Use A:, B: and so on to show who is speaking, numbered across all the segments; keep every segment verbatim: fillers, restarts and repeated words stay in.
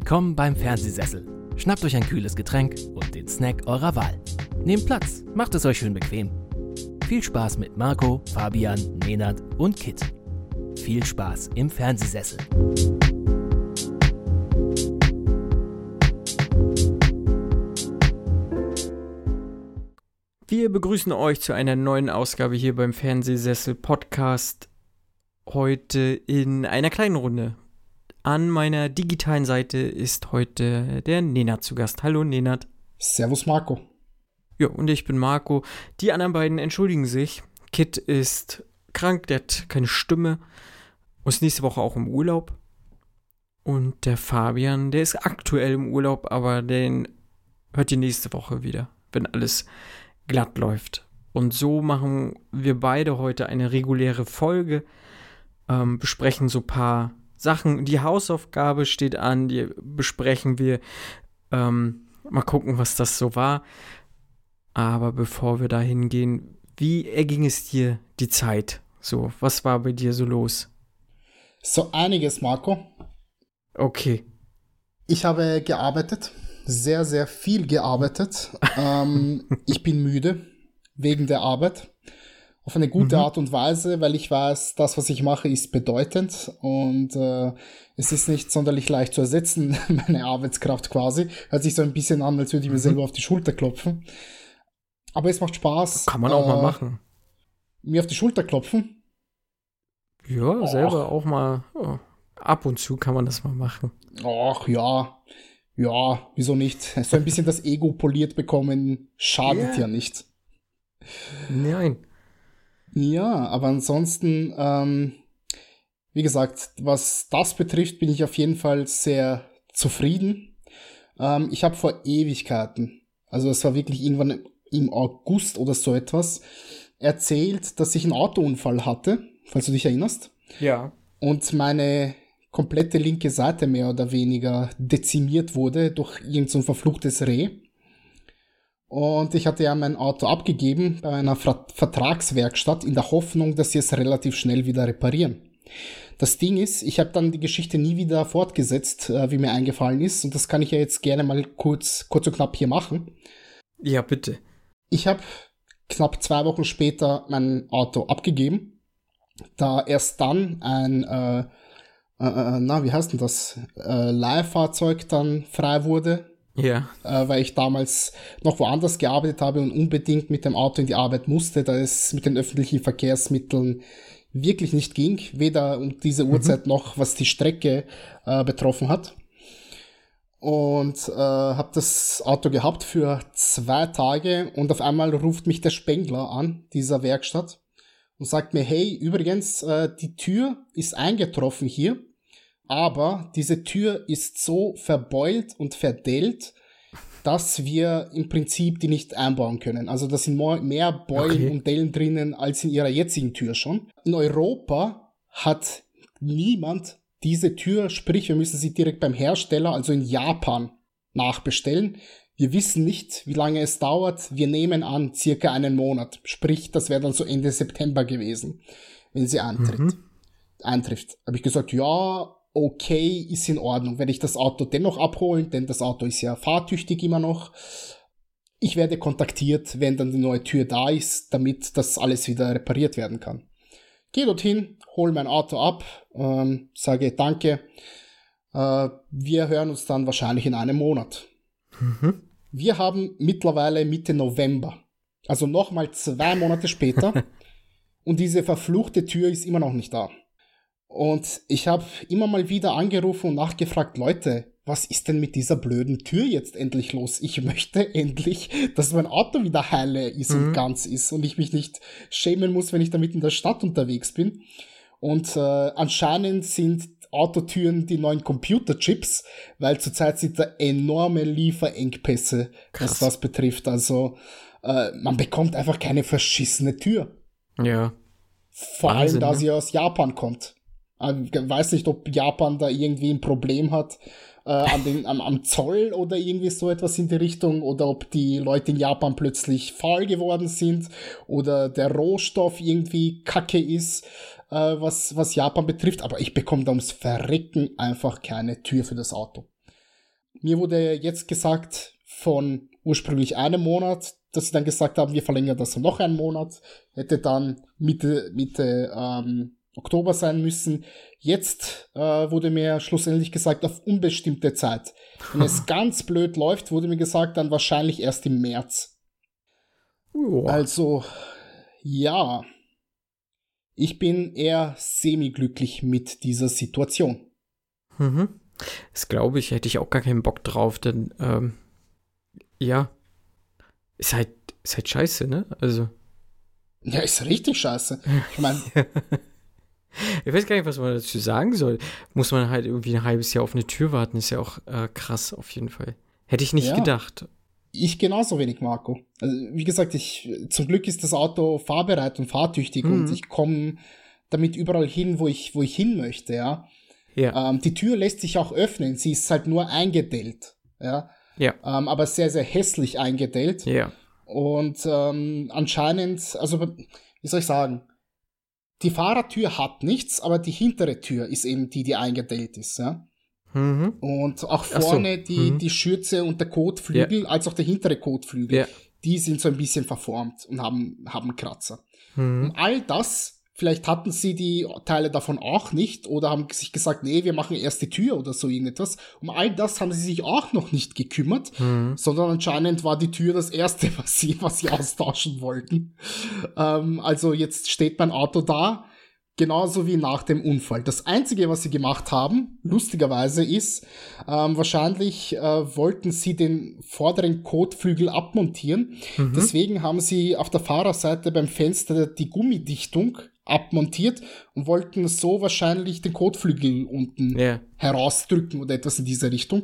A: Willkommen beim Fernsehsessel. Schnappt euch ein kühles Getränk und den Snack eurer Wahl. Nehmt Platz, macht es euch schön bequem. Viel Spaß mit Marco, Fabian, Nenad und Kit. Viel Spaß im Fernsehsessel.
B: Wir begrüßen euch zu einer neuen Ausgabe hier beim Fernsehsessel Podcast. Heute in einer kleinen Runde. An meiner digitalen Seite ist heute der Nenad zu Gast. Hallo Nenad.
C: Servus Marco.
B: Ja, und ich bin Marco. Die anderen beiden entschuldigen sich. Kit ist krank, der hat keine Stimme. Ist nächste Woche auch im Urlaub. Und der Fabian, der ist aktuell im Urlaub, aber den hört ihr nächste Woche wieder, wenn alles glatt läuft. Und so machen wir beide heute eine reguläre Folge, ähm, besprechen so ein paar Sachen. Die Hausaufgabe steht an, die besprechen wir. Ähm, mal gucken, was das so war. Aber bevor wir da hingehen, wie erging es dir die Zeit? So, was war bei dir so los?
C: So einiges, Marco.
B: Okay.
C: Ich habe gearbeitet, sehr, sehr viel gearbeitet. ähm, ich bin müde wegen der Arbeit. Auf eine gute mhm. Art und Weise, weil ich weiß, das, was ich mache, ist bedeutend und äh, es ist nicht sonderlich leicht zu ersetzen, meine Arbeitskraft quasi. Hört sich so ein bisschen an, als würde ich mir mhm. selber auf die Schulter klopfen. Aber es macht Spaß.
B: Kann man auch äh, mal machen.
C: Mir auf die Schulter klopfen?
B: Ja,
C: Och.
B: selber auch mal. Oh, ab und zu kann man das mal machen.
C: Ach ja, ja, wieso nicht? So ein bisschen das Ego poliert bekommen schadet yeah. ja nicht.
B: Nein.
C: Ja, aber ansonsten, ähm, wie gesagt, was das betrifft, bin ich auf jeden Fall sehr zufrieden. Ähm, ich habe vor Ewigkeiten, also es war wirklich irgendwann im August oder so etwas, erzählt, dass ich einen Autounfall hatte, falls du dich erinnerst.
B: Ja.
C: Und meine komplette linke Seite mehr oder weniger dezimiert wurde durch irgend so ein verfluchtes Reh. Und ich hatte ja mein Auto abgegeben bei einer Ver- Vertragswerkstatt in der Hoffnung, dass sie es relativ schnell wieder reparieren. Das Ding ist, ich habe dann die Geschichte nie wieder fortgesetzt, äh, wie mir eingefallen ist. Und das kann ich ja jetzt gerne mal kurz, kurz und knapp hier machen.
B: Ja, bitte.
C: Ich habe knapp zwei Wochen später mein Auto abgegeben, da erst dann ein, äh, äh, na, wie heißt denn das, äh, Leihfahrzeug dann frei wurde.
B: Ja.
C: Äh, weil ich damals noch woanders gearbeitet habe und unbedingt mit dem Auto in die Arbeit musste, da es mit den öffentlichen Verkehrsmitteln wirklich nicht ging, weder um diese mhm. Uhrzeit noch, was die Strecke äh, betroffen hat. Und äh, habe das Auto gehabt für zwei Tage und auf einmal ruft mich der Spengler an, dieser Werkstatt, und sagt mir, hey, übrigens, äh, die Tür ist eingetroffen hier, aber diese Tür ist so verbeult und verdellt, dass wir im Prinzip die nicht einbauen können. Also da sind mehr Beulen okay. und Dellen drinnen als in ihrer jetzigen Tür schon. In Europa hat niemand diese Tür, sprich wir müssen sie direkt beim Hersteller, also in Japan, nachbestellen. Wir wissen nicht, wie lange es dauert. Wir nehmen an, circa einen Monat. Sprich, das wäre dann so Ende September gewesen, wenn sie eintritt. Mhm. eintrifft. Habe ich gesagt, ja, okay, ist in Ordnung. Werde ich das Auto dennoch abholen, denn das Auto ist ja fahrtüchtig immer noch. Ich werde kontaktiert, wenn dann die neue Tür da ist, damit das alles wieder repariert werden kann. Gehe dorthin, hole mein Auto ab, ähm, sage danke. Äh, wir hören uns dann wahrscheinlich in einem Monat. Mhm. Wir haben mittlerweile Mitte November. Also nochmal zwei Monate später. Und diese verfluchte Tür ist immer noch nicht da. Und ich habe immer mal wieder angerufen und nachgefragt, Leute, was ist denn mit dieser blöden Tür jetzt endlich los? Ich möchte endlich, dass mein Auto wieder heile ist mhm. und ganz ist und ich mich nicht schämen muss, wenn ich damit in der Stadt unterwegs bin. Und äh, anscheinend sind Autotüren die neuen Computerchips, weil zurzeit sind da enorme Lieferengpässe, Krass. was das betrifft. Also äh, man bekommt einfach keine verschissene Tür.
B: Ja.
C: Vor Wahnsinn, allem, da ne? sie aus Japan kommt. Ich weiß nicht, ob Japan da irgendwie ein Problem hat äh, an den, am, am Zoll oder irgendwie so etwas in die Richtung oder ob die Leute in Japan plötzlich faul geworden sind oder der Rohstoff irgendwie kacke ist, äh, was, was Japan betrifft. Aber ich bekomme da ums Verrecken einfach keine Tür für das Auto. mir wurde jetzt gesagt, von ursprünglich einem Monat, dass sie dann gesagt haben, wir verlängern das um noch einen Monat, hätte dann Mitte, Mitte ähm, Oktober sein müssen. Jetzt äh, wurde mir schlussendlich gesagt, auf unbestimmte Zeit. Wenn es ganz blöd läuft, wurde mir gesagt, dann wahrscheinlich erst im März.
B: Oh.
C: Also, ja, ich bin eher semi-glücklich mit dieser Situation.
B: Mhm. Das glaube ich, hätte ich auch gar keinen Bock drauf, denn, ähm, ja, ist halt, ist halt scheiße, ne? Also.
C: Ja, ist richtig scheiße. Ich meine,
B: ich weiß gar nicht, was man dazu sagen soll. Muss man halt irgendwie ein halbes Jahr auf eine Tür warten, ist ja auch äh, krass auf jeden Fall. Hätte ich nicht
C: ja,
B: gedacht.
C: Ich genauso wenig, Marco. Also, wie gesagt, ich, zum Glück ist das Auto fahrbereit und fahrtüchtig
B: Mhm.
C: und ich komme damit überall hin, wo ich, wo ich hin möchte, ja.
B: Ja.
C: Ähm, die Tür lässt sich auch öffnen, sie ist halt nur eingedellt, ja.
B: Ja.
C: Ähm, aber sehr, sehr hässlich eingedellt.
B: Ja.
C: Und ähm, anscheinend, also wie soll ich sagen, die Fahrertür hat nichts, aber die hintere Tür ist eben die, die eingedellt ist, ja.
B: Mhm.
C: Und auch
B: Ach so.
C: vorne die,
B: Mhm.
C: die Schürze und der Kotflügel, als auch der hintere Kotflügel,
B: Ja.
C: die sind so ein bisschen verformt und haben, haben Kratzer.
B: Mhm.
C: Und all das, vielleicht hatten sie die Teile davon auch nicht oder haben sich gesagt, nee, wir machen erst die Tür oder so irgendetwas. Um all das haben sie sich auch noch nicht gekümmert,
B: Mhm.
C: sondern anscheinend war die Tür das Erste, was sie, was sie austauschen wollten. Ähm, also jetzt steht mein Auto da, genauso wie nach dem Unfall. Das Einzige, was sie gemacht haben, lustigerweise ist, ähm, wahrscheinlich äh, wollten sie den vorderen Kotflügel abmontieren.
B: Mhm.
C: Deswegen haben sie auf der Fahrerseite beim Fenster die Gummidichtung abmontiert und wollten so wahrscheinlich den Kotflügel unten
B: Ja.
C: herausdrücken oder etwas in diese Richtung.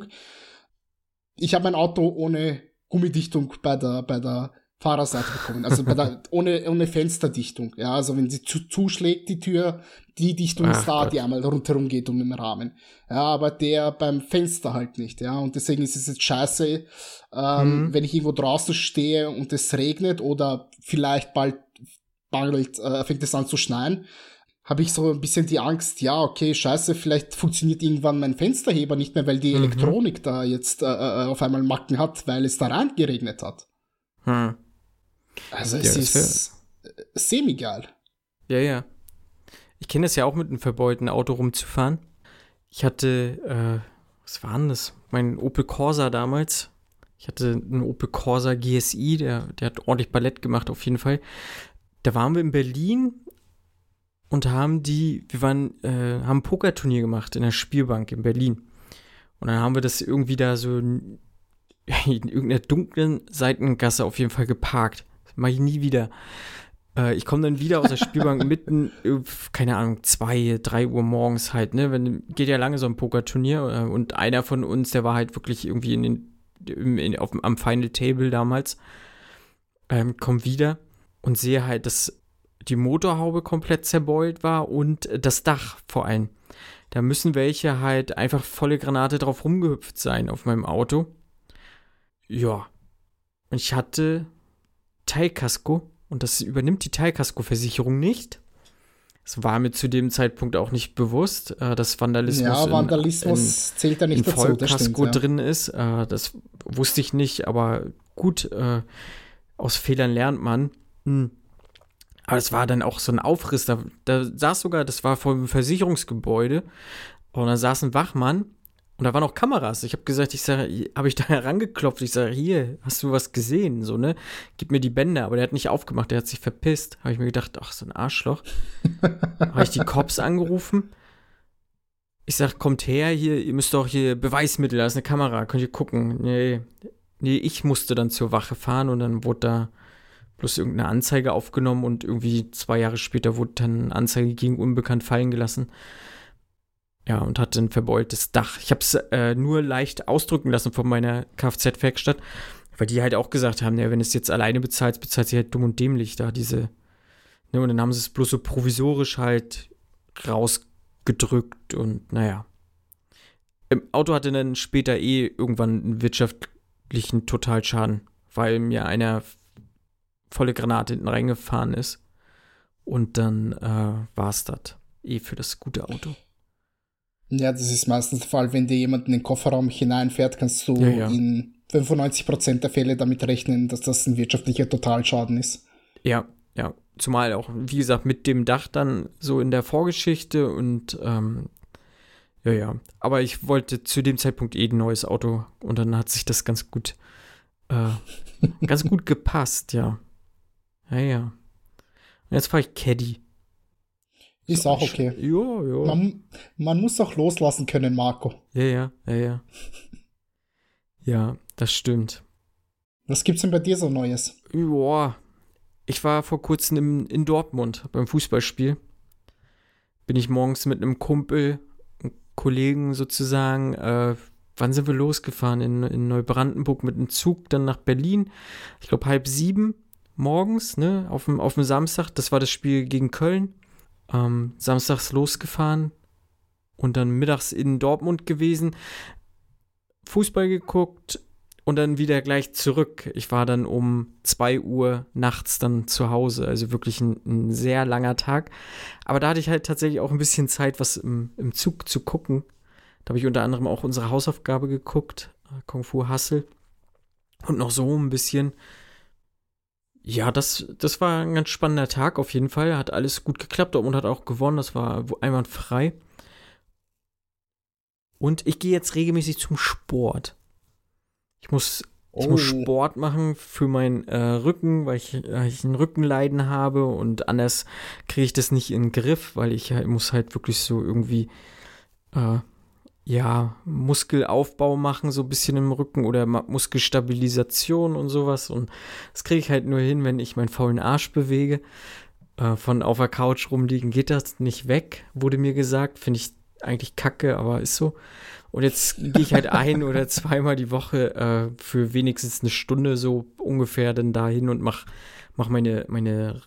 C: Ich habe mein Auto ohne Gummidichtung bei der, bei der Fahrerseite bekommen, also bei der, ohne, ohne Fensterdichtung. Ja, also wenn sie zu, zuschlägt, die Tür, die Dichtung
B: Ach
C: ist da,
B: Gott.
C: die einmal rundherum geht um den Rahmen. Ja, aber der beim Fenster halt nicht. Ja, und deswegen ist es jetzt scheiße, ähm,
B: Mhm.
C: wenn ich irgendwo draußen stehe und es regnet oder vielleicht bald bangelt, äh, fängt es an zu schneien, habe ich so ein bisschen die Angst, ja, okay, scheiße, vielleicht funktioniert irgendwann mein Fensterheber nicht mehr, weil die
B: Mhm.
C: Elektronik da jetzt äh, äh, auf einmal Macken hat, weil es da rein geregnet hat.
B: Hm.
C: Also
B: Ja,
C: es
B: das
C: ist äh, semi-geil.
B: Ja, ja. Ich kenne das ja auch, mit einem verbeulten Auto rumzufahren. Ich hatte, äh, was war denn das? Mein Opel Corsa damals. Ich hatte einen Opel Corsa G S I, der, der hat ordentlich Ballett gemacht auf jeden Fall. Da waren wir in Berlin und haben die, wir waren, äh, haben ein Pokerturnier gemacht in der Spielbank in Berlin. Und dann haben wir das irgendwie da so in, in irgendeiner dunklen Seitengasse auf jeden Fall geparkt. Das mache ich nie wieder. Äh, ich komme dann wieder aus der Spielbank mitten, äh, keine Ahnung, zwei, drei Uhr morgens halt, ne? Wenn, geht ja lange so ein Pokerturnier äh, und einer von uns, der war halt wirklich irgendwie in den, in, in, auf, am Final Table damals, ähm, kommt wieder und sehe halt, dass die Motorhaube komplett zerbeult war und das Dach vor allem. Da müssen welche halt einfach volle Granate drauf rumgehüpft sein auf meinem Auto. Ja. Und ich hatte Teilkasko und das übernimmt die Teilkasko-Versicherung nicht. Das war mir zu dem Zeitpunkt auch nicht bewusst, äh, dass Vandalismus,
C: Ja, Vandalismus
B: in,
C: zählt da
B: in,
C: nicht
B: in
C: dazu, das
B: Vollkasko
C: stimmt, ja.
B: drin ist. Äh, das wusste ich nicht, aber gut, äh, aus Fehlern lernt man. Hm. Aber es war dann auch so ein Aufriss. Da, da saß sogar, das war vor einem Versicherungsgebäude, und da saß ein Wachmann und da waren auch Kameras. Ich habe gesagt, ich sage, habe ich da herangeklopft. Ich sage, hier, hast du was gesehen? So, ne? Gib mir die Bänder. Aber der hat nicht aufgemacht, der hat sich verpisst. Habe ich mir gedacht, ach, so ein Arschloch. Habe ich die Cops angerufen. Ich sag, kommt her, hier, ihr müsst doch hier Beweismittel, da ist eine Kamera, könnt ihr gucken. Nee, nee, ich musste dann zur Wache fahren und dann wurde da bloß irgendeine Anzeige aufgenommen und irgendwie zwei Jahre später wurde dann eine Anzeige gegen Unbekannt fallen gelassen. Ja, und hatte ein verbeultes Dach. Ich habe es äh, nur leicht ausdrücken lassen von meiner Kfz-Werkstatt, weil die halt auch gesagt haben, ja, wenn du es jetzt alleine bezahlst, bezahlt sie halt dumm und dämlich da diese, ne, und dann haben sie es bloß so provisorisch halt rausgedrückt und naja. Im Auto hatte dann später eh irgendwann einen wirtschaftlichen Totalschaden, weil mir einer volle Granate hinten reingefahren ist und dann äh, war es das eh für das gute Auto.
C: Ja, das ist meistens der Fall, wenn dir jemand in den Kofferraum hineinfährt, kannst du
B: Ja, ja.
C: in fünfundneunzig Prozent der Fälle damit rechnen, dass das ein wirtschaftlicher Totalschaden ist.
B: Ja, ja. Zumal auch, wie gesagt, mit dem Dach dann so in der Vorgeschichte und ähm, ja, ja. Aber ich wollte zu dem Zeitpunkt eh ein neues Auto und dann hat sich das ganz gut, äh, ganz gut gepasst, ja. Ja, ja. Und jetzt fahre ich Caddy.
C: Ist
B: So,
C: auch okay.
B: Ja, ja.
C: Man, man muss auch loslassen können, Marco.
B: Ja, ja, ja, ja. Ja, das stimmt.
C: Was gibt's denn bei dir so Neues?
B: Joa. Ich war vor kurzem in, in Dortmund beim Fußballspiel. Bin ich morgens mit einem Kumpel, einem Kollegen sozusagen, äh, wann sind wir losgefahren? In, in Neubrandenburg mit einem Zug, dann nach Berlin. Ich glaube halb sieben morgens, ne, auf dem, auf dem Samstag. Das war das Spiel gegen Köln. Ähm, samstags losgefahren und dann mittags in Dortmund gewesen. Fußball geguckt und dann wieder gleich zurück. Ich war dann um zwei Uhr nachts dann zu Hause. Also wirklich ein, ein sehr langer Tag. Aber da hatte ich halt tatsächlich auch ein bisschen Zeit, was im, im Zug zu gucken. Da habe ich unter anderem auch unsere Hausaufgabe geguckt. Kung Fu Hustle. Und noch so ein bisschen. Ja, das, das war ein ganz spannender Tag auf jeden Fall. Hat alles gut geklappt. Dortmund hat auch gewonnen. Das war einwandfrei. Und ich gehe jetzt regelmäßig zum Sport. Ich muss, ich
C: Oh.
B: muss Sport machen für meinen äh, Rücken, weil ich, äh, ich ein Rückenleiden habe und anders kriege ich das nicht in den Griff, weil ich halt, muss halt wirklich so irgendwie äh, ja, Muskelaufbau machen, so ein bisschen im Rücken oder Ma- Muskelstabilisation und sowas. Und das kriege ich halt nur hin, wenn ich meinen faulen Arsch bewege. Äh, von auf der Couch rumliegen geht das nicht weg, wurde mir gesagt. Finde ich eigentlich kacke, aber ist so. Und jetzt gehe ich halt ein oder zweimal die Woche äh, für wenigstens eine Stunde so ungefähr dann dahin und mach, mach meine, meine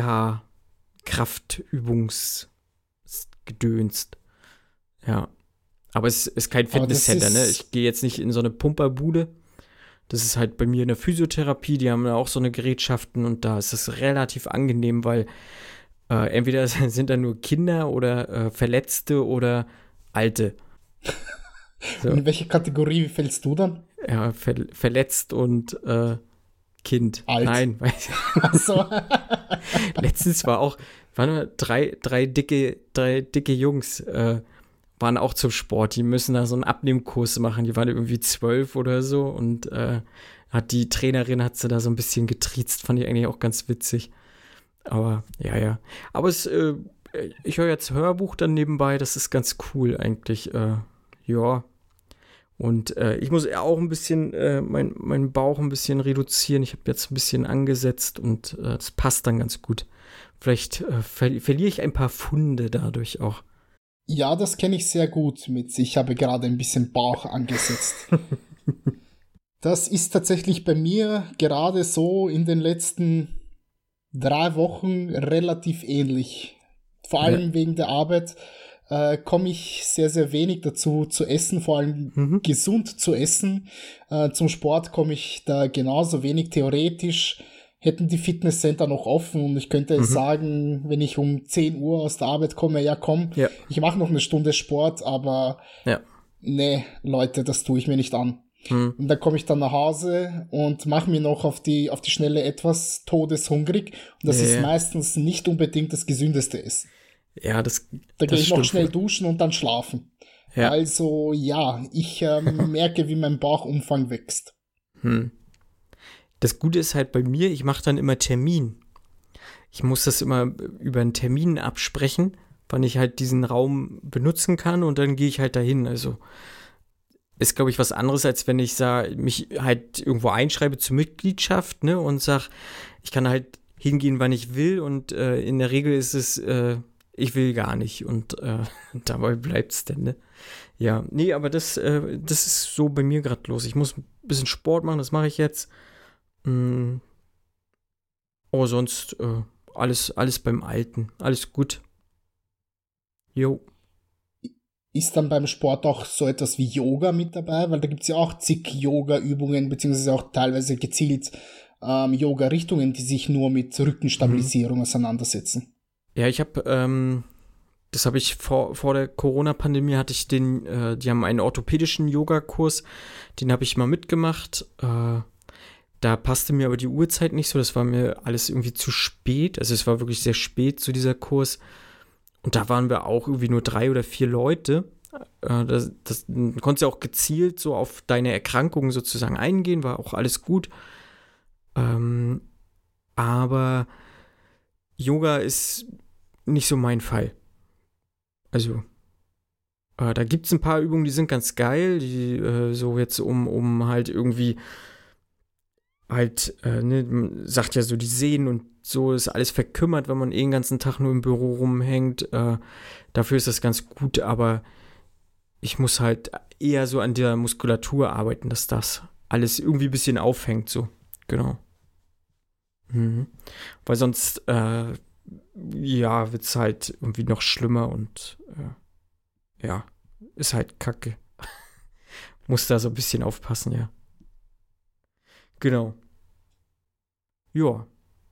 B: Reha-Kraftübungsgedöns. Ja. Aber es ist kein
C: Aber das
B: Fitnesscenter, ne?
C: ist-
B: Ich gehe jetzt nicht in so eine Pumperbude. Das ist halt bei mir in der Physiotherapie, die haben ja auch so eine Gerätschaften und da ist es relativ angenehm, weil äh, entweder sind da nur Kinder oder äh, Verletzte oder Alte. So.
C: In welche Kategorie fällst du dann?
B: Ja, ver verletzt und äh, Kind.
C: Alt.
B: Nein, weiß
C: Also,
B: letztens war auch, waren wir drei, drei dicke, drei dicke Jungs, äh, waren auch zum Sport. Die müssen da so einen Abnehmkurs machen. Die waren irgendwie zwölf oder so und äh, hat die Trainerin hat sie da so ein bisschen getriezt. Fand ich eigentlich auch ganz witzig. Aber ja, ja. Aber es, äh, ich höre jetzt Hörbuch dann nebenbei. Das ist ganz cool eigentlich. Äh, ja. Und äh, ich muss auch ein bisschen äh, mein, meinen Bauch ein bisschen reduzieren. Ich habe jetzt ein bisschen angesetzt und äh, das passt dann ganz gut. Vielleicht äh, ver verliere ich ein paar Pfunde dadurch auch.
C: ja, das kenne ich sehr gut mit. Ich habe gerade ein bisschen Bauch angesetzt. Das ist tatsächlich bei mir gerade so in den letzten drei Wochen relativ ähnlich. Vor allem
B: Ja.
C: wegen der Arbeit äh, komme ich sehr, sehr wenig dazu zu essen, vor allem
B: Mhm.
C: gesund zu essen. Äh, zum Sport komme ich da genauso wenig. Theoretisch hätten die Fitnesscenter noch offen und ich könnte
B: Mhm.
C: sagen, wenn ich um zehn Uhr aus der Arbeit komme, ja komm,
B: Ja.
C: ich mache noch eine Stunde Sport, aber
B: Ja.
C: nee, Leute, das tue ich mir nicht an.
B: Hm.
C: Und dann komme ich dann nach Hause und mache mir noch auf die, auf die Schnelle etwas todeshungrig. Und das
B: Ja,
C: ist
B: ja.
C: meistens nicht unbedingt das Gesündeste ist.
B: Ja, das.
C: Da gehe
B: das
C: ich noch
B: stimmt.
C: schnell duschen und dann schlafen.
B: Ja.
C: Also ja, ich ähm, merke, wie mein Bauchumfang wächst.
B: Hm. Das Gute ist halt bei mir, ich mache dann immer Termin. Ich muss das immer über einen Termin absprechen, wann ich halt diesen Raum benutzen kann und dann gehe ich halt dahin. Also ist, glaube ich, was anderes, als wenn ich sag, mich halt irgendwo einschreibe zur Mitgliedschaft, ne, und sag, ich kann halt hingehen, wann ich will und äh, in der Regel ist es, äh, ich will gar nicht und äh, dabei bleibt's denn, ne? Ja, nee, aber das, äh, das ist so bei mir gerade los. Ich muss ein bisschen Sport machen, das mache ich jetzt. Mm. Aber sonst äh, alles, alles beim Alten, alles gut. Jo.
C: Ist dann beim Sport auch so etwas wie Yoga mit dabei? Weil da gibt's ja auch zig Yoga-Übungen, beziehungsweise auch teilweise gezielt ähm, Yoga-Richtungen, die sich nur mit Rückenstabilisierung auseinandersetzen.
B: Ja, ich habe ähm, das habe ich vor, vor der Corona-Pandemie hatte ich den, äh, die haben einen orthopädischen Yoga-Kurs, den habe ich mal mitgemacht. Äh, da passte mir aber die Uhrzeit nicht so, das war mir alles irgendwie zu spät. Also es war wirklich sehr spät zu dieser Kurs. Und da waren wir auch irgendwie nur drei oder vier Leute. Äh, das, das, du konntest ja auch gezielt so auf deine Erkrankungen sozusagen eingehen, war auch alles gut. Ähm, aber Yoga ist nicht so mein Fall. Also, äh, da gibt es ein paar Übungen, die sind ganz geil, die äh, so jetzt um, um halt irgendwie halt, äh, ne, man sagt ja so, die Sehnen und so ist alles verkümmert, wenn man eh den ganzen Tag nur im Büro rumhängt. Äh, dafür ist das ganz gut, aber ich muss halt eher so an der Muskulatur arbeiten, dass das alles irgendwie ein bisschen aufhängt, so. Genau. Mhm. Weil sonst, äh, ja, wird es halt irgendwie noch schlimmer und äh, ja, ist halt kacke. Muss da so ein bisschen aufpassen, ja. Genau. Ja.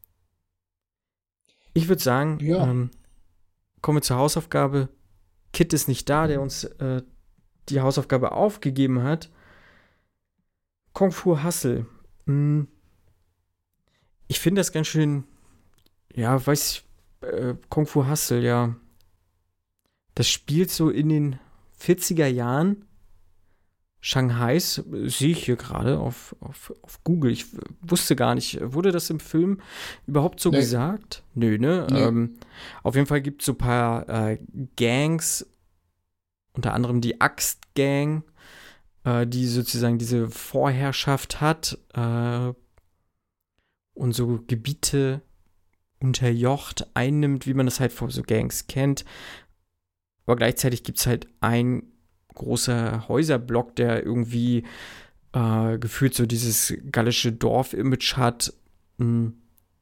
B: Ich würde sagen,
C: Ja.
B: ähm, kommen wir zur Hausaufgabe. Kit ist nicht da, der uns äh, die Hausaufgabe aufgegeben hat. Kung Fu Hustle. Hm. Ich finde das ganz schön, ja, weiß ich, äh, Kung Fu Hustle, ja. Das spielt so in den vierziger Jahren. Shanghais, äh, sehe ich hier gerade auf, auf, auf Google. Ich w- wusste gar nicht, wurde das im Film überhaupt so
C: Nee.
B: gesagt? Nö, ne?
C: Nee.
B: Ähm, auf jeden Fall gibt es so ein paar äh, Gangs, unter anderem die Axt-Gang, äh, die sozusagen diese Vorherrschaft hat äh, und so Gebiete unterjocht, einnimmt, wie man das halt von so Gangs kennt. Aber gleichzeitig gibt es halt ein großer Häuserblock, der irgendwie äh, gefühlt so dieses gallische Dorf-Image hat. Mm.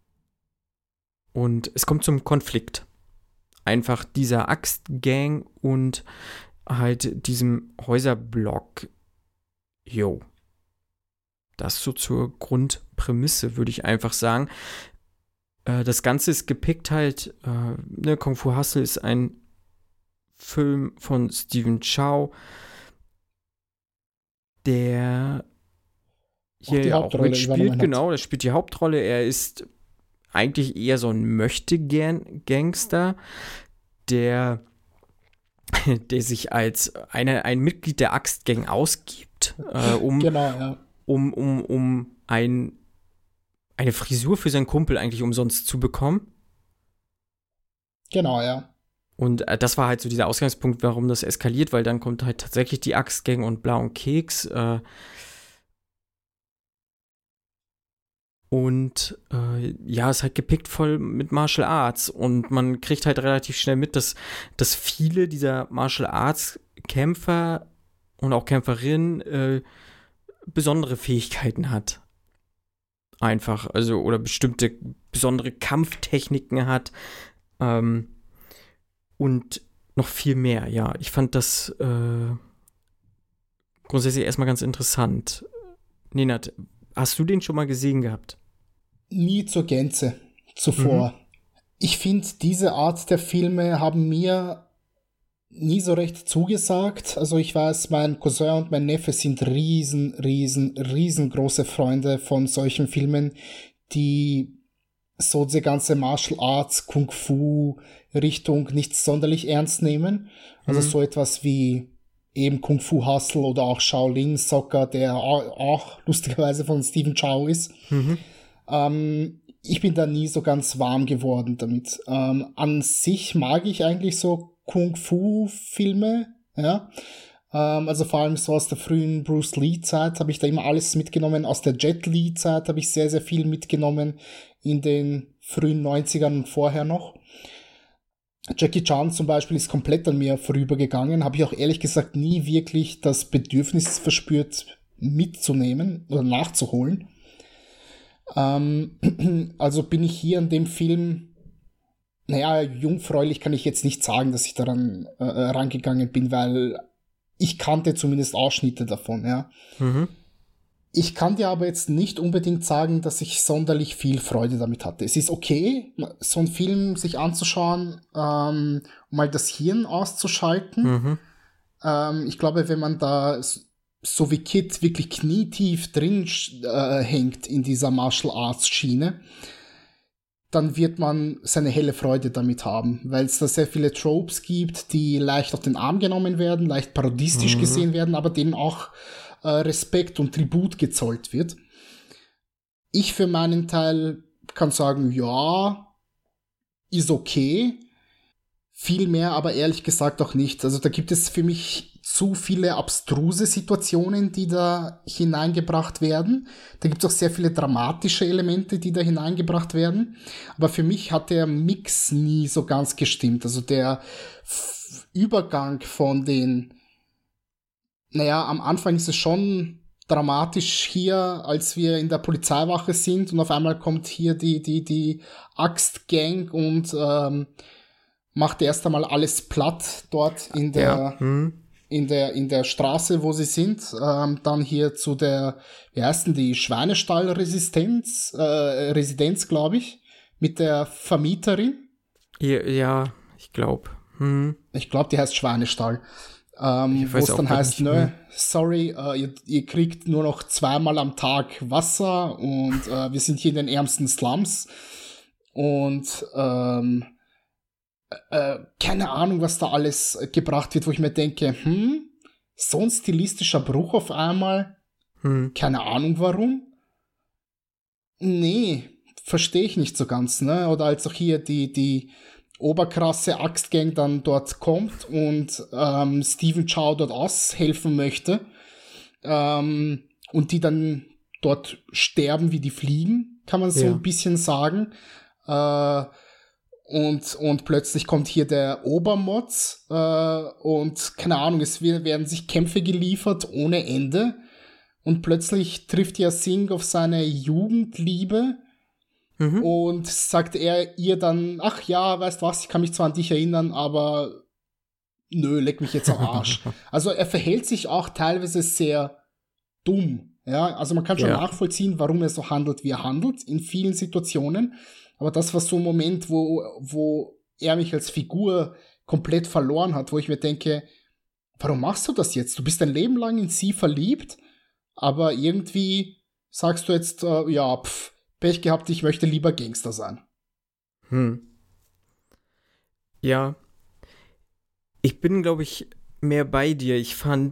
B: Und es kommt zum Konflikt. Einfach dieser Axtgang und halt diesem Häuserblock. Jo. Das so zur Grundprämisse, würde ich einfach sagen. Äh, das Ganze ist gepickt halt, äh, ne, Kung Fu Hustle ist ein Film von Stephen Chow, der hier
C: die
B: ja auch
C: Hauptrolle übernommen
B: mitspielt,
C: hat.
B: genau, der spielt die Hauptrolle. Er ist eigentlich eher so ein Möchtegern-Gangster, der, der sich als eine, ein Mitglied der Axtgang ausgibt, äh, um,
C: Genau, ja.
B: um, um, um ein, eine Frisur für seinen Kumpel eigentlich umsonst zu bekommen.
C: Genau, ja.
B: Und äh, das war halt so dieser Ausgangspunkt, warum das eskaliert, weil dann kommt halt tatsächlich die Axtgang und Blauen Keks. Äh, und äh, ja, ist halt gepickt voll mit Martial Arts. Und man kriegt halt relativ schnell mit, dass, dass viele dieser Martial Arts Kämpfer und auch Kämpferinnen äh, besondere Fähigkeiten hat. Einfach, also, oder bestimmte besondere Kampftechniken hat. Ähm, Und noch viel mehr, ja. Ich fand das äh, grundsätzlich erstmal ganz interessant. Nenad, hast du den schon mal gesehen gehabt?
C: Nie zur Gänze zuvor.
B: Mhm.
C: Ich finde, diese Art der Filme haben mir nie so recht zugesagt. Also ich weiß, mein Cousin und mein Neffe sind riesen, riesen, riesengroße Freunde von solchen Filmen, die so diese ganze Martial Arts, Kung Fu Richtung nicht sonderlich ernst nehmen. Also
B: Mhm.
C: so etwas wie eben Kung Fu Hustle oder auch Shaolin Soccer, der au- auch lustigerweise von Stephen Chow ist.
B: Mhm.
C: Ähm, ich bin da nie so ganz warm geworden damit. Ähm, an sich mag ich eigentlich so Kung Fu Filme, ja. Ähm, also vor allem so aus der frühen Bruce Lee Zeit habe ich da immer alles mitgenommen. Aus der Jet Li Zeit habe ich sehr, sehr viel mitgenommen. In den frühen neunzigern und vorher noch. Jackie Chan zum Beispiel ist komplett an mir vorübergegangen. Habe ich auch ehrlich gesagt nie wirklich das Bedürfnis verspürt, mitzunehmen oder nachzuholen. Ähm, also bin ich hier in dem Film, naja, jungfräulich kann ich jetzt nicht sagen, dass ich daran äh, rangegangen bin, weil ich kannte zumindest Ausschnitte davon, ja.
B: Mhm.
C: Ich kann dir aber jetzt nicht unbedingt sagen, dass ich sonderlich viel Freude damit hatte. Es ist okay, so einen Film sich anzuschauen, ähm, um mal das Hirn auszuschalten.
B: Mhm.
C: Ähm, ich glaube, wenn man da so wie Kid wirklich knietief drin äh, hängt in dieser Martial Arts Schiene, dann wird man seine helle Freude damit haben, weil es da sehr viele Tropes gibt, die leicht auf den Arm genommen werden, leicht parodistisch mhm. gesehen werden, aber denen auch äh, Respekt und Tribut gezollt wird. Ich für meinen Teil kann sagen, ja, ist okay, viel mehr aber ehrlich gesagt auch nicht. Also da gibt es für mich zu viele abstruse Situationen, die da hineingebracht werden. Da gibt es auch sehr viele dramatische Elemente, die da hineingebracht werden. Aber für mich hat der Mix nie so ganz gestimmt. Also der F- Übergang von den, naja, am Anfang ist es schon dramatisch hier, als wir in der Polizeiwache sind und auf einmal kommt hier die, die, die Axtgang und ähm, macht erst einmal alles platt dort in der
B: ja. hm.
C: in der in der Straße, wo sie sind. Ähm, dann hier zu der, wie heißt denn die, Schweinestall-Resistenz, äh, Residenz, glaube ich, mit der Vermieterin.
B: Ja, ja ich glaube. Hm.
C: Ich glaube, die heißt Schweinestall. Ähm, wo es dann heißt, nö, sorry, äh, ihr, ihr kriegt nur noch zweimal am Tag Wasser und äh, wir sind hier in den ärmsten Slums. Und ähm, Äh, keine Ahnung, was da alles äh, gebracht wird, wo ich mir denke, hm, so ein stilistischer Bruch auf einmal,
B: hm.
C: keine Ahnung warum. Nee, verstehe ich nicht so ganz, ne? Oder als auch hier die, die oberkrasse Axtgang dann dort kommt und ähm, Stephen Chow dort aushelfen möchte ähm, und die dann dort sterben wie die Fliegen, kann man so
B: ja.
C: ein bisschen sagen. Äh, Und, und plötzlich kommt hier der Obermotz äh, und keine Ahnung, es werden sich Kämpfe geliefert ohne Ende und plötzlich trifft ja Singh auf seine Jugendliebe mhm. und sagt er ihr dann, ach ja, weißt was, ich kann mich zwar an dich erinnern, aber nö, leck mich jetzt am Arsch. Also er verhält sich auch teilweise sehr dumm. Ja, also man kann schon ja. nachvollziehen, warum er so handelt, wie er handelt in vielen Situationen. Aber das war so ein Moment, wo, wo er mich als Figur komplett verloren hat, wo ich mir denke, warum machst du das jetzt? Du bist dein Leben lang in sie verliebt, aber irgendwie sagst du jetzt, äh, ja, pff, Pech gehabt, ich möchte lieber Gangster sein.
B: Hm. Ja. Ich bin, glaube ich, mehr bei dir. Ich fand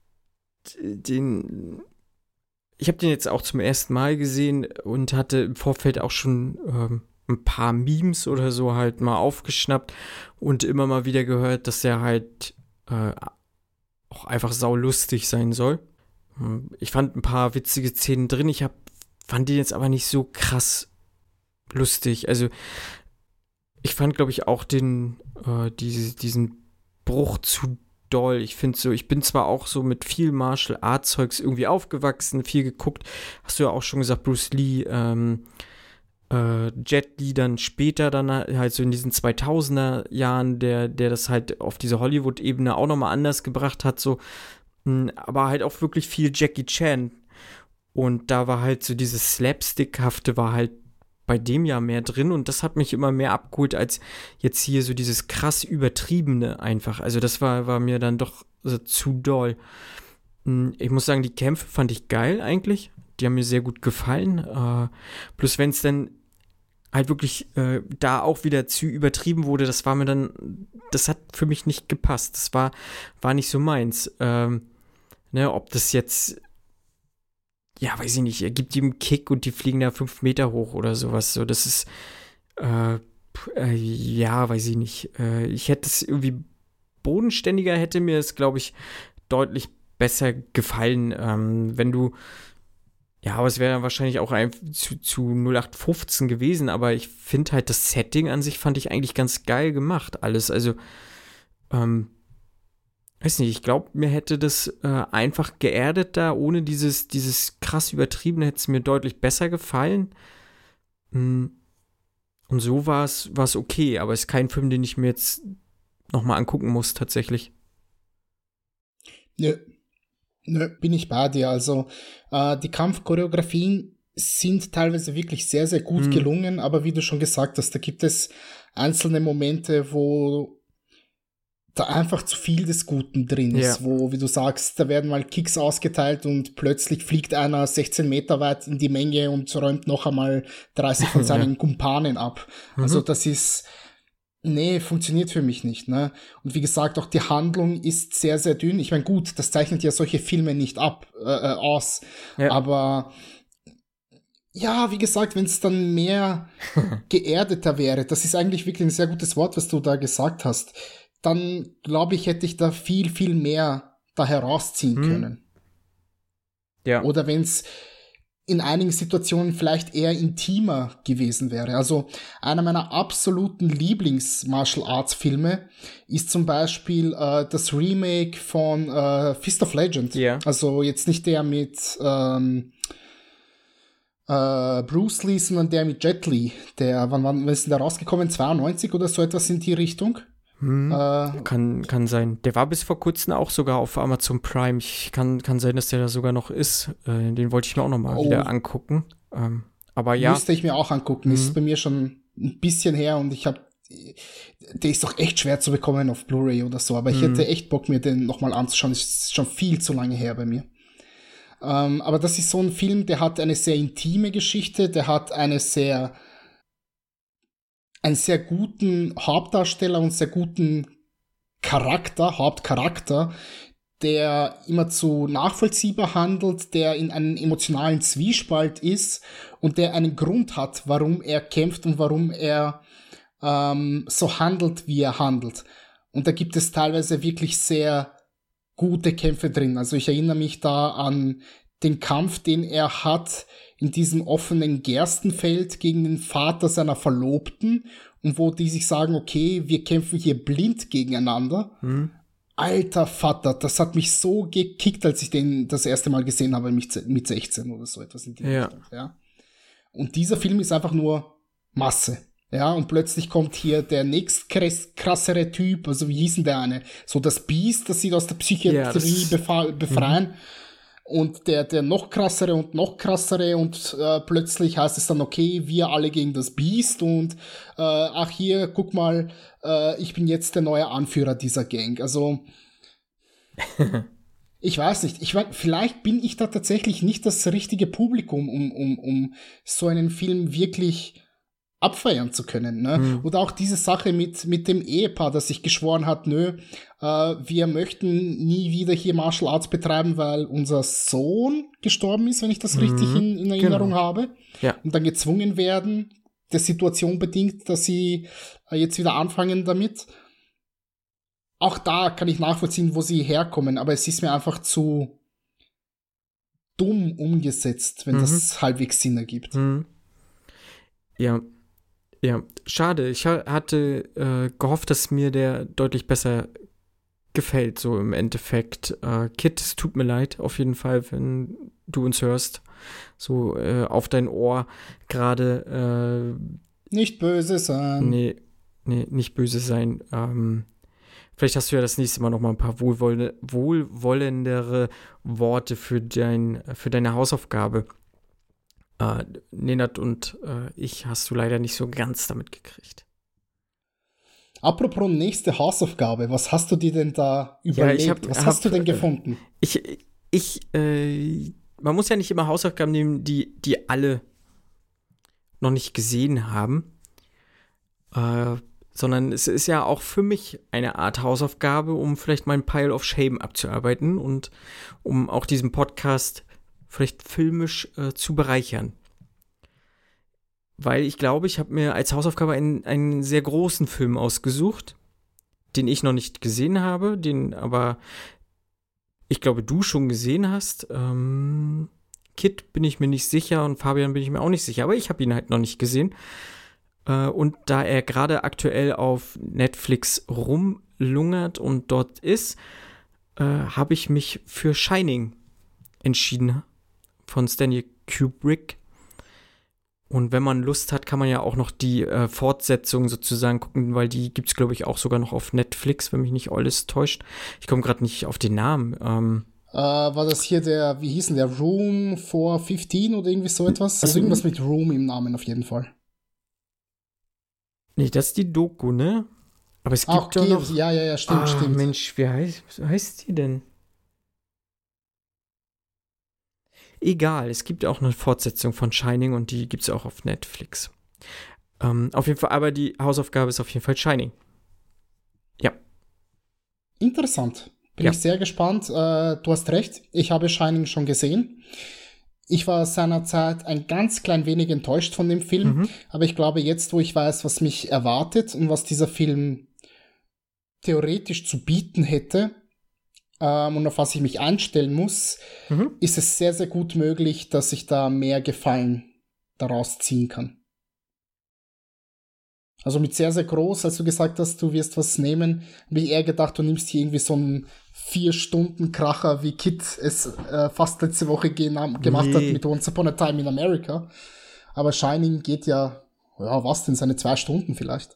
B: den... Ich habe den jetzt auch zum ersten Mal gesehen und hatte im Vorfeld auch schon ähm, ein paar Memes oder so halt mal aufgeschnappt und immer mal wieder gehört, dass der halt äh, auch einfach saulustig sein soll. Ich fand ein paar witzige Szenen drin, ich hab, fand den jetzt aber nicht so krass lustig. Also ich fand, glaube ich, auch den äh, diese, diesen Bruch zu doll. Ich finde so, ich bin zwar auch so mit viel Martial Arts Zeugs irgendwie aufgewachsen, viel geguckt, hast du ja auch schon gesagt, Bruce Lee, ähm, äh, Jet Li dann später dann halt so in diesen zweitausender Jahren, der, der das halt auf diese Hollywood-Ebene auch nochmal anders gebracht hat, so, mh, aber halt auch wirklich viel Jackie Chan und da war halt so dieses Slapstick-hafte war halt bei dem ja mehr drin und das hat mich immer mehr abgeholt als jetzt hier so dieses krass Übertriebene einfach. Also das war, war mir dann doch so zu doll. Ich muss sagen, die Kämpfe fand ich geil eigentlich. Die haben mir sehr gut gefallen. Äh, plus wenn es dann halt wirklich äh, da auch wieder zu übertrieben wurde, das war mir dann, das hat für mich nicht gepasst. Das war, war nicht so meins. Ähm, ne, ob das jetzt ja, weiß ich nicht, er gibt ihm einen Kick und die fliegen da fünf Meter hoch oder sowas. So, das ist, äh, äh, ja, weiß ich nicht. Äh, ich hätte es irgendwie bodenständiger, hätte mir es, glaube ich, deutlich besser gefallen. Ähm, wenn du, ja, aber es wäre dann wahrscheinlich auch ein, zu, zu null acht fünfzehn gewesen, aber ich finde halt, das Setting an sich fand ich eigentlich ganz geil gemacht, alles. Also, ähm, weiß nicht, ich glaube, mir hätte das äh, einfach geerdet da, ohne dieses, dieses krass Übertriebene, hätte es mir deutlich besser gefallen. Und so war es okay, aber es ist kein Film, den ich mir jetzt nochmal angucken muss, tatsächlich.
C: Nö. Nö, bin ich bei dir. Also äh, die Kampfchoreografien sind teilweise wirklich sehr, sehr gut hm. gelungen, aber wie du schon gesagt hast, da gibt es einzelne Momente, wo da einfach zu viel des Guten drin ist, ja. wo, wie du sagst, da werden mal Kicks ausgeteilt und plötzlich fliegt einer sechzehn Meter weit in die Menge und räumt noch einmal dreißig von seinen ja. Kumpanen ab. Mhm. Also das ist, nee, funktioniert für mich nicht, ne? Und wie gesagt, auch die Handlung ist sehr, sehr dünn. Ich meine, gut, das zeichnet ja solche Filme nicht ab, äh, aus, ja. aber ja, wie gesagt, wenn es dann mehr geerdeter wäre, das ist eigentlich wirklich ein sehr gutes Wort, was du da gesagt hast, dann glaube ich, hätte ich da viel, viel mehr da herausziehen hm. können. Ja. Oder wenn es in einigen Situationen vielleicht eher intimer gewesen wäre. Also einer meiner absoluten Lieblings-Martial-Arts-Filme ist zum Beispiel äh, das Remake von äh, Fist of Legend. Yeah. Also jetzt nicht der mit ähm, äh, Bruce Lee, sondern der mit Jet Li. Der, wann, wann ist denn der rausgekommen? zweiundneunzig oder so etwas in die Richtung?
B: Hm, äh, kann, kann sein. Der war bis vor kurzem auch sogar auf Amazon Prime. Ich kann, kann sein, dass der da sogar noch ist. Äh, den wollte ich mir auch noch mal oh. wieder angucken. Ähm, aber ja.
C: Müsste ich mir auch angucken. Mhm. Ist bei mir schon ein bisschen her und ich habe, der ist doch echt schwer zu bekommen auf Blu-ray oder so. Aber ich mhm. hätte echt Bock, mir den noch mal anzuschauen. Das ist schon viel zu lange her bei mir. Ähm, aber das ist so ein Film, der hat eine sehr intime Geschichte. Der hat eine sehr einen sehr guten Hauptdarsteller und sehr guten Charakter, Hauptcharakter, der immerzu nachvollziehbar handelt, der in einem emotionalen Zwiespalt ist und der einen Grund hat, warum er kämpft und warum er ähm, so handelt, wie er handelt. Und da gibt es teilweise wirklich sehr gute Kämpfe drin. Also ich erinnere mich da an den Kampf, den er hat in diesem offenen Gerstenfeld gegen den Vater seiner Verlobten und wo die sich sagen, okay, wir kämpfen hier blind gegeneinander. Mhm. Alter Vater, das hat mich so gekickt, als ich den das erste Mal gesehen habe mit sechzehn oder so etwas in die
B: ja.
C: Richtung. Ja. Und dieser Film ist einfach nur Masse. Ja, und plötzlich kommt hier der nächst krassere Typ, also wie hieß denn der eine? So das Biest, das sie aus der Psychiatrie ja, befa- befreien. Mhm. Und der, der noch krassere und noch krassere und äh, plötzlich heißt es dann, okay, wir alle gegen das Biest und äh, ach hier, guck mal, äh, ich bin jetzt der neue Anführer dieser Gang. Also, ich weiß nicht, ich weiß, vielleicht bin ich da tatsächlich nicht das richtige Publikum, um, um, um so einen Film wirklich abfeiern zu können, ne? Mhm. Oder auch diese Sache mit, mit dem Ehepaar, das sich geschworen hat, nö, äh, wir möchten nie wieder hier Martial Arts betreiben, weil unser Sohn gestorben ist, wenn ich das mhm. richtig in, in Erinnerung genau. habe.
B: Ja.
C: Und dann gezwungen werden, der Situation bedingt, dass sie äh, jetzt wieder anfangen damit. Auch da kann ich nachvollziehen, wo sie herkommen, aber es ist mir einfach zu dumm umgesetzt, wenn mhm. das halbwegs Sinn ergibt.
B: Mhm. Ja, Ja, schade. Ich hatte äh, gehofft, dass mir der deutlich besser gefällt, so im Endeffekt. Äh, Kit, es tut mir leid, auf jeden Fall, wenn du uns hörst. So äh, auf dein Ohr gerade.
C: Äh, nicht böse sein.
B: Nee, nee, nicht böse sein. Ähm, vielleicht hast du ja das nächste Mal noch mal ein paar wohlwollende, wohlwollendere Worte für, dein, für deine Hausaufgabe. Uh, Nenad und uh, ich hast du leider nicht so ganz damit gekriegt.
C: Apropos nächste Hausaufgabe, was hast du dir denn da überlegt? Ja, hab, was hab, hast du denn gefunden?
B: Ich, ich, äh, man muss ja nicht immer Hausaufgaben nehmen, die, die alle noch nicht gesehen haben, äh, sondern es ist ja auch für mich eine Art Hausaufgabe, um vielleicht meinen Pile of Shame abzuarbeiten und um auch diesen Podcast vielleicht filmisch äh, zu bereichern. Weil ich glaube, ich habe mir als Hausaufgabe einen, einen sehr großen Film ausgesucht, den ich noch nicht gesehen habe, den aber ich glaube, du schon gesehen hast. Ähm, Kit bin ich mir nicht sicher und Fabian bin ich mir auch nicht sicher, aber ich habe ihn halt noch nicht gesehen. Äh, und da er gerade aktuell auf Netflix rumlungert und dort ist, äh, habe ich mich für Shining entschieden von Stanley Kubrick. Und wenn man Lust hat, kann man ja auch noch die äh, Fortsetzung sozusagen gucken, weil die gibt es, glaube ich, auch sogar noch auf Netflix, wenn mich nicht alles täuscht. Ich komme gerade nicht auf den Namen. Ähm,
C: Äh, war das hier der, wie hieß denn der, Room four fifteen oder irgendwie so etwas? Also irgendwas mit Room im Namen auf jeden Fall.
B: Nee, das ist die Doku, ne? Aber es gibt
C: Ach,
B: doch
C: okay,
B: noch...
C: ja, ja, ja, stimmt,
B: ah,
C: stimmt.
B: Mensch, wie heißt, wie heißt die denn? Egal, es gibt auch eine Fortsetzung von Shining und die gibt es auch auf Netflix. Ähm, auf jeden Fall, aber die Hausaufgabe ist auf jeden Fall Shining. Ja.
C: Interessant. Bin
B: Ja.
C: ich sehr gespannt. Äh, du hast recht, ich habe Shining schon gesehen. Ich war seinerzeit ein ganz klein wenig enttäuscht von dem Film,
B: Mhm.
C: aber ich glaube, jetzt, wo ich weiß, was mich erwartet und was dieser Film theoretisch zu bieten hätte, ähm, und auf was ich mich einstellen muss,
B: Mhm.
C: ist es sehr, sehr gut möglich, dass ich da mehr Gefallen daraus ziehen kann. Also mit sehr, sehr groß, als du gesagt hast, du wirst was nehmen, habe ich eher gedacht, du nimmst hier irgendwie so einen Vier-Stunden-Kracher, wie Kit es äh, fast letzte Woche gena- gemacht
B: Nee.
C: hat mit Once Upon a Time in America. Aber Shining geht ja, ja, was denn, seine zwei Stunden vielleicht.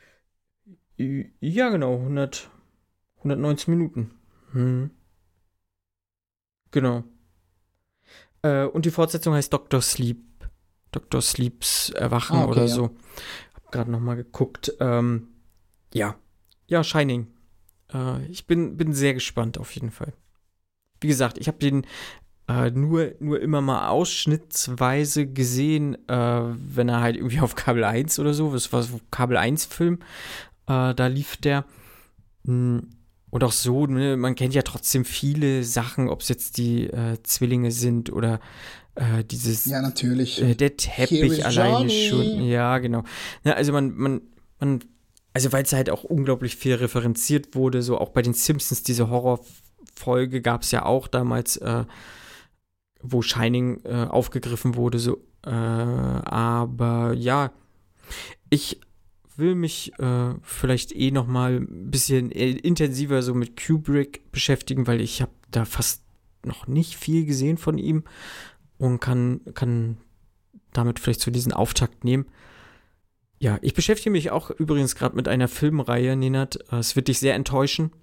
B: Ja, genau, hundert, hundertneunzehn Minuten. Mhm. Genau. Äh, und die Fortsetzung heißt Doktor Sleep. Doktor Sleeps Erwachen
C: Ah, okay,
B: oder
C: ja.
B: so. Hab gerade noch mal geguckt. Ähm, ja. Ja, Shining. Äh, ich bin, bin sehr gespannt auf jeden Fall. Wie gesagt, ich habe den äh, nur, nur immer mal ausschnittsweise gesehen, äh, wenn er halt irgendwie auf Kabel eins oder so, das war so Kabel eins Film, äh, da lief der. Hm, Und auch so, ne, man kennt ja trotzdem viele Sachen, ob es jetzt die äh, Zwillinge sind oder äh, dieses,
C: Ja, natürlich.
B: äh, der
C: Here
B: Teppich
C: is
B: alleine
C: Johnny.
B: schon. Ja, genau. Ja, also man, man, man, also weil es halt auch unglaublich viel referenziert wurde, so auch bei den Simpsons, diese Horrorfolge gab es ja auch damals, äh, wo Shining äh, aufgegriffen wurde, so, äh, aber ja, ich will mich äh, vielleicht eh noch mal ein bisschen intensiver so mit Kubrick beschäftigen, weil ich habe da fast noch nicht viel gesehen von ihm und kann, kann damit vielleicht so diesen Auftakt nehmen. Ja, ich beschäftige mich auch übrigens gerade mit einer Filmreihe, Nenad. Es wird dich sehr enttäuschen.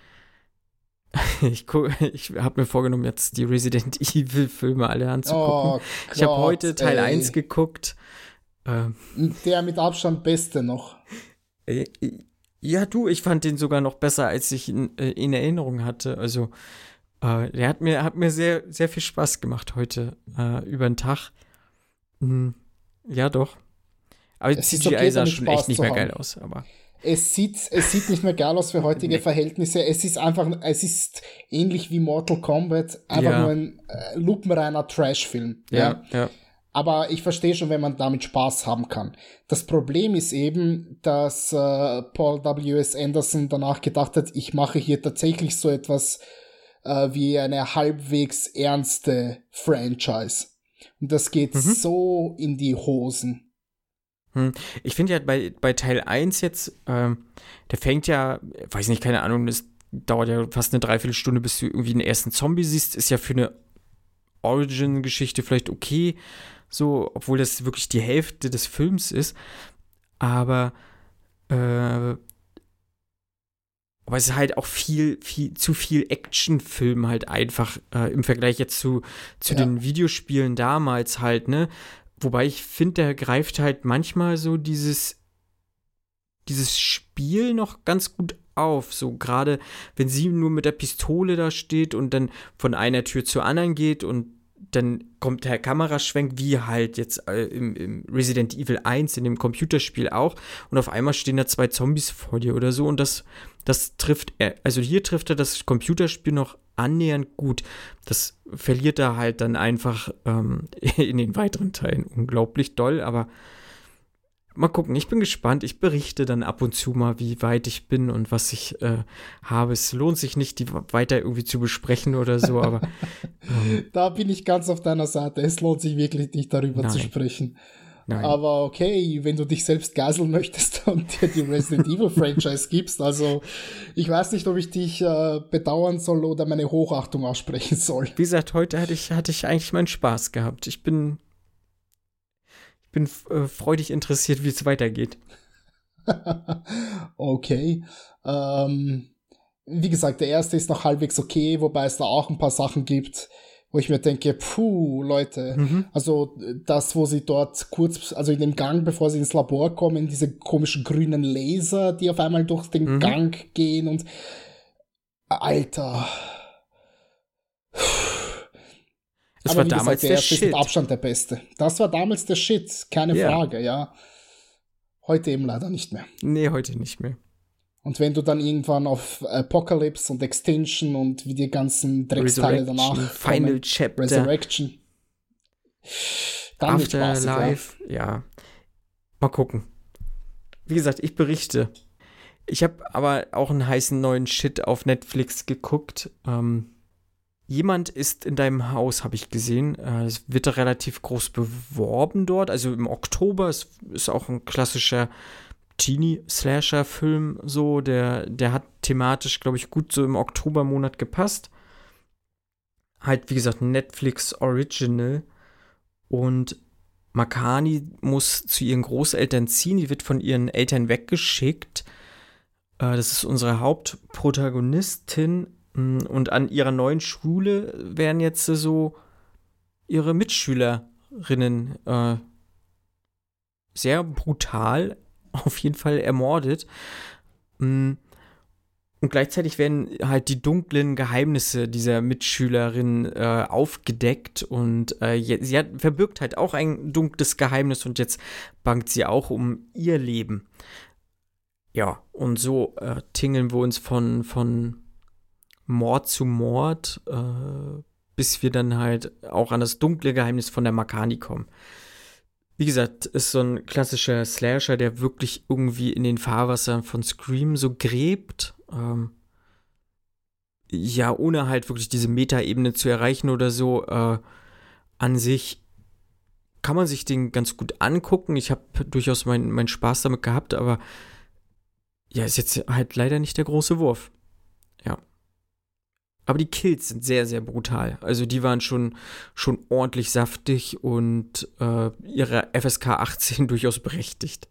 B: Ich, ich habe mir vorgenommen, jetzt die Resident Evil-Filme alle anzugucken.
C: Oh
B: ich habe
C: Gott,
B: heute Teil
C: ey.
B: eins geguckt. Ähm,
C: Der mit Abstand beste noch.
B: Äh, Ja, du, ich fand den sogar noch besser, als ich ihn äh, in Erinnerung hatte. Also, äh, der hat mir, hat mir sehr, sehr viel Spaß gemacht heute äh, über den Tag. Hm, ja, doch. Aber
C: Es
B: C
C: ist
B: G I
C: okay,
B: sah
C: damit
B: schon
C: Spaß
B: echt nicht
C: zu
B: mehr
C: haben.
B: geil aus. Aber
C: Es sieht, es sieht nicht mehr geil aus für heutige
B: Nee.
C: Verhältnisse. Es ist einfach, es ist ähnlich wie Mortal Kombat, einfach
B: Ja.
C: nur ein äh, lupenreiner Trash-Film.
B: ja, ja.
C: Aber ich verstehe schon, wenn man damit Spaß haben kann. Das Problem ist eben, dass äh, Paul W S. Anderson danach gedacht hat, ich mache hier tatsächlich so etwas äh, wie eine halbwegs ernste Franchise. Und das geht
B: Mhm.
C: so in die Hosen.
B: Hm. Ich finde ja bei, bei Teil eins jetzt, ähm, der fängt ja, weiß nicht, keine Ahnung, das dauert ja fast eine Dreiviertelstunde, bis du irgendwie den ersten Zombie siehst. Ist ja für eine Origin-Geschichte vielleicht okay, so, obwohl das wirklich die Hälfte des Films ist. Aber, äh, aber es ist halt auch viel, viel, zu viel Actionfilm halt einfach äh, im Vergleich jetzt zu, zu
C: Ja.
B: den Videospielen damals halt, ne? Wobei ich finde, der greift halt manchmal so dieses, dieses Spiel noch ganz gut auf. So gerade, wenn sie nur mit der Pistole da steht und dann von einer Tür zur anderen geht und dann kommt der Kameraschwenk, wie halt jetzt äh, im, im Resident Evil eins, in dem Computerspiel auch. Und auf einmal stehen da zwei Zombies vor dir oder so. Und das, das trifft er, also hier trifft er das Computerspiel noch annähernd gut. Das verliert er halt dann einfach ähm, in den weiteren Teilen unglaublich doll. Aber mal gucken, ich bin gespannt. Ich berichte dann ab und zu mal, wie weit ich bin und was ich äh, habe. Es lohnt sich nicht, die weiter irgendwie zu besprechen oder so, aber ähm,
C: Da bin ich ganz auf deiner Seite. Es lohnt sich wirklich nicht, darüber zu
B: Nein.
C: sprechen.
B: nein.
C: Aber okay, wenn du dich selbst geiseln möchtest und dir die Resident Evil Franchise gibst, also ich weiß nicht, ob ich dich äh, bedauern soll oder meine Hochachtung aussprechen soll.
B: Wie gesagt, heute hatte ich, hatte ich eigentlich meinen Spaß gehabt. Ich bin, ich bin äh, freudig interessiert, wie es weitergeht.
C: Okay. Ähm, wie gesagt, der erste ist noch halbwegs okay, wobei es da auch ein paar Sachen gibt, wo ich mir denke, puh, Leute, mhm. also das, wo sie dort kurz, also in dem Gang, bevor sie ins Labor kommen, diese komischen grünen Laser, die auf einmal durch den mhm. Gang gehen und Alter.
B: Das
C: Aber
B: war
C: wie
B: damals
C: gesagt, der
B: der
C: erste
B: Shit.
C: ist mit Abstand der beste. Das war damals der Shit, keine
B: ja.
C: Frage, ja. Heute eben leider nicht mehr.
B: Nee, heute nicht mehr.
C: Und wenn du dann irgendwann auf Apocalypse und Extinction und wie die ganzen Drecksteile danach
B: Final kommen, Chapter,
C: Resurrection, dann
B: Afterlife, ja. ja. Mal gucken. Wie gesagt, ich berichte. Ich habe aber auch einen heißen neuen Shit auf Netflix geguckt. Ähm, Jemand ist in deinem Haus, habe ich gesehen. Es wird relativ groß beworben dort. Also im Oktober. Es ist auch ein klassischer Teenie-Slasher-Film. So, der, der hat thematisch, glaube ich, gut so im Oktobermonat gepasst. Halt, wie gesagt, Netflix Original. Und Makani muss zu ihren Großeltern ziehen. Die wird von ihren Eltern weggeschickt. Das ist unsere Hauptprotagonistin. Und an ihrer neuen Schule werden jetzt so ihre Mitschülerinnen äh, sehr brutal auf jeden Fall ermordet. Und gleichzeitig werden halt die dunklen Geheimnisse dieser Mitschülerin äh, aufgedeckt und äh, sie hat, verbirgt halt auch ein dunkles Geheimnis und jetzt bangt sie auch um ihr Leben. Ja, und so äh, tingeln wir uns von, von Mord zu Mord, äh, bis wir dann halt auch an das dunkle Geheimnis von der Makani kommen. Wie gesagt, ist so ein klassischer Slasher, der wirklich irgendwie in den Fahrwassern von Scream so gräbt. Ähm, ja, ohne halt wirklich diese Metaebene zu erreichen oder so. Äh, an sich kann man sich den ganz gut angucken. Ich habe durchaus meinen mein Spaß damit gehabt, aber ja, ist jetzt halt leider nicht der große Wurf. Ja. Aber die Kills sind sehr, sehr brutal. Also die waren schon, schon ordentlich saftig und äh, ihre F S K achtzehn durchaus berechtigt.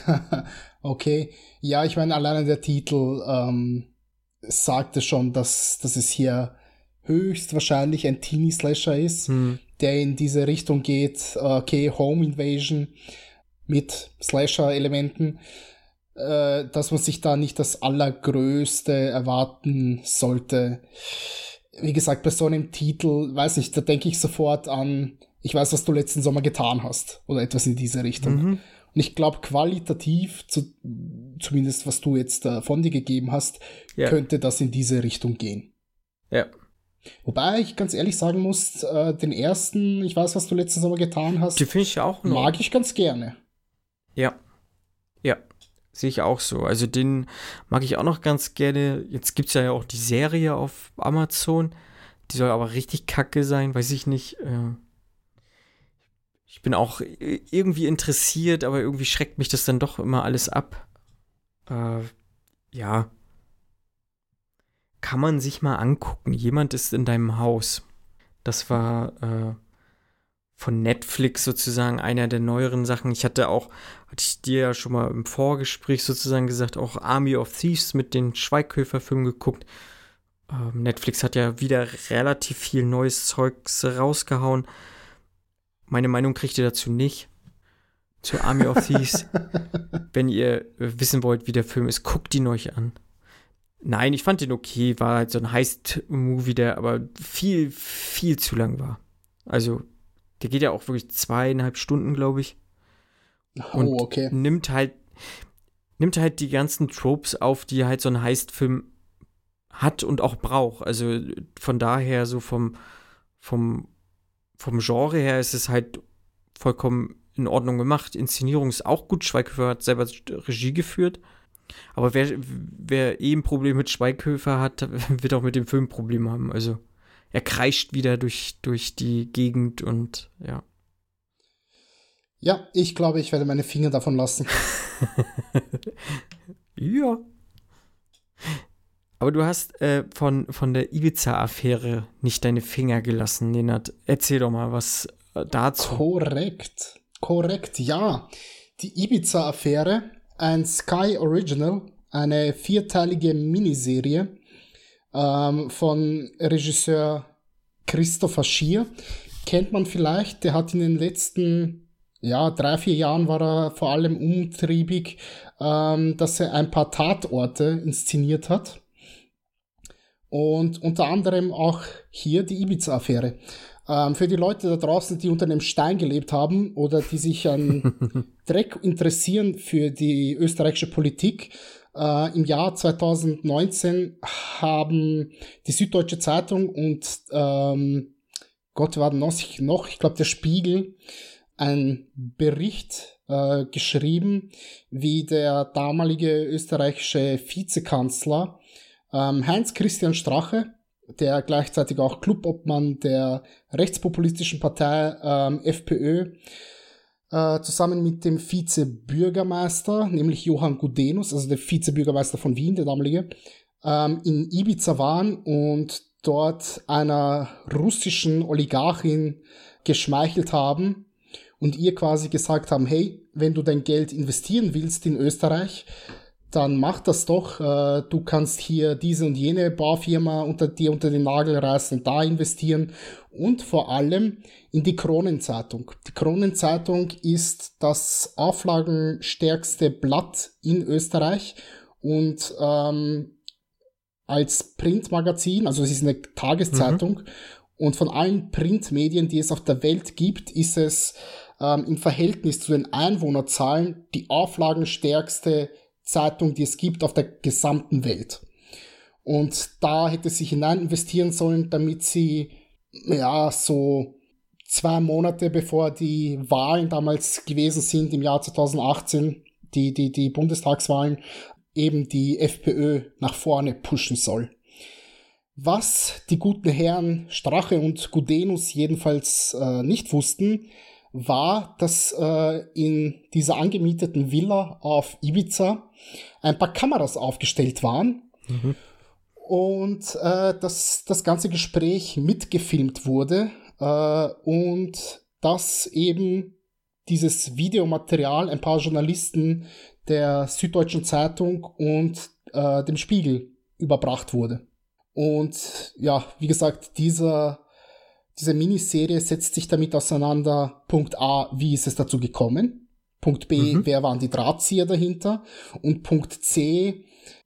C: Okay. Ja, ich meine, alleine der Titel ähm, sagte schon, dass, dass es hier höchstwahrscheinlich ein Teenie-Slasher ist, hm. der in diese Richtung geht. Okay, Home Invasion mit Slasher-Elementen. Dass man sich da nicht das Allergrößte erwarten sollte. Wie gesagt, bei so einem Titel, weiß nicht, da denke ich sofort an, ich weiß, was du letzten Sommer getan hast, oder etwas in diese Richtung. Mhm. Und ich glaube, qualitativ, zu, zumindest was du jetzt äh, von dir gegeben hast, ja. könnte das in diese Richtung gehen.
B: Ja.
C: Wobei ich ganz ehrlich sagen muss, äh, den ersten, ich weiß, was du letzten Sommer getan hast,
B: die finde ich auch noch.
C: Mag ich ganz gerne.
B: Ja. Ja. Sehe ich auch so. Also den mag ich auch noch ganz gerne. Jetzt gibt es ja auch die Serie auf Amazon. Die soll aber richtig kacke sein, weiß ich nicht. Ich bin auch irgendwie interessiert, aber irgendwie schreckt mich das dann doch immer alles ab. Äh, ja. Kann man sich mal angucken. Jemand ist in deinem Haus. Das war äh, von Netflix sozusagen einer der neueren Sachen. Ich hatte auch, hatte ich dir ja schon mal im Vorgespräch sozusagen gesagt, auch Army of Thieves mit den Schweighöfer-Filmen geguckt. Ähm, Netflix hat ja wieder relativ viel neues Zeugs rausgehauen. Meine Meinung kriegt ihr dazu nicht. Zu Army of Thieves. Wenn ihr wissen wollt, wie der Film ist, guckt ihn euch an. Nein, ich fand den okay. War halt so ein Heist-Movie, der aber viel, viel zu lang war. Also der geht ja auch wirklich zweieinhalb Stunden, glaube ich. Und
C: oh, okay.
B: nimmt halt, nimmt halt die ganzen Tropes auf, die halt so ein Heist-Film hat und auch braucht. Also von daher, so vom, vom, vom Genre her ist es halt vollkommen in Ordnung gemacht. Inszenierung ist auch gut. Schweighöfer hat selber Regie geführt. Aber wer, wer eh ein Problem mit Schweighöfer hat, wird auch mit dem Film ein Problem haben. Also er kreischt wieder durch, durch die Gegend und ja.
C: Ja, ich glaube, ich werde meine Finger davon lassen.
B: Ja. Aber du hast äh, von, von der Ibiza-Affäre nicht deine Finger gelassen, Nenad. Erzähl doch mal was äh, dazu.
C: Korrekt, korrekt, ja. Die Ibiza-Affäre, ein Sky Original, eine vierteilige Miniserie, ähm, von Regisseur Christopher Schier. Kennt man vielleicht, der hat in den letzten, ja, drei, vier Jahren war er vor allem umtriebig, ähm, dass er ein paar Tatorte inszeniert hat. Und unter anderem auch hier die Ibiza-Affäre. Ähm, für die Leute da draußen, die unter einem Stein gelebt haben oder die sich an Dreck interessieren für die österreichische Politik, äh, im Jahr zwanzig neunzehn haben die Süddeutsche Zeitung und ähm, Gott war noch, noch ich glaube der Spiegel, einen Bericht äh, geschrieben, wie der damalige österreichische Vizekanzler ähm, Heinz-Christian Strache, der gleichzeitig auch Clubobmann der rechtspopulistischen Partei ähm, FPÖ, äh, zusammen mit dem Vizebürgermeister, nämlich Johann Gudenus, also der Vizebürgermeister von Wien, der damalige, ähm, in Ibiza waren und dort einer russischen Oligarchin geschmeichelt haben und ihr quasi gesagt haben, hey, wenn du dein Geld investieren willst in Österreich, dann mach das doch. Äh, du kannst hier diese und jene Baufirma unter dir unter den Nagel reißen und da investieren. Und vor allem in die Kronenzeitung. Die Kronenzeitung ist das auflagenstärkste Blatt in Österreich und ähm, als Printmagazin, also es ist eine Tageszeitung, mhm. und von allen Printmedien, die es auf der Welt gibt, ist es ähm, im Verhältnis zu den Einwohnerzahlen die auflagenstärkste Zeitung, die es gibt auf der gesamten Welt. Und da hätte sie hinein investieren sollen, damit sie, ja, so zwei Monate bevor die Wahlen damals gewesen sind, im Jahr zwanzig achtzehn, die, die, die Bundestagswahlen, eben die FPÖ nach vorne pushen soll. Was die guten Herren Strache und Gudenus jedenfalls äh, nicht wussten, war, dass äh, in dieser angemieteten Villa auf Ibiza ein paar Kameras aufgestellt waren, mhm. und äh, dass das ganze Gespräch mitgefilmt wurde äh, und dass eben dieses Videomaterial ein paar Journalisten der Süddeutschen Zeitung und äh, dem Spiegel überbracht wurde. Und ja, wie gesagt, dieser Diese Miniserie setzt sich damit auseinander, Punkt A, wie ist es dazu gekommen? Punkt B, mhm. wer waren die Drahtzieher dahinter? Und Punkt C,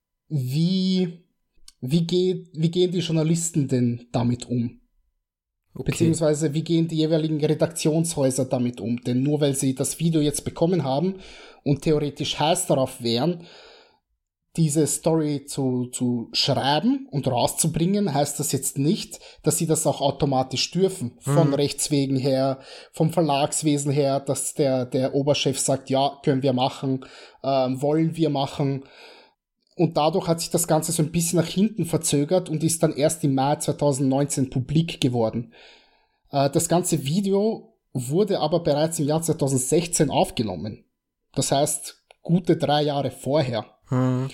C: wie, wie, geht, wie gehen die Journalisten denn damit um? Okay. Beziehungsweise wie gehen die jeweiligen Redaktionshäuser damit um? Denn nur weil sie das Video jetzt bekommen haben und theoretisch heiß darauf wären, diese Story zu, zu schreiben und rauszubringen, heißt das jetzt nicht, dass sie das auch automatisch dürfen. Von mhm. Rechts wegen her, vom Verlagswesen her, dass der, der Oberchef sagt, ja, können wir machen, ähm, wollen wir machen. Und dadurch hat sich das Ganze so ein bisschen nach hinten verzögert und ist dann erst im Mai zwanzig neunzehn publik geworden. Äh, das ganze Video wurde aber bereits im Jahr zwanzig sechzehn aufgenommen. Das heißt, gute drei Jahre vorher. Hm.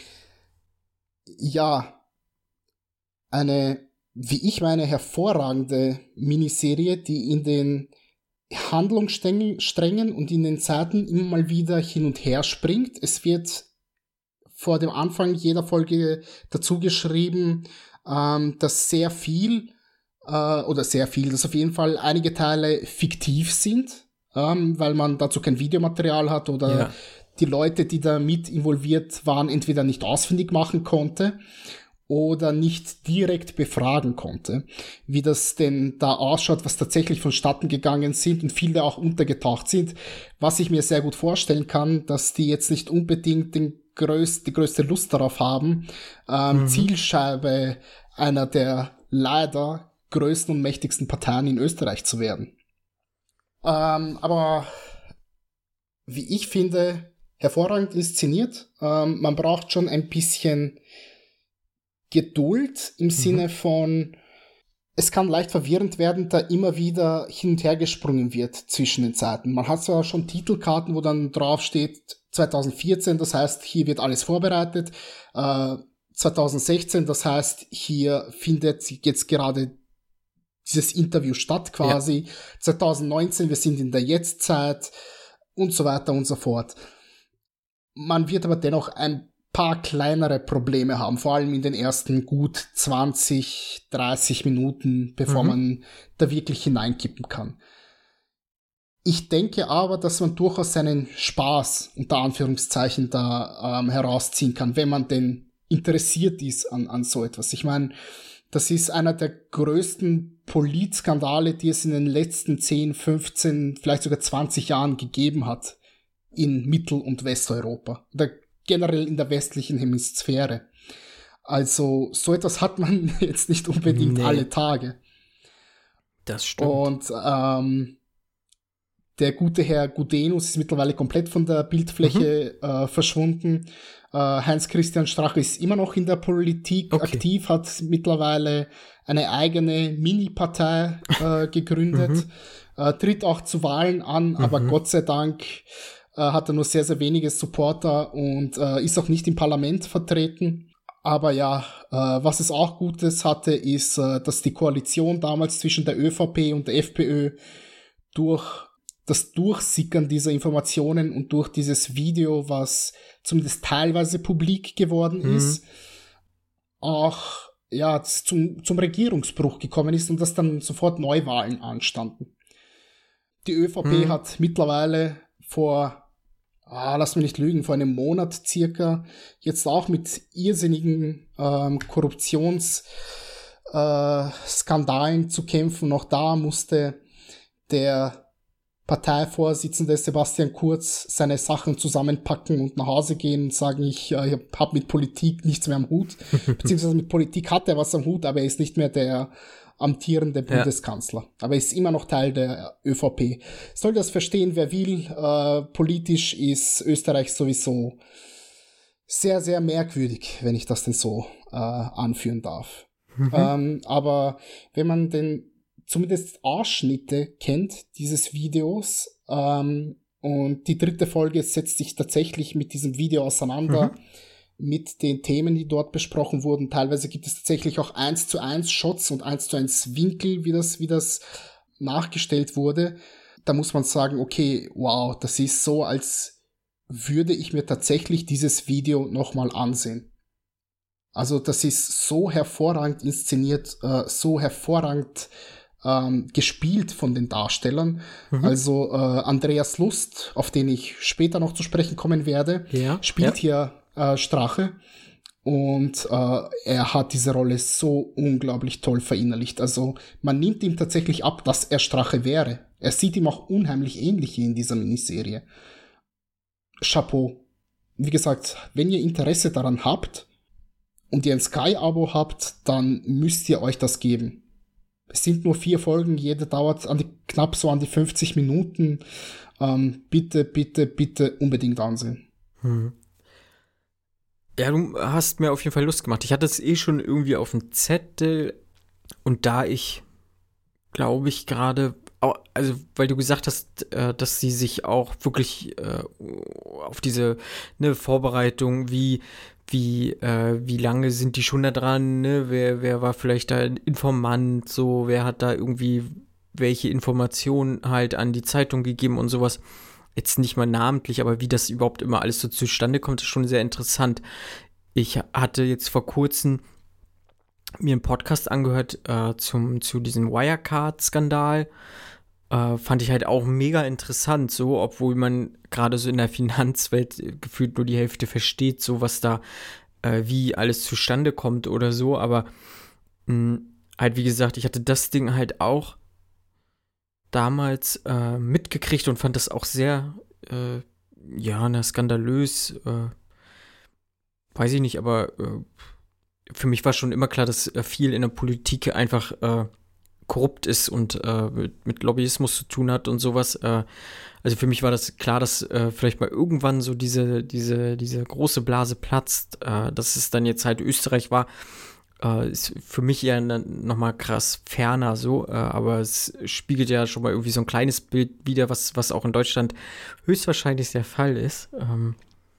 C: Ja, eine, wie ich meine, hervorragende Miniserie, die in den Handlungssträngen und in den Zeiten immer mal wieder hin und her springt. Es wird vor dem Anfang jeder Folge dazu geschrieben, ähm, dass sehr viel, äh, oder sehr viel, dass auf jeden Fall einige Teile fiktiv sind, ähm, weil man dazu kein Videomaterial hat oder ja. die Leute, die da mit involviert waren, entweder nicht ausfindig machen konnte oder nicht direkt befragen konnte, wie das denn da ausschaut, was tatsächlich vonstatten gegangen sind und viele auch untergetaucht sind, was ich mir sehr gut vorstellen kann, dass die jetzt nicht unbedingt den größ- die größte Lust darauf haben, ähm, mhm. Zielscheibe einer der leider größten und mächtigsten Parteien in Österreich zu werden. Ähm, aber wie ich finde, hervorragend inszeniert. Ähm, man braucht schon ein bisschen Geduld im mhm. Sinne von, es kann leicht verwirrend werden, da immer wieder hin und her gesprungen wird zwischen den Seiten. Man hat zwar schon Titelkarten, wo dann drauf steht zwanzig vierzehn, das heißt, hier wird alles vorbereitet. Äh, zwanzig sechzehn, das heißt, hier findet jetzt gerade dieses Interview statt quasi. Ja. zwanzig neunzehn, wir sind in der Jetztzeit und so weiter und so fort. Man wird aber dennoch ein paar kleinere Probleme haben, vor allem in den ersten gut zwanzig, dreißig Minuten, bevor mhm. man da wirklich hineinkippen kann. Ich denke aber, dass man durchaus seinen Spaß, unter Anführungszeichen, da ähm, herausziehen kann, wenn man denn interessiert ist an, an so etwas. Ich meine, das ist einer der größten Politskandale, die es in den letzten zehn, fünfzehn, vielleicht sogar zwanzig Jahren gegeben hat in Mittel- und Westeuropa. Oder generell in der westlichen Hemisphäre. Also so etwas hat man jetzt nicht unbedingt nee. alle Tage.
B: Das stimmt.
C: Und ähm, der gute Herr Gudenus ist mittlerweile komplett von der Bildfläche mhm. äh, verschwunden. Äh, Heinz-Christian Strache ist immer noch in der Politik okay. aktiv, hat mittlerweile eine eigene Mini-Partei äh, gegründet, mhm. äh, tritt auch zu Wahlen an, mhm. aber Gott sei Dank äh, hat er nur sehr, sehr wenige Supporter und äh, ist auch nicht im Parlament vertreten. Aber ja, äh, was es auch Gutes hatte, ist, äh, dass die Koalition damals zwischen der ÖVP und der FPÖ durch das Durchsickern dieser Informationen und durch dieses Video, was zumindest teilweise publik geworden mhm. ist, auch ja, zum, zum Regierungsbruch gekommen ist und dass dann sofort Neuwahlen anstanden. Die ÖVP mhm. hat mittlerweile vor, ah, lass mich nicht lügen, vor einem Monat circa, jetzt auch mit irrsinnigen ähm, Korruptionsskandalen äh, zu kämpfen. Auch da musste der Parteivorsitzende Sebastian Kurz seine Sachen zusammenpacken und nach Hause gehen und sagen, ich, äh, ich habe mit Politik nichts mehr am Hut. Beziehungsweise mit Politik hat er was am Hut, aber er ist nicht mehr der amtierende Bundeskanzler. Ja. Aber er ist immer noch Teil der ÖVP. Soll das verstehen, wer will. Äh, politisch ist Österreich sowieso sehr, sehr merkwürdig, wenn ich das denn so äh, anführen darf. Mhm. Ähm, aber wenn man den zumindest Ausschnitte kennt dieses Videos ähm, und die dritte Folge setzt sich tatsächlich mit diesem Video auseinander, mhm. mit den Themen, die dort besprochen wurden. Teilweise gibt es tatsächlich auch eins zu eins Shots und eins zu eins Winkel, wie das, wie das nachgestellt wurde. Da muss man sagen, okay, wow, das ist so, als würde ich mir tatsächlich dieses Video nochmal ansehen. Also das ist so hervorragend inszeniert, äh, so hervorragend Ähm, gespielt von den Darstellern. Mhm. Also äh, Andreas Lust, auf den ich später noch zu sprechen kommen werde, ja, spielt ja. hier äh, Strache und äh, er hat diese Rolle so unglaublich toll verinnerlicht. Also man nimmt ihm tatsächlich ab, dass er Strache wäre. Er sieht ihm auch unheimlich ähnlich in dieser Miniserie. Chapeau. Wie gesagt, wenn ihr Interesse daran habt und ihr ein Sky-Abo habt, dann müsst ihr euch das geben. Es sind nur vier Folgen, jede dauert an die, knapp so an die fünfzig Minuten. Ähm, bitte, bitte, bitte unbedingt ansehen.
B: Hm. Ja, du hast mir auf jeden Fall Lust gemacht. Ich hatte es eh schon irgendwie auf dem Zettel und da ich, glaube ich, gerade, also weil du gesagt hast, äh, dass sie sich auch wirklich äh, auf diese ne, Vorbereitung, wie Wie, äh, wie lange sind die schon da dran, ne? Wer, wer war vielleicht da ein Informant, so, wer hat da irgendwie welche Informationen halt an die Zeitung gegeben und sowas. Jetzt nicht mal namentlich, aber wie das überhaupt immer alles so zustande kommt, ist schon sehr interessant. Ich hatte jetzt vor kurzem mir einen Podcast angehört äh, zum, zu diesem Wirecard-Skandal. Äh, fand ich halt auch mega interessant, so, obwohl man gerade so in der Finanzwelt äh, gefühlt nur die Hälfte versteht, so was da, äh, wie alles zustande kommt oder so, aber mh, halt wie gesagt, ich hatte das Ding halt auch damals äh, mitgekriegt und fand das auch sehr, äh, ja, na, skandalös, äh, weiß ich nicht, aber äh, für mich war schon immer klar, dass äh, viel in der Politik einfach äh, korrupt ist und äh, mit, mit Lobbyismus zu tun hat und sowas. Äh, also für mich war das klar, dass äh, vielleicht mal irgendwann so diese, diese, diese große Blase platzt, äh, dass es dann jetzt halt Österreich war, äh, ist für mich eher nochmal krass ferner so, äh, aber es spiegelt ja schon mal irgendwie so ein kleines Bild wider, was, was auch in Deutschland höchstwahrscheinlich der Fall ist. Ähm,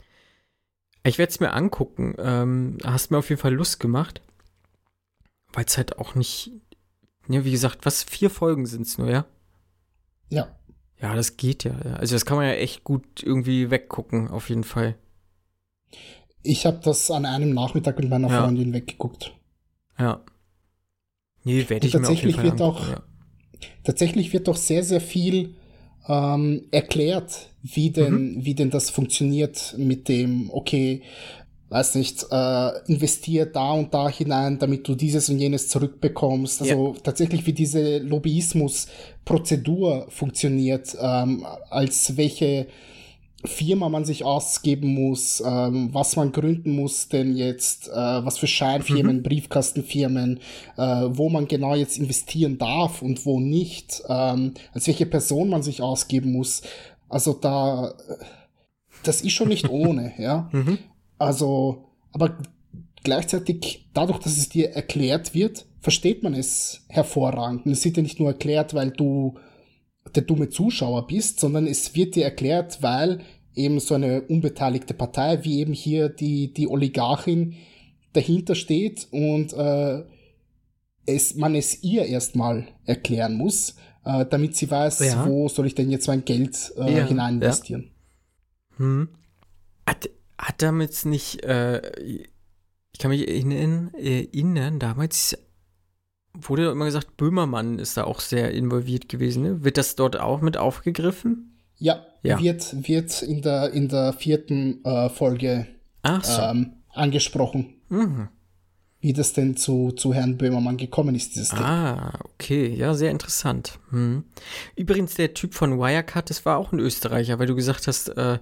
B: ich werde es mir angucken. Ähm, hast mir auf jeden Fall Lust gemacht, weil es halt auch nicht. Ja, wie gesagt, was, vier Folgen sind es nur, ja?
C: Ja.
B: Ja, das geht ja. Also das kann man ja echt gut irgendwie weggucken, auf jeden Fall.
C: Ich habe das an einem Nachmittag mit meiner
B: Ja.
C: Freundin weggeguckt.
B: Ja. Nee, werde
C: Und
B: ich mir auf jeden
C: tatsächlich
B: Fall
C: wird
B: angucken,
C: auch-
B: ja.
C: Tatsächlich wird doch sehr, sehr viel ähm, erklärt, wie denn, wie denn das funktioniert mit dem, okay, weiß nicht, äh, investier da und da hinein, damit du dieses und jenes zurückbekommst. Also tatsächlich, wie diese Lobbyismus-Prozedur funktioniert, ähm, als welche Firma man sich ausgeben muss, ähm, was man gründen muss denn jetzt, äh, was für Scheinfirmen, Briefkastenfirmen, äh, wo man genau jetzt investieren darf und wo nicht, ähm, als welche Person man sich ausgeben muss. Also da, äh, das ist schon nicht ohne, ja.
B: Mhm.
C: Also, aber gleichzeitig, dadurch, dass es dir erklärt wird, versteht man es hervorragend. Und es wird dir nicht nur erklärt, weil du der dumme Zuschauer bist, sondern es wird dir erklärt, weil eben so eine unbeteiligte Partei, wie eben hier die, die Oligarchin dahinter steht und äh, es, man es ihr erstmal erklären muss, äh, damit sie weiß,
B: Ja.
C: wo soll ich denn jetzt mein Geld äh,
B: Ja,
C: hinein investieren.
B: Hm. Hat, hat damit nicht, äh, ich kann mich erinnern, erinnern, damals wurde immer gesagt, Böhmermann ist da auch sehr involviert gewesen. Ne? Wird das dort auch mit aufgegriffen?
C: Ja,
B: Ja.
C: wird, wird in der, in der vierten äh, Folge
B: Ach so.
C: ähm, angesprochen,
B: Mhm.
C: wie das denn zu, zu Herrn Böhmermann gekommen ist, dieses Ding.
B: Ah, okay. Ja, sehr interessant. Hm. Übrigens, der Typ von Wirecard, das war auch ein Österreicher, weil du gesagt hast, äh,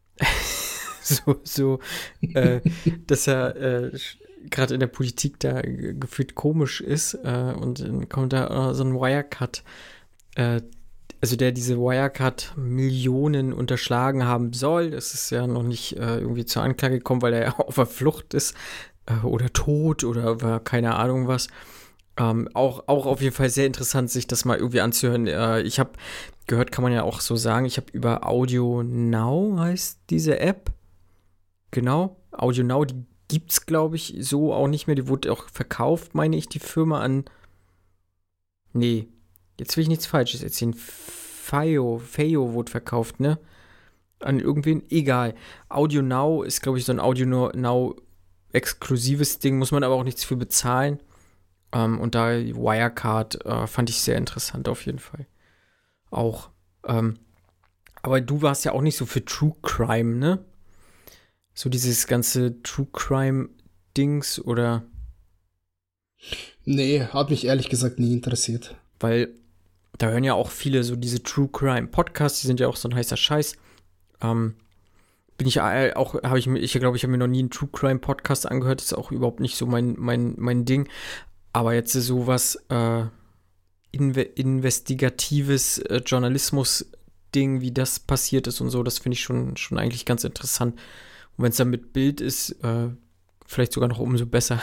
B: so, so, äh, dass er äh, gerade in der Politik da g- gefühlt komisch ist äh, und dann kommt da äh, so ein Wirecard, äh, also der diese Wirecard-Millionen unterschlagen haben soll. Das ist ja noch nicht äh, irgendwie zur Anklage gekommen, weil er ja auf der Flucht ist äh, oder tot oder war keine Ahnung was. Ähm, auch, auch auf jeden Fall sehr interessant, sich das mal irgendwie anzuhören. Äh, ich habe gehört, kann man ja auch so sagen, ich habe über Audio Now heißt diese App. Genau, Audio Now, die gibt's, glaube ich, so auch nicht mehr. Die wurde auch verkauft, meine ich, die Firma an. Nee, jetzt will ich nichts Falsches erzählen. Fayo, Fayo wurde verkauft, ne? An irgendwen? Egal. Audio Now ist, glaube ich, so ein Audio Now exklusives Ding, muss man aber auch nichts für bezahlen. Ähm, und da Wirecard äh, fand ich sehr interessant auf jeden Fall. Auch. Ähm, aber du warst ja auch nicht so für True Crime, ne? So dieses ganze True Crime-Dings oder.
C: Nee, hat mich ehrlich gesagt nie interessiert.
B: Weil da hören ja auch viele so diese True Crime Podcasts, die sind ja auch so ein heißer Scheiß. Ähm, bin ich auch, habe ich mir, ich glaube, ich habe mir noch nie einen True Crime Podcast angehört, das ist auch überhaupt nicht so mein, mein, mein Ding. Aber jetzt ist sowas äh, inve investigatives äh, Journalismus-Ding, wie das passiert ist und so, das finde ich schon, schon eigentlich ganz interessant. Und wenn es dann mit Bild ist, äh, vielleicht sogar noch umso besser.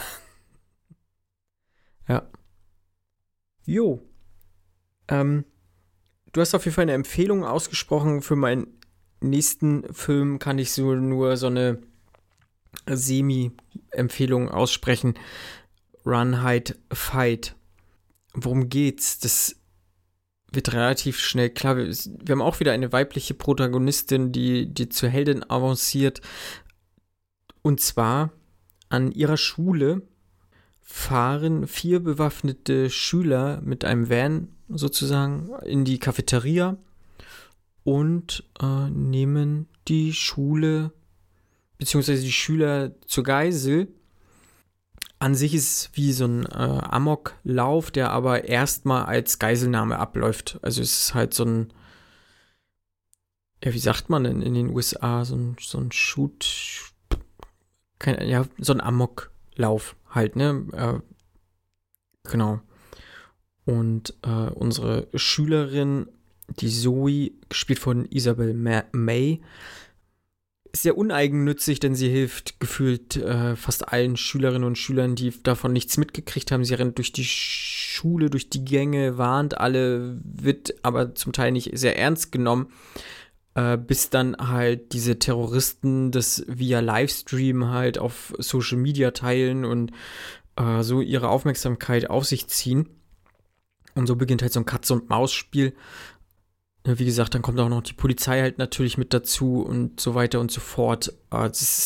B: Ja. Jo. Ähm, du hast auf jeden Fall eine Empfehlung ausgesprochen. Für meinen nächsten Film kann ich so nur so eine Semi-Empfehlung aussprechen. Run, Hide, Fight. Worum geht's? Das wird relativ schnell klar. Wir, wir haben auch wieder eine weibliche Protagonistin, die, die zur Heldin avanciert. Und zwar an ihrer Schule fahren vier bewaffnete Schüler mit einem Van sozusagen in die Cafeteria und äh, nehmen die Schule beziehungsweise die Schüler zur Geisel. An sich ist es wie so ein äh, Amoklauf, der aber erstmal als Geiselnahme abläuft. Also es ist halt so ein, ja, wie sagt man denn in den U S A, so ein, so ein Shoot, kein, ja, so ein Amoklauf halt, ne? Äh, genau. Und äh, unsere Schülerin, die Zoe, gespielt von Isabel Ma- May, ist sehr uneigennützig, denn sie hilft gefühlt äh, fast allen Schülerinnen und Schülern, die davon nichts mitgekriegt haben. Sie rennt durch die Schule, durch die Gänge, warnt alle, wird aber zum Teil nicht sehr ernst genommen, äh, bis dann halt diese Terroristen das via Livestream halt auf Social Media teilen und äh, so ihre Aufmerksamkeit auf sich ziehen. Und so beginnt halt so ein Katz-und-Maus-Spiel. Wie gesagt, dann kommt auch noch die Polizei halt natürlich mit dazu und so weiter und so fort. Es ist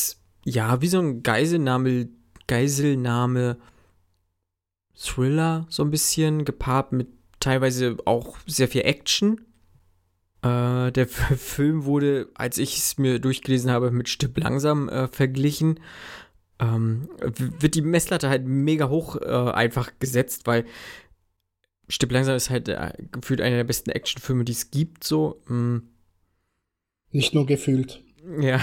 B: ja, wie so ein Geiselnahme, Geiselnahme Thriller, so ein bisschen, gepaart mit teilweise auch sehr viel Action. Äh, der F- Film wurde, als ich es mir durchgelesen habe, mit Stirb langsam äh, verglichen. Ähm, w- wird die Messlatte halt mega hoch äh, einfach gesetzt, weil Stirb langsam ist halt äh, gefühlt einer der besten Actionfilme, die es gibt, so. Mm,
C: Nicht nur gefühlt.
B: ja.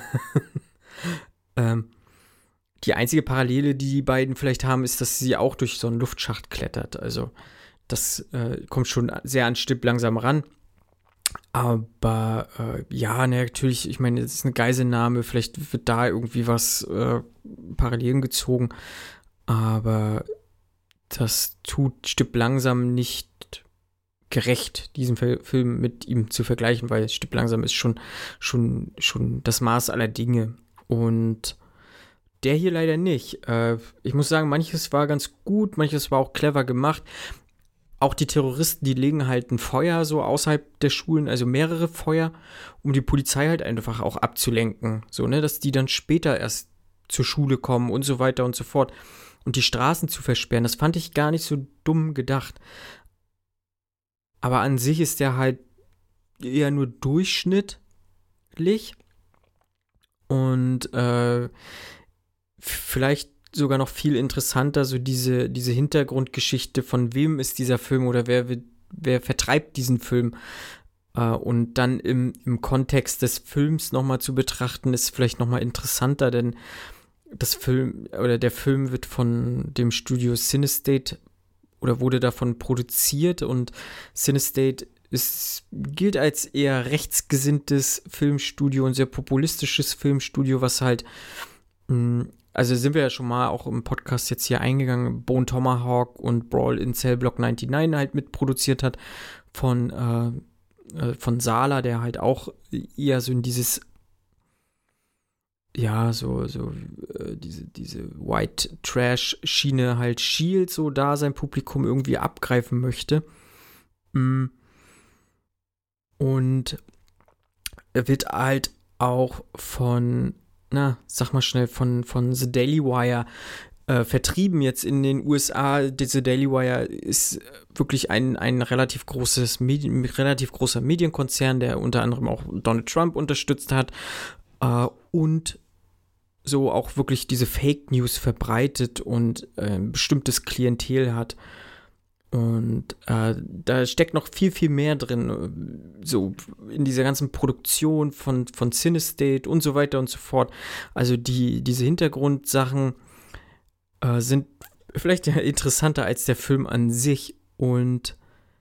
B: ähm, die einzige Parallele, die die beiden vielleicht haben, ist, dass sie auch durch so einen Luftschacht klettert. Also, das äh, kommt schon sehr an Stirb langsam ran. Aber äh, ja, ne, natürlich, ich meine, es ist eine Geiselnahme, vielleicht wird da irgendwie was äh, Parallelen gezogen, aber das tut Stirb langsam nicht gerecht, diesen Fi- Film mit ihm zu vergleichen, weil Stirb langsam ist schon, schon, schon das Maß aller Dinge. Und der hier leider nicht. Äh, ich muss sagen, manches war ganz gut, manches war auch clever gemacht. Auch die Terroristen, die legen halt ein Feuer so außerhalb der Schulen, also mehrere Feuer, um die Polizei halt einfach auch abzulenken. So, ne, dass die dann später erst zur Schule kommen und so weiter und so fort. Und die Straßen zu versperren, das fand ich gar nicht so dumm gedacht. Aber an sich ist der halt eher nur durchschnittlich. Und äh, vielleicht sogar noch viel interessanter, so diese, diese Hintergrundgeschichte, von wem ist dieser Film oder wer, wer vertreibt diesen Film. Äh, und dann im, im Kontext des Films nochmal zu betrachten, ist vielleicht nochmal interessanter, denn das Film oder der Film wird von dem Studio Cinestate oder wurde davon produziert, und Cinestate ist, gilt als eher rechtsgesinntes Filmstudio und sehr populistisches Filmstudio, was halt mh, also sind wir ja schon mal auch im Podcast jetzt hier eingegangen, Bone Tomahawk und Brawl in Cell Block neunundneunzig halt mitproduziert hat von, äh, äh, von Sala, der halt auch eher so in dieses, ja, so, so, äh, diese, diese White Trash-Schiene halt schielt, so da sein Publikum irgendwie abgreifen möchte. Mm. Und er wird halt auch von na, sag mal schnell, von, von The Daily Wire äh, vertrieben jetzt in den U S A. Die The Daily Wire ist wirklich ein, ein relativ großes Medien, relativ großer Medienkonzern, der unter anderem auch Donald Trump unterstützt hat äh, und so auch wirklich diese Fake News verbreitet und äh, ein bestimmtes Klientel hat. Und äh, da steckt noch viel, viel mehr drin, so in dieser ganzen Produktion von, von Cinestate und so weiter und so fort. Also die, diese Hintergrundsachen äh, sind vielleicht interessanter als der Film an sich und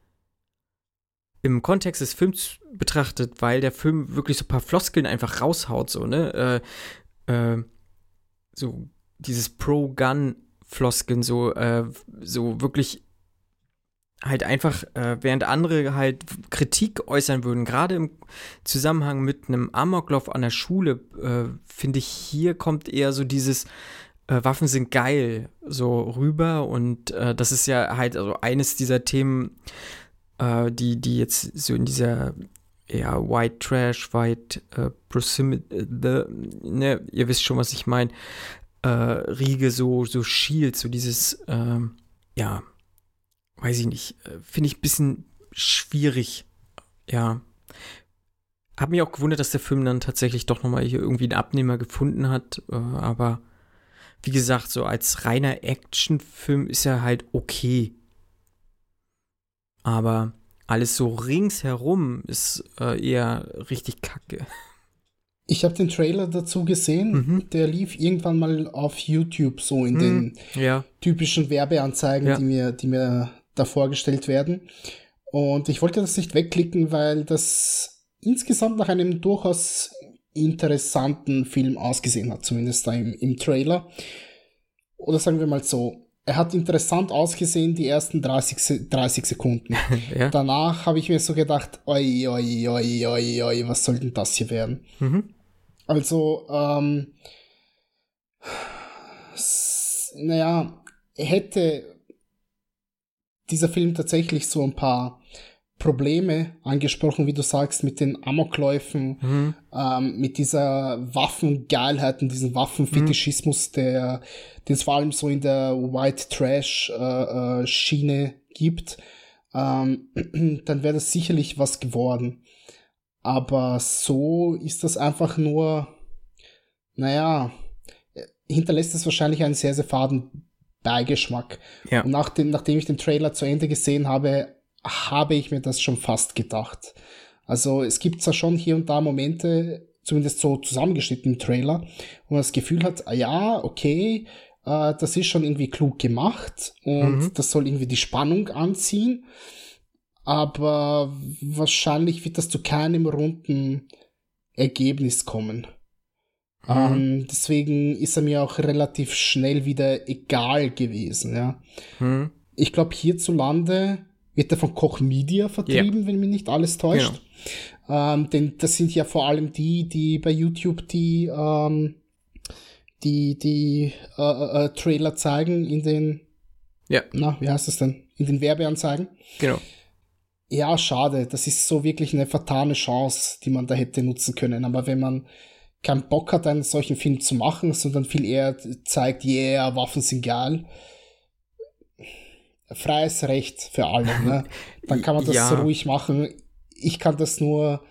B: im Kontext des Films betrachtet, weil der Film wirklich so ein paar Floskeln einfach raushaut, so, ne, äh, äh, so dieses Pro-Gun-Floskeln, so, äh, so wirklich halt einfach, äh, während andere halt Kritik äußern würden, gerade im Zusammenhang mit einem Amoklauf an der Schule, äh, finde ich, hier kommt eher so dieses äh, Waffen sind geil so rüber, und äh, das ist ja halt also eines dieser Themen, äh, die, die jetzt so in dieser ja, White Trash, White äh, Proximity, äh, ne, ihr wisst schon, was ich meine, äh, Riege so, so schielt, so dieses, äh, ja, weiß ich nicht, finde ich ein bisschen schwierig, ja. Hab mich auch gewundert, dass der Film dann tatsächlich doch nochmal hier irgendwie einen Abnehmer gefunden hat, äh, aber wie gesagt, so als reiner Actionfilm ist er halt okay. Aber alles so ringsherum ist äh, eher richtig kacke.
C: Ich habe den Trailer dazu gesehen,
B: Mhm.
C: der lief irgendwann mal auf YouTube, so in
B: Mhm.
C: den
B: Ja.
C: typischen Werbeanzeigen,
B: Ja.
C: die mir, die mir da vorgestellt werden. Und ich wollte das nicht wegklicken, weil das insgesamt nach einem durchaus interessanten Film ausgesehen hat, zumindest da im, im Trailer. Oder sagen wir mal so, er hat interessant ausgesehen die ersten dreißig, Se- dreißig Sekunden.
B: Ja.
C: Danach habe ich mir so gedacht, oi, oi, oi, oi, oi, was soll denn das hier werden?
B: Mhm.
C: Also, ähm, s- naja, hätte dieser Film tatsächlich so ein paar Probleme angesprochen, wie du sagst, mit den Amokläufen, mhm. ähm, mit dieser Waffengeilheit und diesem Waffenfetischismus, mhm. der, den es vor allem so in der White Trash äh, äh, Schiene gibt, ähm, dann wäre das sicherlich was geworden. Aber so ist das einfach nur, naja, hinterlässt es wahrscheinlich einen sehr, sehr faden Beigeschmack. Ja. Und nach dem, nachdem ich den Trailer zu Ende gesehen habe, habe ich mir das schon fast gedacht. Also es gibt zwar schon hier und da Momente, zumindest so zusammengeschnitten im Trailer, wo man das Gefühl hat, ah ja, okay, äh, das ist schon irgendwie klug gemacht und mhm. das soll irgendwie die Spannung anziehen, aber wahrscheinlich wird das zu keinem runden Ergebnis kommen. Mhm. Ähm, deswegen ist er mir auch relativ schnell wieder egal gewesen, ja. Mhm. Ich glaube, hierzulande wird er von Koch Media vertrieben, ja. wenn mich nicht alles täuscht. Genau. Ähm, denn das sind ja vor allem die, die bei YouTube die, ähm, die, die äh, äh, Trailer zeigen in den, ja. na, wie heißt das denn? In den Werbeanzeigen.
B: Genau.
C: Ja, schade. Das ist so wirklich eine vertane Chance, die man da hätte nutzen können. Aber wenn man keinen Bock hat, einen solchen Film zu machen, sondern viel eher zeigt, yeah, Waffen sind geil, freies Recht für alle, ne? Dann kann man das ja. ruhig machen. Ich kann das nur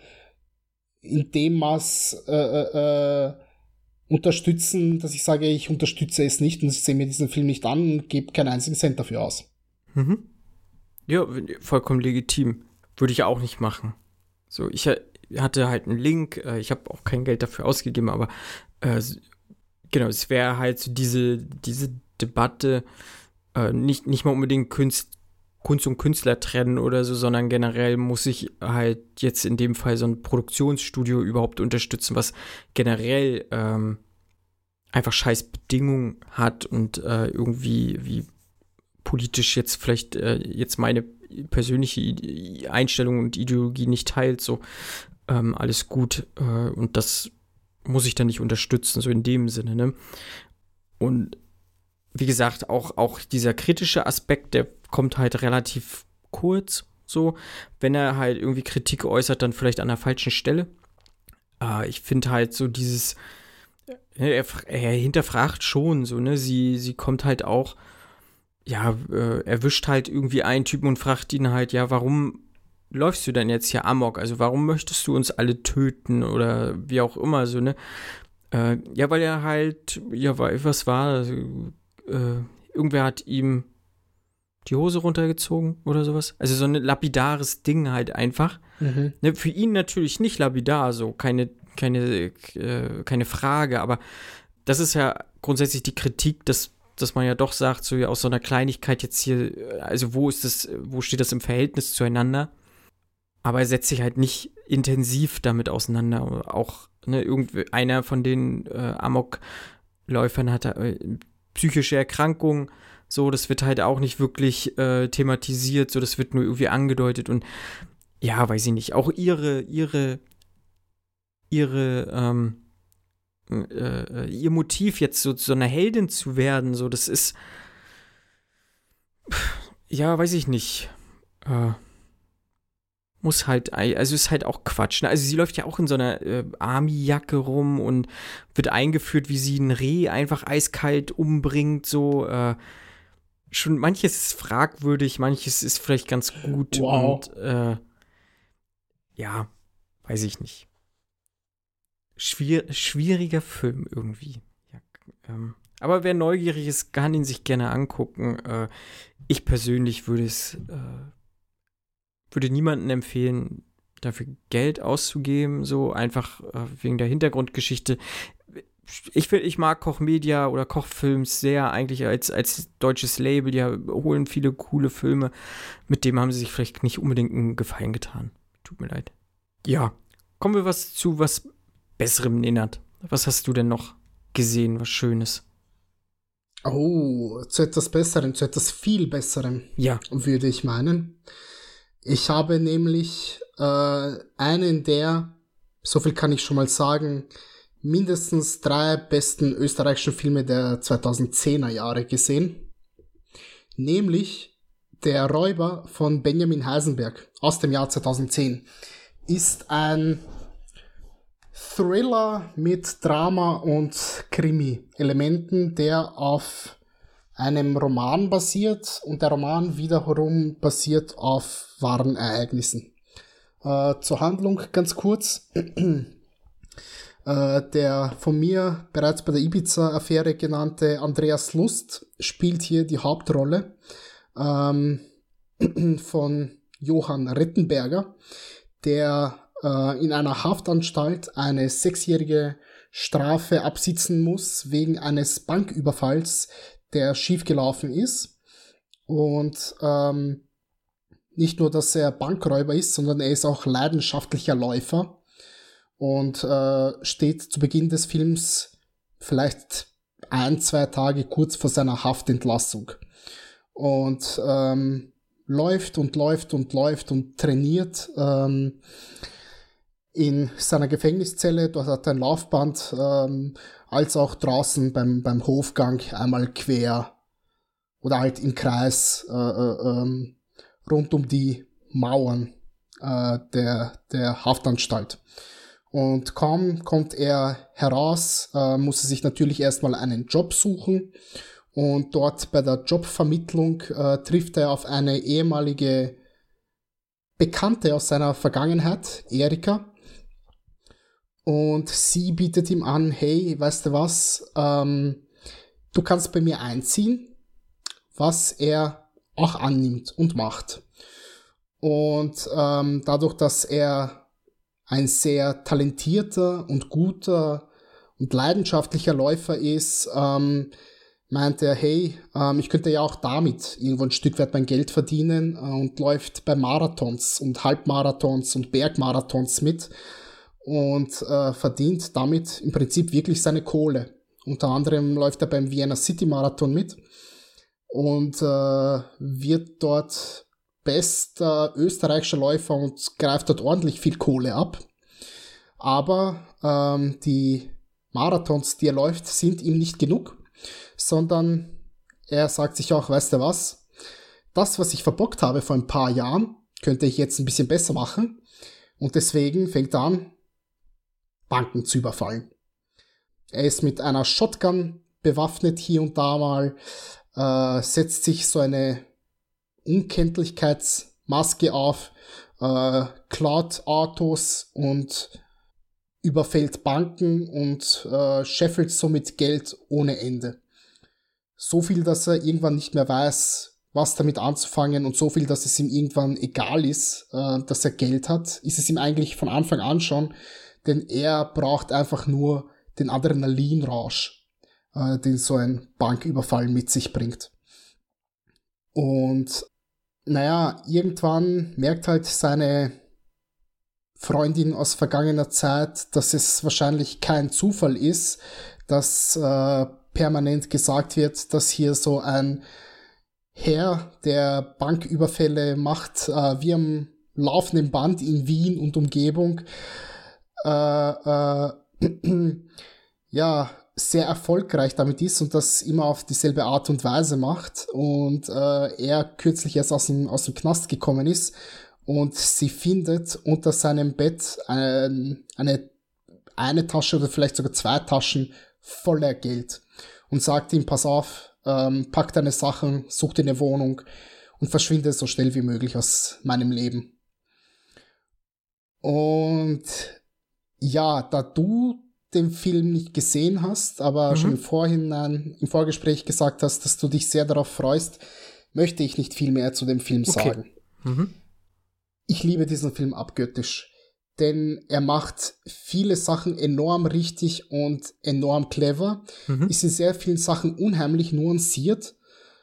C: in dem Maß äh, äh, unterstützen, dass ich sage, ich unterstütze es nicht und ich sehe mir diesen Film nicht an und gebe keinen einzigen Cent dafür aus.
B: Mhm. Ja, vollkommen legitim. Würde ich auch nicht machen. So, ich hatte halt einen Link, ich habe auch kein Geld dafür ausgegeben, aber äh, genau, es wäre halt so diese, diese Debatte, Äh, nicht, nicht mal unbedingt Kunst, Kunst und Künstler trennen oder so, sondern generell muss ich halt jetzt in dem Fall so ein Produktionsstudio überhaupt unterstützen, was generell ähm, einfach scheiß Bedingungen hat und äh, irgendwie wie politisch jetzt vielleicht äh, jetzt meine persönliche I- Einstellung und Ideologie nicht teilt, so ähm, alles gut äh, und das muss ich dann nicht unterstützen, so in dem Sinne, ne? Und wie gesagt, auch, auch dieser kritische Aspekt, der kommt halt relativ kurz, so. Wenn er halt irgendwie Kritik äußert, dann vielleicht an der falschen Stelle. Äh, ich finde halt so dieses, er, er hinterfragt schon, so, ne, sie, sie kommt halt auch, ja, äh, erwischt halt irgendwie einen Typen und fragt ihn halt, ja, warum läufst du denn jetzt hier amok? Also, warum möchtest du uns alle töten oder wie auch immer, so, ne? Äh, ja, weil er halt, ja, was war, also, Äh, irgendwer hat ihm die Hose runtergezogen oder sowas. Also so ein lapidares Ding halt einfach. Mhm. Ne, für ihn natürlich nicht lapidar, so keine, keine, äh, keine Frage, aber das ist ja grundsätzlich die Kritik, dass, dass man ja doch sagt, so ja aus so einer Kleinigkeit jetzt hier, also wo ist das, wo steht das im Verhältnis zueinander? Aber er setzt sich halt nicht intensiv damit auseinander. Auch ne, irgendwie einer von den äh, Amokläufern hat äh, psychische Erkrankungen, so, das wird halt auch nicht wirklich äh, thematisiert, so, das wird nur irgendwie angedeutet und ja, weiß ich nicht, auch ihre, ihre, ihre, ähm, äh, ihr Motiv jetzt so zu so einer Heldin zu werden, so, das ist, ja, weiß ich nicht, äh, muss halt, also ist halt auch Quatsch, ne? Also sie läuft ja auch in so einer äh, Army-Jacke rum und wird eingeführt, wie sie ein Reh einfach eiskalt umbringt, so, äh, schon manches ist fragwürdig, manches ist vielleicht ganz gut wow. und, äh, ja, weiß ich nicht. Schwier- schwieriger Film irgendwie. Ja, ähm, aber wer neugierig ist, kann ihn sich gerne angucken. Äh, ich persönlich würde es, äh, würde niemandem empfehlen, dafür Geld auszugeben, so einfach äh, wegen der Hintergrundgeschichte. Ich, ich mag Koch Media oder Kochfilms sehr eigentlich als, als deutsches Label. Die holen viele coole Filme. Mit dem haben sie sich vielleicht nicht unbedingt einen Gefallen getan. Tut mir leid. Ja, kommen wir was zu was Besserem, Nenad. Was hast du denn noch gesehen, was Schönes?
C: Oh, zu etwas Besserem, zu etwas viel Besserem,
B: ja,
C: würde ich meinen. Ich habe nämlich äh, einen der, so viel kann ich schon mal sagen, mindestens drei besten österreichischen Filme der zweitausendzehner Jahre gesehen. Nämlich Der Räuber von Benjamin Heisenberg aus dem Jahr zweitausendzehn ist ein Thriller mit Drama und Krimi-Elementen, der auf einem Roman basiert und der Roman wiederum basiert auf wahren Ereignissen. Äh, zur Handlung ganz kurz. äh, der von mir bereits bei der Ibiza-Affäre genannte Andreas Lust spielt hier die Hauptrolle ähm, von Johann Rettenberger, der äh, in einer Haftanstalt eine sechsjährige Strafe absitzen muss wegen eines Banküberfalls, der schiefgelaufen ist. Und ähm, nicht nur, dass er Bankräuber ist, sondern er ist auch leidenschaftlicher Läufer und äh, steht zu Beginn des Films vielleicht ein, zwei Tage kurz vor seiner Haftentlassung. Und ähm, läuft und läuft und läuft und trainiert ähm, in seiner Gefängniszelle. Dort hat er ein Laufband, ähm, als auch draußen beim, beim Hofgang einmal quer oder halt im Kreis äh, äh, ähm, rund um die Mauern äh, der, der Haftanstalt. Und kaum kommt er heraus, äh, muss er sich natürlich erstmal einen Job suchen. Und dort bei der Jobvermittlung äh, trifft er auf eine ehemalige Bekannte aus seiner Vergangenheit, Erika. Und sie bietet ihm an, hey, weißt du was, ähm, du kannst bei mir einziehen, was er auch annimmt und macht. Und ähm, dadurch, dass er ein sehr talentierter und guter und leidenschaftlicher Läufer ist, ähm, meint er, hey, ähm, ich könnte ja auch damit irgendwo ein Stück weit mein Geld verdienen äh, und läuft bei Marathons und Halbmarathons und Bergmarathons mit. Und äh, verdient damit im Prinzip wirklich seine Kohle. Unter anderem läuft er beim Vienna City Marathon mit und äh, wird dort bester österreichischer Läufer und greift dort ordentlich viel Kohle ab. Aber ähm, die Marathons, die er läuft, sind ihm nicht genug, sondern er sagt sich auch, weißt du was, das, was ich verbockt habe vor ein paar Jahren, könnte ich jetzt ein bisschen besser machen. Und deswegen fängt er an, Banken zu überfallen. Er ist mit einer Shotgun bewaffnet hier und da mal, äh, setzt sich so eine Unkenntlichkeitsmaske auf, äh, klaut Autos und überfällt Banken und äh, scheffelt somit Geld ohne Ende. So viel, dass er irgendwann nicht mehr weiß, was damit anzufangen, und so viel, dass es ihm irgendwann egal ist, äh, dass er Geld hat, ist es ihm eigentlich von Anfang an schon, denn er braucht einfach nur den Adrenalinrausch, äh, den so ein Banküberfall mit sich bringt. Und naja, irgendwann merkt halt seine Freundin aus vergangener Zeit, dass es wahrscheinlich kein Zufall ist, dass äh, permanent gesagt wird, dass hier so ein Herr, der Banküberfälle macht, äh, wie am laufenden Band in Wien und Umgebung, äh, äh, ja, sehr erfolgreich damit ist und das immer auf dieselbe Art und Weise macht, und äh, er kürzlich erst aus dem, aus dem Knast gekommen ist und sie findet unter seinem Bett ein, eine, eine Tasche oder vielleicht sogar zwei Taschen voller Geld und sagt ihm, pass auf, ähm, pack deine Sachen, such dir eine Wohnung und verschwinde so schnell wie möglich aus meinem Leben. Und ja, da du den Film nicht gesehen hast, aber mhm. schon im Vorhinein, im Vorgespräch gesagt hast, dass du dich sehr darauf freust, möchte ich nicht viel mehr zu dem Film okay. sagen. Mhm. Ich liebe diesen Film abgöttisch, denn er macht viele Sachen enorm richtig und enorm clever, mhm. ist in sehr vielen Sachen unheimlich nuanciert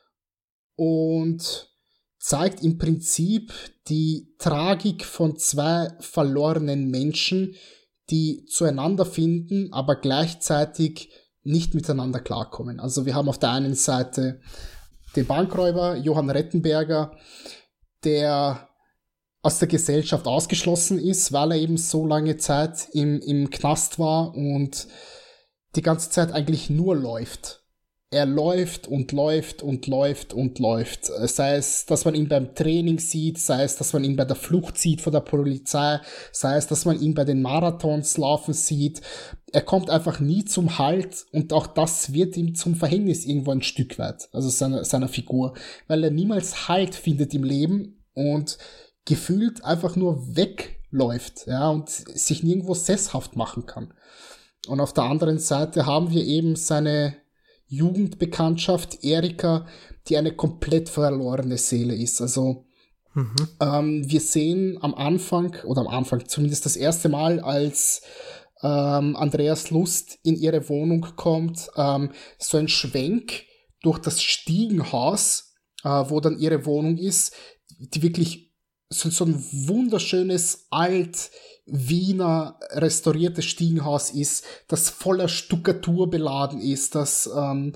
C: und zeigt im Prinzip die Tragik von zwei verlorenen Menschen, die zueinander finden, aber gleichzeitig nicht miteinander klarkommen. Also wir haben auf der einen Seite den Bankräuber Johann Rettenberger, der aus der Gesellschaft ausgeschlossen ist, weil er eben so lange Zeit im, im Knast war und die ganze Zeit eigentlich nur läuft. er läuft und läuft und läuft und läuft. Sei es, dass man ihn beim Training sieht, sei es, dass man ihn bei der Flucht sieht vor der Polizei, sei es, dass man ihn bei den Marathons laufen sieht. Er kommt einfach nie zum Halt und auch das wird ihm zum Verhängnis irgendwo ein Stück weit, also seiner, seiner Figur, weil er niemals Halt findet im Leben und gefühlt einfach nur wegläuft, ja, und sich nirgendwo sesshaft machen kann. Und auf der anderen Seite haben wir eben seine Jugendbekanntschaft Erika, die eine komplett verlorene Seele ist. Also mhm. ähm, wir sehen am Anfang, oder am Anfang zumindest das erste Mal, als ähm, Andreas Lust in ihre Wohnung kommt, ähm, so ein Schwenk durch das Stiegenhaus, äh, wo dann ihre Wohnung ist, die wirklich so, so ein wunderschönes alt Wiener restauriertes Stiegenhaus ist, das voller Stuckatur beladen ist, das ähm,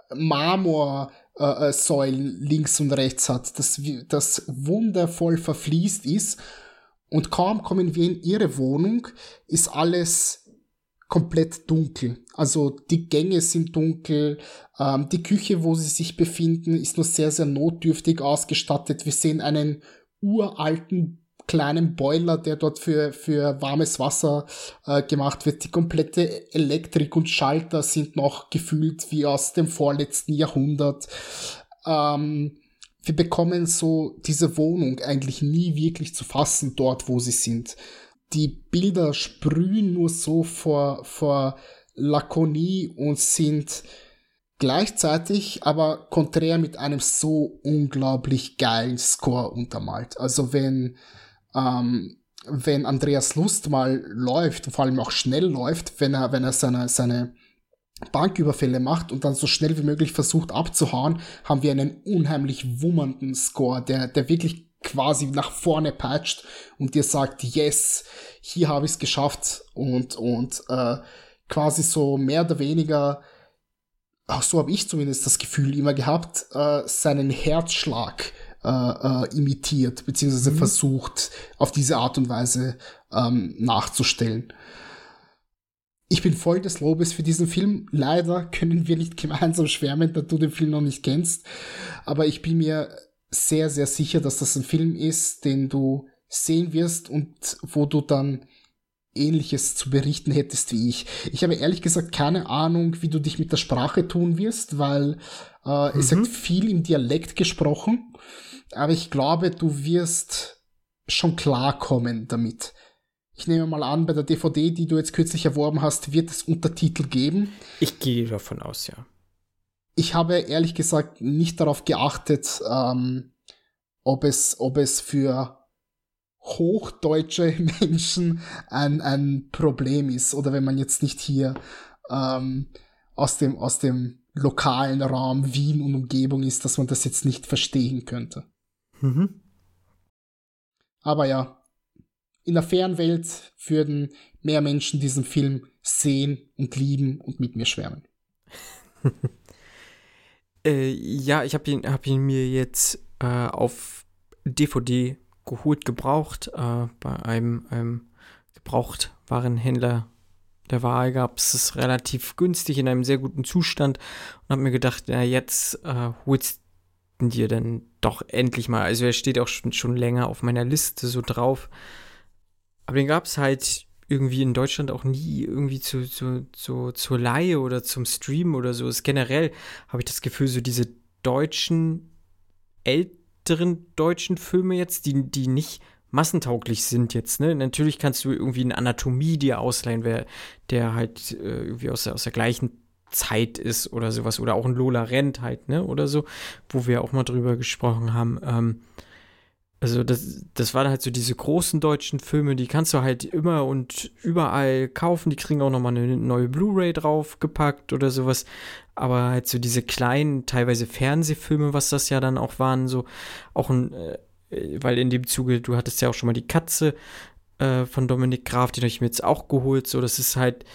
C: Marmorsäulen äh, links und rechts hat, das, das wundervoll verfließt ist. Und kaum kommen wir in ihre Wohnung, ist alles komplett dunkel. Also die Gänge sind dunkel, ähm, die Küche, wo sie sich befinden, ist nur sehr, sehr notdürftig ausgestattet. Wir sehen einen uralten kleinen Boiler, der dort für, für warmes Wasser äh, gemacht wird. Die komplette Elektrik und Schalter sind noch gefühlt wie aus dem vorletzten Jahrhundert. Ähm, wir bekommen so diese Wohnung eigentlich nie wirklich zu fassen, dort wo sie sind. Die Bilder sprühen nur so vor, vor Lakonie und sind gleichzeitig aber konträr mit einem so unglaublich geilen Score untermalt. Also wenn Ähm, wenn Andreas Lust mal läuft, vor allem auch schnell läuft, wenn er, wenn er seine, seine Banküberfälle macht und dann so schnell wie möglich versucht abzuhauen, haben wir einen unheimlich wummernden Score, der, der wirklich quasi nach vorne peitscht und dir sagt, yes, hier habe ich es geschafft und, und äh, quasi so mehr oder weniger, ach, so habe ich zumindest das Gefühl immer gehabt, äh, seinen Herzschlag Äh, äh, imitiert, beziehungsweise mhm. versucht, auf diese Art und Weise ähm, nachzustellen. Ich bin voll des Lobes für diesen Film. Leider können wir nicht gemeinsam schwärmen, da du den Film noch nicht kennst. Aber ich bin mir sehr, sehr sicher, dass das ein Film ist, den du sehen wirst und wo du dann Ähnliches zu berichten hättest wie ich. Ich habe ehrlich gesagt keine Ahnung, wie du dich mit der Sprache tun wirst, weil äh, mhm. es wird viel im Dialekt gesprochen. Aber ich glaube, du wirst schon klarkommen damit. Ich nehme mal an, bei der D V D, die du jetzt kürzlich erworben hast, wird es Untertitel geben.
B: Ich gehe davon aus, ja.
C: Ich habe ehrlich gesagt nicht darauf geachtet, ähm, ob es, ob es für hochdeutsche Menschen ein, ein Problem ist. Oder wenn man jetzt nicht hier ähm, aus dem, aus dem lokalen Raum Wien und Umgebung ist, dass man das jetzt nicht verstehen könnte. Mhm. Aber ja, in der fairen Welt würden mehr Menschen diesen Film sehen und lieben und mit mir schwärmen.
B: äh, ja, ich habe ihn, hab ihn mir jetzt äh, auf D V D geholt, gebraucht. Äh, bei einem, einem Gebrauchtwarenhändler der Wahl gab es es relativ günstig in einem sehr guten Zustand und habe mir gedacht, na, jetzt äh, holst du dir dann doch endlich mal. Also er steht auch schon, schon länger auf meiner Liste so drauf. Aber den gab es halt irgendwie in Deutschland auch nie irgendwie zu, zu, zu, zur Leihe oder zum Stream oder so. Ist generell habe ich das Gefühl, so diese deutschen, älteren deutschen Filme jetzt, die, die nicht massentauglich sind jetzt, ne? Natürlich kannst du irgendwie eine Anatomie dir ausleihen, wer, der halt äh, irgendwie aus der, aus der gleichen Zeit ist oder sowas. Oder auch ein Lola Rent halt, ne? Oder so, wo wir auch mal drüber gesprochen haben. Ähm, also das, das waren halt so diese großen deutschen Filme, die kannst du halt immer und überall kaufen. Die kriegen auch nochmal eine neue Blu-ray draufgepackt oder sowas. Aber halt so diese kleinen, teilweise Fernsehfilme, was das ja dann auch waren, so auch ein, äh, weil in dem Zuge, du hattest ja auch schon mal die Katze äh, von Dominik Graf, die habe ich mir jetzt auch geholt. So, das ist halt,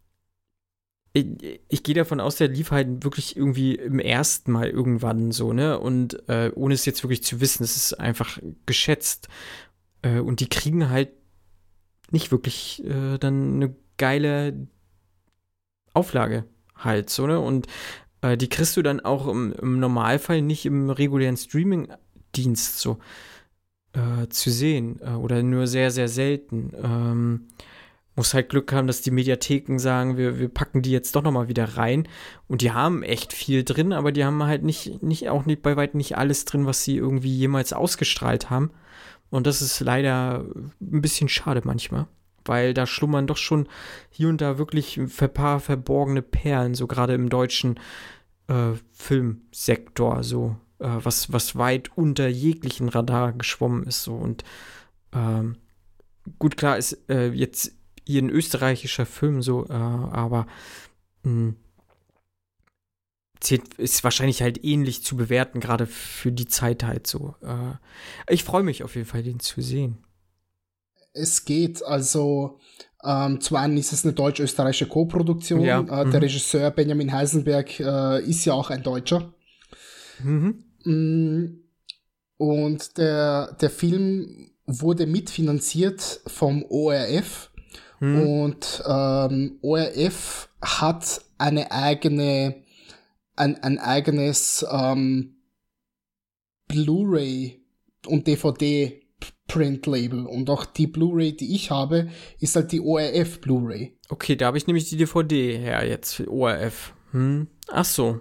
B: ich, ich gehe davon aus, der lief halt wirklich irgendwie im ersten Mal irgendwann so, ne? Und äh, ohne es jetzt wirklich zu wissen, es ist einfach geschätzt. Äh, und die kriegen halt nicht wirklich äh, dann eine geile Auflage halt, so, ne? Und Äh, die kriegst du dann auch im, im Normalfall nicht im regulären Streaming-Dienst so äh, zu sehen. Äh, oder nur sehr, sehr selten. Ähm, muss halt Glück haben, dass die Mediatheken sagen, wir, wir packen die jetzt doch nochmal wieder rein. Und die haben echt viel drin, aber die haben halt nicht, nicht auch nicht bei weitem nicht alles drin, was sie irgendwie jemals ausgestrahlt haben. Und das ist leider ein bisschen schade manchmal, weil da schlummern doch schon hier und da wirklich ein paar verborgene Perlen, so gerade im deutschen äh, Filmsektor, so äh, was, was weit unter jeglichen Radar geschwommen ist. So. Und ähm, gut, klar ist äh, jetzt hier ein österreichischer Film so, äh, aber mh, zählt, ist wahrscheinlich halt ähnlich zu bewerten, gerade für die Zeit halt so. Äh, ich freue mich auf jeden Fall, den zu sehen.
C: Es geht, also ähm, zum einen ist es eine deutsch-österreichische Co-Produktion.
B: Ja.
C: Äh,
B: Mhm.
C: Der Regisseur Benjamin Heisenberg äh, ist ja auch ein Deutscher.
B: Mhm.
C: Mm, Und der, der Film wurde mitfinanziert vom O R F.
B: Mhm.
C: Und ähm, O R F hat eine eigene, ein, ein eigenes ähm, Blu-ray und D V D-Print-Label. Und auch die Blu-ray, die ich habe, ist halt die O R F Blu-ray.
B: Okay, da habe ich nämlich die D V D her jetzt für O R F. Hm. Ach so.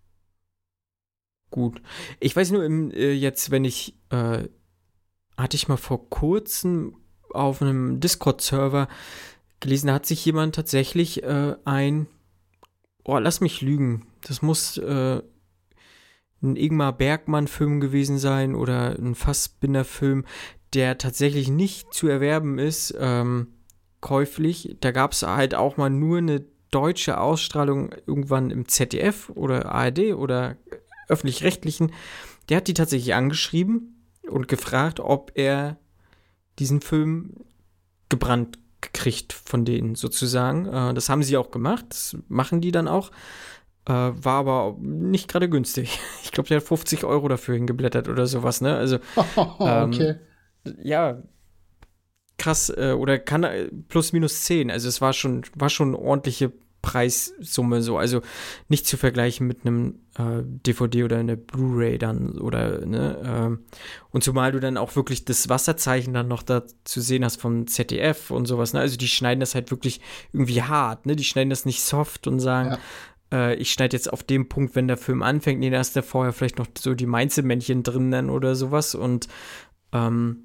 B: Gut. Ich weiß nur, im, äh, jetzt, wenn ich, äh, hatte ich mal vor kurzem auf einem Discord-Server gelesen, da hat sich jemand tatsächlich äh, ein, oh, lass mich lügen, das muss äh, ein Ingmar Bergmann-Film gewesen sein oder ein Fassbinder-Film, der tatsächlich nicht zu erwerben ist, ähm, käuflich. Da gab es halt auch mal nur eine deutsche Ausstrahlung irgendwann im Z D F oder A R D oder öffentlich-rechtlichen. Der hat die tatsächlich angeschrieben und gefragt, ob er diesen Film gebrannt gekriegt von denen sozusagen. Äh, das haben sie auch gemacht, das machen die dann auch. Äh, war aber nicht gerade günstig. Ich glaube, der hat fünfzig Euro dafür hingeblättert oder sowas, ne? Also, ähm,
C: Okay.
B: ja, krass, äh, oder kann äh, plus minus zehn. Also es war schon, war schon eine ordentliche Preissumme so. Also nicht zu vergleichen mit einem äh, D V D oder einer Blu-ray dann oder, ne? Ähm, und zumal du dann auch wirklich das Wasserzeichen dann noch da zu sehen hast vom Z D F und sowas, ne? Also die schneiden das halt wirklich irgendwie hart, ne? Die schneiden das nicht soft und sagen,
C: Ja.
B: äh, ich schneide jetzt auf dem Punkt, wenn der Film anfängt, nee, da ist da vorher vielleicht noch so die Mainzelmännchen drin dann oder sowas und ähm,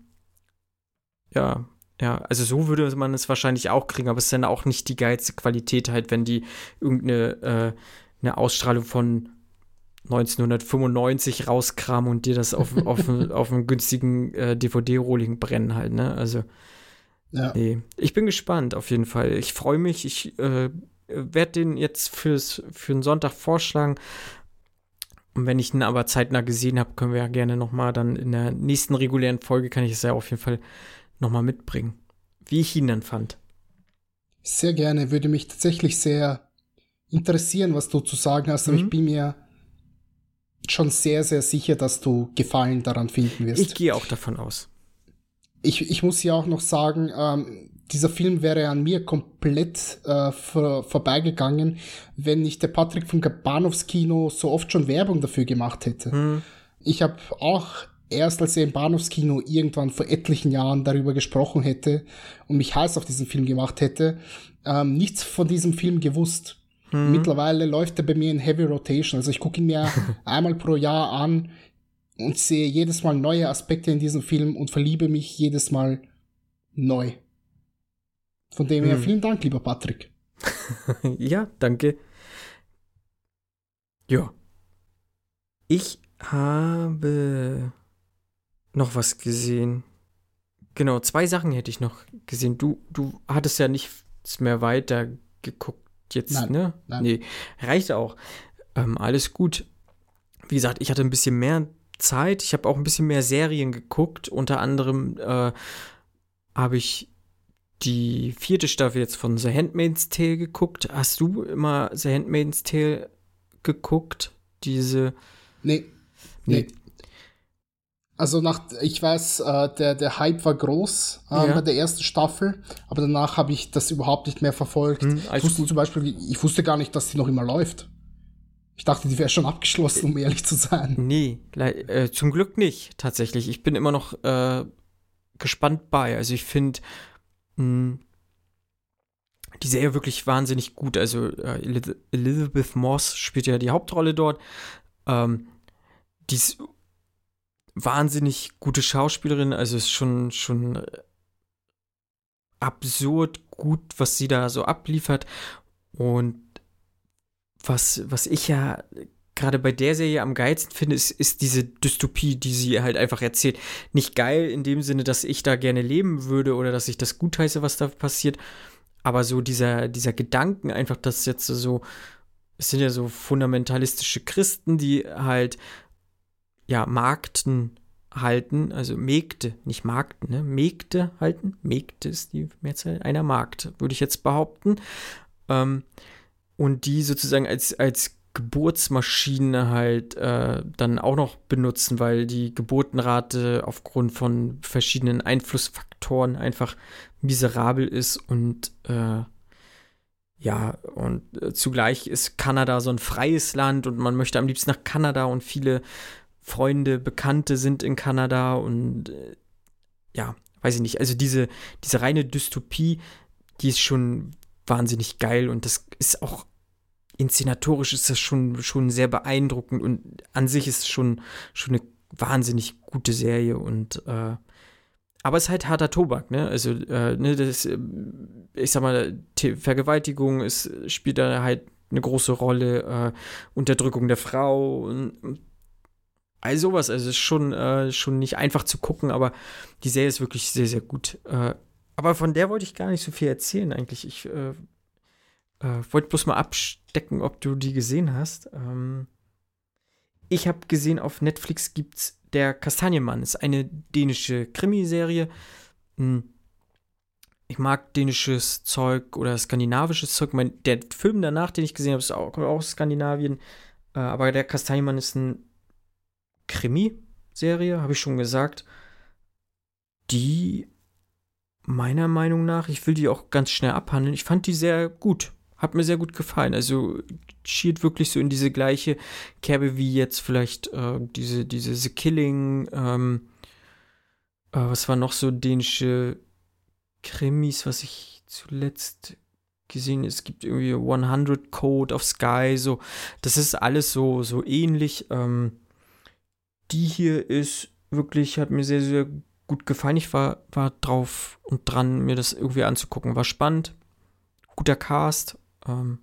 B: ja, ja, also so würde man es wahrscheinlich auch kriegen, aber es ist dann auch nicht die geilste Qualität halt, wenn die irgendeine äh, eine Ausstrahlung von neunzehnhundertfünfundneunzig rauskramen und dir das auf, auf, auf einen günstigen äh, D V D-Rohling brennen halt, ne? Also,
C: Ja.
B: nee. Ich bin gespannt auf jeden Fall. Ich freue mich. Ich äh, werde den jetzt fürs, für einen Sonntag vorschlagen. Und wenn ich ihn aber zeitnah gesehen habe, können wir ja gerne noch mal dann in der nächsten regulären Folge, kann ich es ja auf jeden Fall noch mal mitbringen, wie ich ihn dann fand.
C: Sehr gerne. Würde mich tatsächlich sehr interessieren, was du zu sagen hast, aber
B: Mhm.
C: ich bin mir schon sehr, sehr sicher, dass du Gefallen daran finden wirst.
B: Ich gehe auch davon aus.
C: Ich, ich muss ja auch noch sagen, ähm, dieser Film wäre an mir komplett äh, vor, vorbeigegangen, wenn nicht der Patrick vom Bahnhofskino so oft schon Werbung dafür gemacht hätte.
B: Hm.
C: Ich habe auch erst, als er im Bahnhofskino irgendwann vor etlichen Jahren darüber gesprochen hätte und mich heiß auf diesen Film gemacht hätte, ähm, nichts von diesem Film gewusst.
B: Hm.
C: Mittlerweile läuft er bei mir in Heavy Rotation. Also ich gucke ihn mir einmal pro Jahr an und sehe jedes Mal neue Aspekte in diesem Film und verliebe mich jedes Mal neu. Von dem her
B: Hm.
C: vielen Dank, lieber Patrick.
B: Ja, danke. Ja. Ich habe noch was gesehen. Genau, zwei Sachen hätte ich noch gesehen. Du, du hattest ja nichts mehr weiter geguckt jetzt,
C: Nein,
B: ne?
C: nein.
B: Nee, reicht auch. Ähm, alles gut. Wie gesagt, ich hatte ein bisschen mehr Zeit. Ich habe auch ein bisschen mehr Serien geguckt. Unter anderem äh, habe ich die vierte Staffel jetzt von The Handmaid's Tale geguckt. Hast du immer The Handmaid's Tale geguckt? Diese.
C: Nee, nee. Also nach, ich weiß, äh, der, der Hype war groß äh,
B: Ja.
C: bei der ersten Staffel, aber danach habe ich das überhaupt nicht mehr verfolgt.
B: Hm,
C: ich
B: alles
C: wusste
B: gut.
C: zum Beispiel, ich wusste gar nicht, dass die noch immer läuft. Ich dachte, die wäre schon abgeschlossen, um ehrlich zu sein.
B: Nee, le- äh, zum Glück nicht, tatsächlich. Ich bin immer noch äh, gespannt bei. Also ich finde die Serie wirklich wahnsinnig gut. Also äh, Eliz- Elizabeth Moss spielt ja die Hauptrolle dort. Ähm, die ist wahnsinnig gute Schauspielerin. Also ist schon, schon absurd gut, was sie da so abliefert. Und was, was ich ja gerade bei der Serie am geilsten finde, ist, ist diese Dystopie, die sie halt einfach erzählt. Nicht geil in dem Sinne, dass ich da gerne leben würde oder dass ich das gutheiße, was da passiert, aber so dieser, dieser Gedanken einfach, dass jetzt so, es sind ja so fundamentalistische Christen, die halt, ja, Magden halten, also Mägde, nicht Magden, ne, Mägde halten, Mägde ist die Mehrzahl einer Magd, würde ich jetzt behaupten, ähm, und die sozusagen als, als Geburtsmaschine halt äh, dann auch noch benutzen, weil die Geburtenrate aufgrund von verschiedenen Einflussfaktoren einfach miserabel ist und äh, ja, und äh, zugleich ist Kanada so ein freies Land und man möchte am liebsten nach Kanada und viele Freunde, Bekannte sind in Kanada und äh, ja, weiß ich nicht, also diese, diese reine Dystopie, die ist schon wahnsinnig geil und das ist auch inszenatorisch ist das schon, schon sehr beeindruckend und an sich ist es schon, schon eine wahnsinnig gute Serie und äh, aber es ist halt harter Tobak, ne? Also, äh, ne, das, ich sag mal, The- Vergewaltigung ist, spielt da halt eine große Rolle, äh, Unterdrückung der Frau und all sowas. Also es ist schon, äh, schon nicht einfach zu gucken, aber die Serie ist wirklich sehr, sehr gut. Äh, aber von der wollte ich gar nicht so viel erzählen eigentlich. Ich äh, äh, wollte bloß mal abstecken, ob du die gesehen hast. Ähm, ich habe gesehen, auf Netflix gibt's Der Kastanienmann. Ist eine dänische Krimiserie. Hm. Ich mag dänisches Zeug oder skandinavisches Zeug. Mein, der Film danach, den ich gesehen habe, ist auch, kommt auch aus Skandinavien. Äh, aber Der Kastanienmann ist eine Krimiserie, habe ich schon gesagt. Die meiner Meinung nach, ich will die auch ganz schnell abhandeln. Ich fand die sehr gut. Hat mir sehr gut gefallen. Also schielt wirklich so in diese gleiche Kerbe wie jetzt vielleicht äh, diese, diese The Killing, ähm, äh, was war noch so dänische Krimis, was ich zuletzt gesehen habe. Es gibt irgendwie hundert Code of Sky, so. Das ist alles so, so ähnlich. Ähm, die hier ist wirklich, hat mir sehr, sehr gut gefallen. Ich war, war drauf und dran, mir das irgendwie anzugucken. War spannend. Guter Cast. Ähm,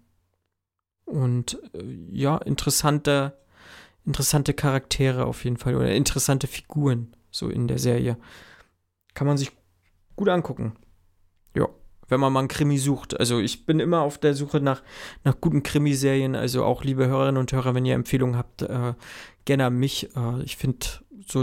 B: und äh, ja, interessante, interessante Charaktere auf jeden Fall oder interessante Figuren so in der Serie. Kann man sich gut angucken. Ja, wenn man mal einen Krimi sucht. Also ich bin immer auf der Suche nach, nach guten Krimiserien. Also auch, liebe Hörerinnen und Hörer, wenn ihr Empfehlungen habt, äh, gerne an mich. Äh, ich finde so,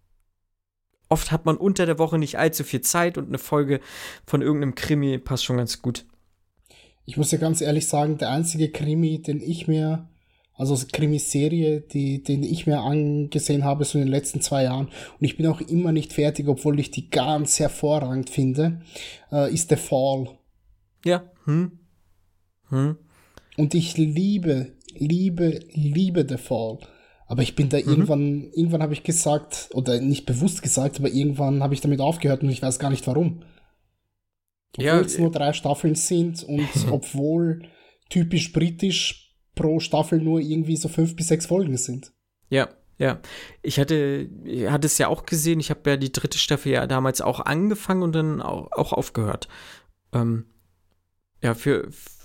B: oft hat man unter der Woche nicht allzu viel Zeit und eine Folge von irgendeinem Krimi passt schon ganz gut.
C: Ich muss ja ganz ehrlich sagen, der einzige Krimi, den ich mir, also Krimiserie, die, den ich mir angesehen habe, so in den letzten zwei Jahren, und ich bin auch immer nicht fertig, obwohl ich die ganz hervorragend finde, äh, ist The Fall.
B: Ja. Hm. Hm.
C: Und ich liebe, liebe, liebe The Fall. Aber ich bin da mhm. irgendwann, irgendwann habe ich gesagt, oder nicht bewusst gesagt, aber irgendwann habe ich damit aufgehört und ich weiß gar nicht warum. Obwohl ja, es nur drei Staffeln sind und obwohl typisch britisch pro Staffel nur irgendwie so fünf bis sechs Folgen sind.
B: Ja, ja. Ich hatte, ich hatte es ja auch gesehen, ich habe ja die dritte Staffel ja damals auch angefangen und dann auch, auch aufgehört. Ähm, ja, für,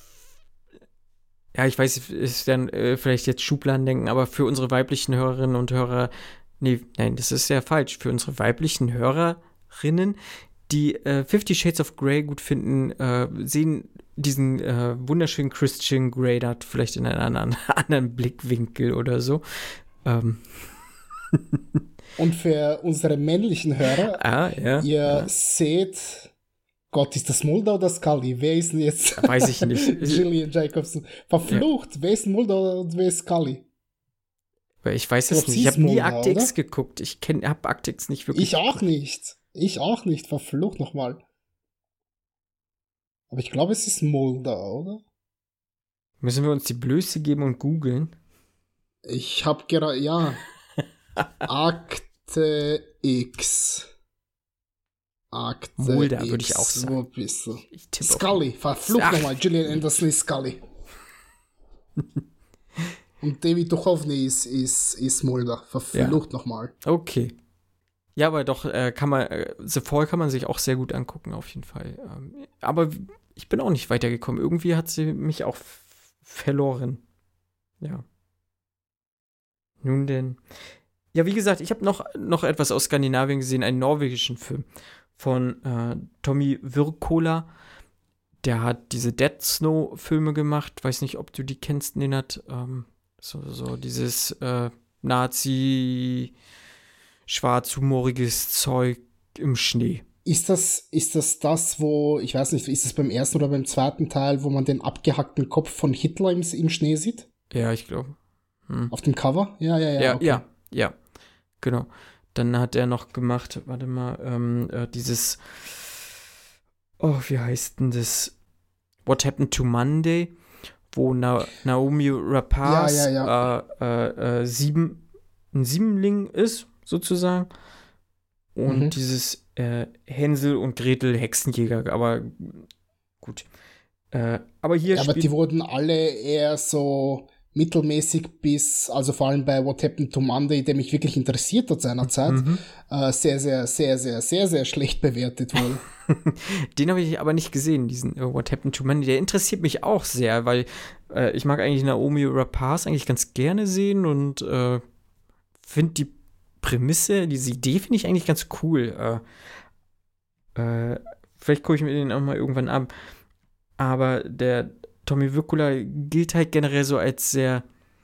B: ja, ich weiß, ist dann äh, vielleicht jetzt Schubladen denken, aber für unsere weiblichen Hörerinnen und Hörer, nee, nein, das ist ja falsch. Für unsere weiblichen Hörerinnen, die äh, Fifty Shades of Grey gut finden, äh, sehen diesen äh, wunderschönen Christian Grey da vielleicht in einem anderen, anderen Blickwinkel oder so. Ähm.
C: Und für unsere männlichen Hörer,
B: ah, ja,
C: ihr
B: ja.
C: seht, Gott, ist das Mulder oder Scully? Wer ist denn jetzt?
B: Weiß ich nicht.
C: Gillian Jacobson. Verflucht, ja. Wer ist Mulder und wer ist Scully?
B: Ich weiß es nicht. Ich habe nie Akte X geguckt. Ich habe Akte X nicht wirklich
C: Ich auch nicht. Ich auch nicht, verflucht nochmal. Aber ich glaube, es ist Mulder, oder?
B: Müssen wir uns die Blöße geben und googeln?
C: Ich hab gerade, ja. Akte X. Akte
B: Mulder,
C: X.
B: würde ich auch sagen.
C: Wo bist du?
B: Ich tippe auf-
C: Scully, verflucht
B: Ach.
C: nochmal. Gillian Anderson ist Scully. Und David Duchovny ist, ist, ist Mulder. Verflucht nochmal.
B: Okay. Ja, aber doch, äh, kann man, äh, The Fall kann man sich auch sehr gut angucken, auf jeden Fall. Ähm, aber ich bin auch nicht weitergekommen. Irgendwie hat sie mich auch f- verloren. Ja. Nun denn. Ja, wie gesagt, ich habe noch, noch etwas aus Skandinavien gesehen, einen norwegischen Film von äh, Tommy Wirkola. Der hat diese Dead Snow-Filme gemacht. Weiß nicht, ob du die kennst, Nenad. Ähm, so, so dieses äh, Nazi- schwarzhumoriges Zeug im Schnee.
C: Ist das, ist das das, wo, ich weiß nicht, ist das beim ersten oder beim zweiten Teil, wo man den abgehackten Kopf von Hitler im, im Schnee sieht?
B: Ja, ich glaube. Hm.
C: Auf dem Cover? Ja, ja, ja.
B: Ja,
C: okay.
B: ja, ja. Genau. Dann hat er noch gemacht, warte mal, ähm, äh, dieses, oh, wie heißt denn das? What Happened to Monday? Wo Na Naomi Rapaz
C: Ja, ja,
B: Äh, äh, äh, sieben, ein Siebenling ist, sozusagen. Und
C: Mhm.
B: dieses äh, Hänsel und Gretel Hexenjäger, aber gut. Äh, aber hier
C: Ja, aber
B: spielt
C: die wurden alle eher so mittelmäßig bis, also vor allem bei What Happened to Monday, der mich wirklich interessiert hat seinerzeit,
B: Mhm.
C: äh, sehr, sehr, sehr, sehr, sehr, sehr schlecht bewertet wohl.
B: Den habe ich aber nicht gesehen, diesen äh, What Happened to Monday. Der interessiert mich auch sehr, weil äh, ich mag eigentlich Naomi Rapaz eigentlich ganz gerne sehen und äh, finde die Prämisse, diese Idee finde ich eigentlich ganz cool. Äh, äh, vielleicht gucke ich mir den auch mal irgendwann an. Aber der Tommy Wirkola gilt halt generell so als sehr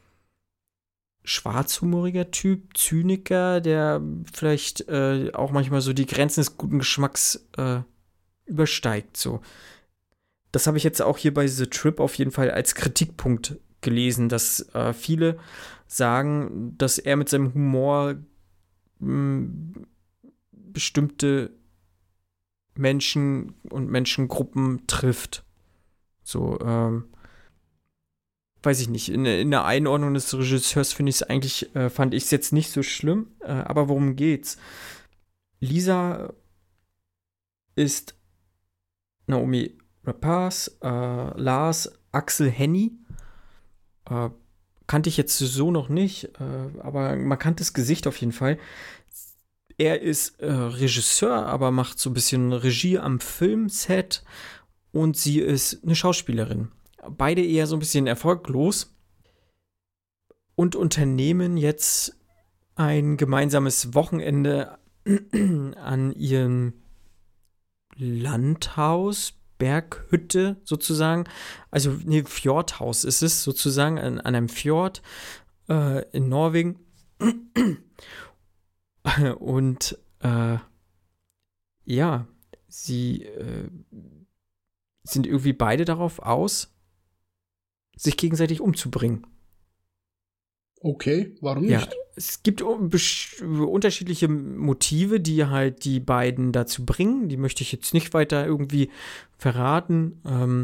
B: schwarzhumoriger Typ, Zyniker, der vielleicht äh, auch manchmal so die Grenzen des guten Geschmacks äh, übersteigt. So. Das habe ich jetzt auch hier bei The Trip auf jeden Fall als Kritikpunkt gelesen, dass äh, viele sagen, dass er mit seinem Humor mh, bestimmte Menschen und Menschengruppen trifft. So, ähm, weiß ich nicht, in, in der Einordnung des Regisseurs finde ich es eigentlich, äh, fand ich es jetzt nicht so schlimm, äh, aber worum geht's? Lisa ist Naomi Rapaz, äh, Lars Axel Henny, äh, kannte ich jetzt so noch nicht, äh, aber man kannte das Gesicht auf jeden Fall. Er ist äh, Regisseur, aber macht so ein bisschen Regie am Filmset und sie ist eine Schauspielerin. Beide eher so ein bisschen erfolglos und unternehmen jetzt ein gemeinsames Wochenende an ihrem Landhaus, Berghütte sozusagen, also nee, Fjordhaus ist es sozusagen, an, an einem Fjord äh, in Norwegen. Und äh, ja, sie äh, sind irgendwie beide darauf aus, sich gegenseitig umzubringen.
C: Okay, warum
B: Ja,
C: nicht?
B: es gibt un- besch- unterschiedliche Motive, die halt die beiden dazu bringen. Die möchte ich jetzt nicht weiter irgendwie verraten. Ähm,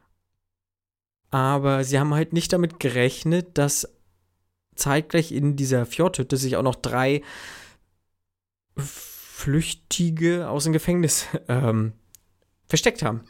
B: aber sie haben halt nicht damit gerechnet, dass zeitgleich in dieser Fjordhütte sich auch noch drei Flüchtige aus dem Gefängnis ähm, versteckt haben.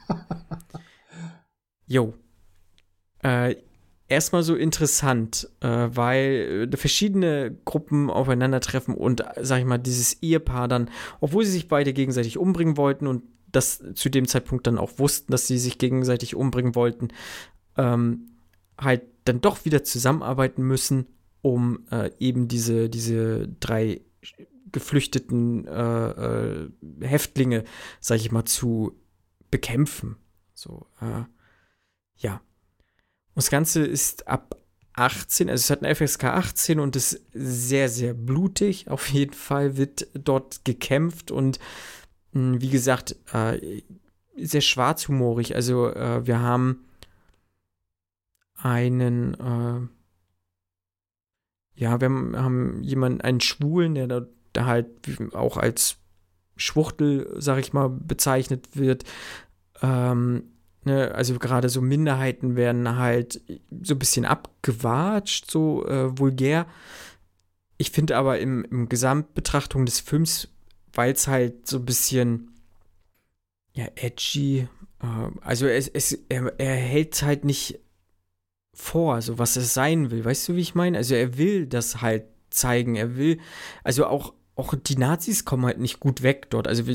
B: Jo. Äh, erstmal so interessant, äh, weil äh, verschiedene Gruppen aufeinandertreffen und, äh, sag ich mal, dieses Ehepaar dann, obwohl sie sich beide gegenseitig umbringen wollten und das zu dem Zeitpunkt dann auch wussten, dass sie sich gegenseitig umbringen wollten, ähm, halt dann doch wieder zusammenarbeiten müssen, um äh, eben diese, diese drei geflüchteten äh, äh, Häftlinge, sag ich mal, zu bekämpfen. So, äh, ja. Und das Ganze ist ab achtzehn, also es hat eine F S K achtzehn und ist sehr, sehr blutig. Auf jeden Fall wird dort gekämpft und mh, wie gesagt, äh, sehr schwarzhumorig. Also äh, wir haben einen, äh, ja, wir haben, haben jemanden, einen Schwulen, der da der halt auch als Schwuchtel, sag ich mal, bezeichnet wird. Ähm, ne, also gerade so Minderheiten werden halt so ein bisschen abgewatscht, so äh, vulgär. Ich finde aber im, im Gesamtbetrachtung des Films, weil es halt so ein bisschen, ja, edgy, äh, also es, es, er, er hält halt nicht vor, so was es sein will. Weißt du, wie ich meine? Also er will das halt zeigen. Er will, also auch, auch die Nazis kommen halt nicht gut weg dort. Also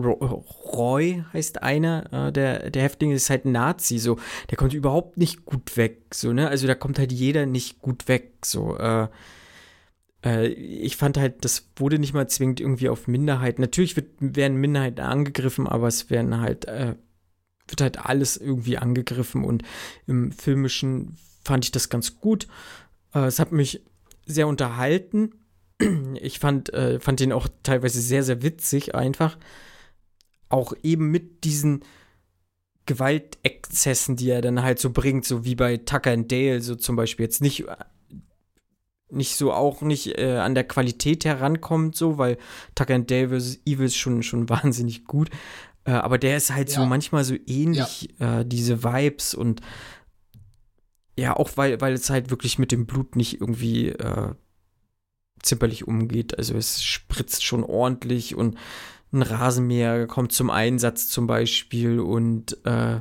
B: Roy heißt einer äh, der, der Häftlinge, ist halt ein Nazi, so. Der kommt überhaupt nicht gut weg, so, ne? Also da kommt halt jeder nicht gut weg, so. Äh, äh, ich fand halt, das wurde nicht mal zwingend irgendwie auf Minderheiten. Natürlich wird, werden Minderheiten angegriffen, aber es werden halt, äh, wird halt alles irgendwie angegriffen und im Filmischen fand ich das ganz gut. Äh, es hat mich sehr unterhalten. Ich fand, äh, fand den auch teilweise sehr, sehr witzig einfach. Auch eben mit diesen Gewaltexzessen, die er dann halt so bringt, so wie bei Tucker and Dale, so zum Beispiel jetzt nicht, nicht so auch nicht äh, an der Qualität herankommt, so, weil Tucker and Dale versus. Evil ist schon, schon wahnsinnig gut. Äh, aber der ist halt ja. so manchmal so ähnlich, ja. äh, diese Vibes und ja, auch weil, weil es halt wirklich mit dem Blut nicht irgendwie äh, zimperlich umgeht. Also es spritzt schon ordentlich und ein Rasenmäher kommt zum Einsatz zum Beispiel und äh,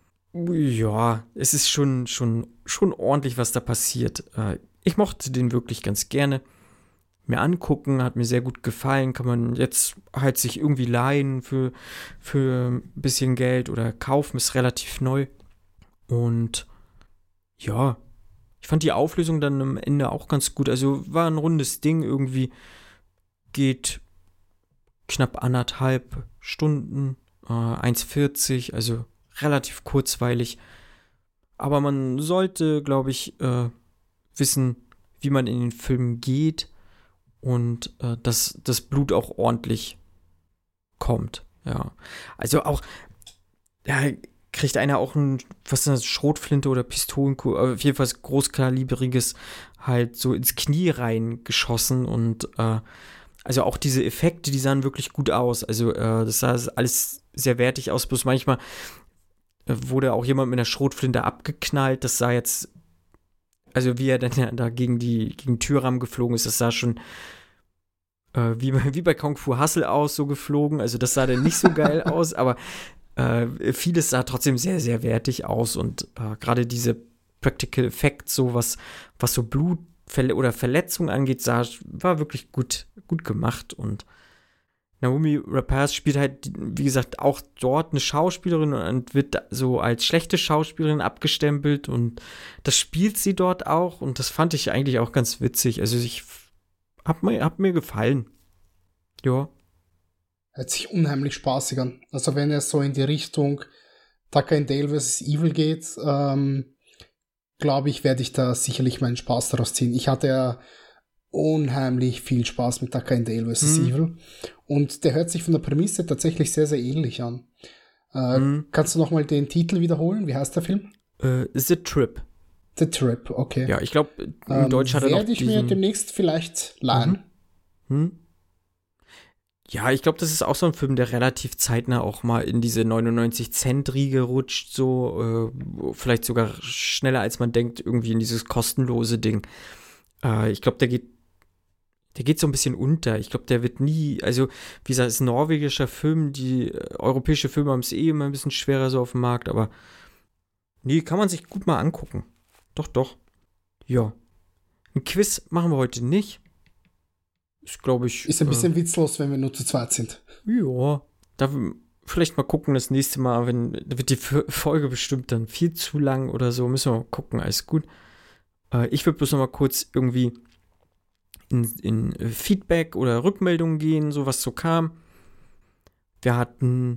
B: ja, es ist schon, schon, schon ordentlich, was da passiert. Äh, ich mochte den wirklich ganz gerne. Mir angucken, hat mir sehr gut gefallen. Kann man jetzt halt sich irgendwie leihen für, für ein bisschen Geld oder kaufen, ist relativ neu. Und ja, ich fand die Auflösung dann am Ende auch ganz gut. Also war ein rundes Ding irgendwie. Geht knapp anderthalb Stunden, äh, eins vierzig, also relativ kurzweilig. Aber man sollte, glaube ich, äh, wissen, wie man in den Film geht und äh, dass das Blut auch ordentlich kommt. Ja, also auch, ja, kriegt einer auch ein, was ist das, Schrotflinte oder Pistolenkugel, auf jeden Fall großkalibriges halt so ins Knie reingeschossen und äh, also auch diese Effekte, die sahen wirklich gut aus. Also äh, das sah alles sehr wertig aus, bloß manchmal äh, wurde auch jemand mit einer Schrotflinte abgeknallt. Das sah jetzt, also wie er dann ja da gegen die gegen den Türrahmen geflogen ist, das sah schon äh, wie, bei, wie bei Kung Fu Hustle aus, so geflogen. Also das sah dann nicht so geil aus, aber äh, vieles sah trotzdem sehr, sehr wertig aus und äh, gerade diese Practical Effects, so was, was so Blut oder Verletzungen angeht, sah, war wirklich gut, gut gemacht und Naomi Rapace spielt halt, wie gesagt, auch dort eine Schauspielerin und wird so als schlechte Schauspielerin abgestempelt und das spielt sie dort auch und das fand ich eigentlich auch ganz witzig. Also ich hab mir, hab mir gefallen. Ja.
C: Hört sich unheimlich spaßig an. Also wenn er so in die Richtung Tucker and Dale versus. Evil geht, ähm, glaube ich, werde ich da sicherlich meinen Spaß daraus ziehen. Ich hatte ja unheimlich viel Spaß mit Tucker and Dale versus. Mhm. Evil. Und der hört sich von der Prämisse tatsächlich sehr, sehr ähnlich an. Äh, mhm. Kannst du nochmal den Titel wiederholen? Wie heißt der Film?
B: Uh, The Trip.
C: The Trip, okay.
B: Ja, ich glaube, in ähm, Deutsch hat er noch
C: werde ich diesen... mir demnächst vielleicht leihen.
B: Mhm. Mhm. Ja, ich glaube, das ist auch so ein Film, der relativ zeitnah auch mal in diese neunundneunzig Cent Riege rutscht, so äh, vielleicht sogar schneller, als man denkt, irgendwie in dieses kostenlose Ding. Äh, ich glaube, der geht der geht so ein bisschen unter. Ich glaube, der wird nie, also wie gesagt, es ist ein norwegischer Film, die äh, europäische Filme haben es eh immer ein bisschen schwerer so auf dem Markt, aber nee, kann man sich gut mal angucken. Doch, doch. Ja. Ein Quiz machen wir heute nicht. Ist, glaube ich.
C: Ist ein bisschen äh, witzlos, wenn wir nur zu zweit sind.
B: Ja. Da vielleicht mal gucken das nächste Mal, wenn da wird die Folge bestimmt dann viel zu lang oder so. Müssen wir mal gucken, alles gut. Äh, ich würde bloß noch mal kurz irgendwie in, in Feedback oder Rückmeldungen gehen, so was so kam. Wir hatten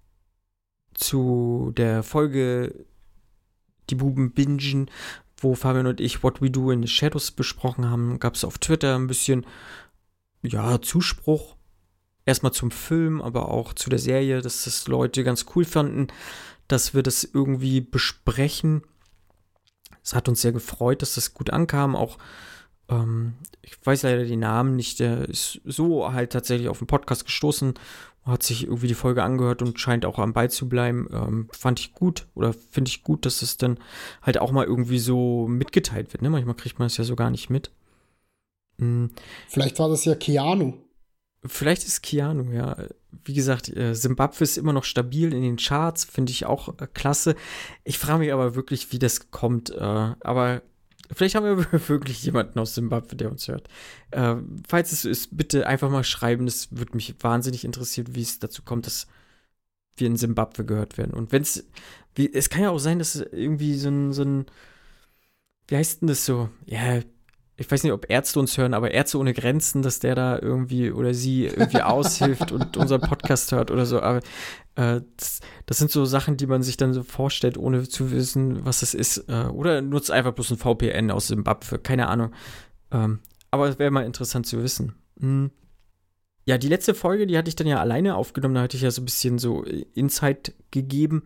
B: zu der Folge Die Buben bingen, wo Fabian und ich What We Do in the Shadows besprochen haben, gab es auf Twitter ein bisschen ja, Zuspruch. Erstmal zum Film, aber auch zu der Serie, dass das Leute ganz cool fanden, dass wir das irgendwie besprechen. Es hat uns sehr gefreut, dass das gut ankam. Auch Ähm, ich weiß leider die Namen nicht. Der ist so halt tatsächlich auf den Podcast gestoßen, hat sich irgendwie die Folge angehört und scheint auch am Ball zu bleiben. Ähm, fand ich gut oder finde ich gut, dass es dann halt auch mal irgendwie so mitgeteilt wird. Ne? Manchmal kriegt man es ja so gar nicht mit. Mhm.
C: Vielleicht war das ja Keanu.
B: Vielleicht ist Keanu, ja. Wie gesagt, Simbabwe ist immer noch stabil in den Charts, finde ich auch äh, klasse. Ich frage mich aber wirklich, wie das kommt. Äh, aber vielleicht haben wir wirklich jemanden aus Simbabwe, der uns hört. Äh, falls es ist, bitte einfach mal schreiben. Es würde mich wahnsinnig interessieren, wie es dazu kommt, dass wir in Simbabwe gehört werden. Und wenn es, es kann ja auch sein, dass es irgendwie so ein, so ein, wie heißt denn das so? Ja, ich weiß nicht, ob Ärzte uns hören, aber Ärzte ohne Grenzen, dass der da irgendwie oder sie irgendwie aushilft und unseren Podcast hört oder so. Aber äh, das, das sind so Sachen, die man sich dann so vorstellt, ohne zu wissen, was es ist. Äh, oder nutzt einfach bloß ein V P N aus Simbabwe, keine Ahnung. Ähm, aber es wäre mal interessant zu wissen. Hm. Ja, die letzte Folge, die hatte ich dann ja alleine aufgenommen. Da hatte ich ja so ein bisschen so Insight gegeben.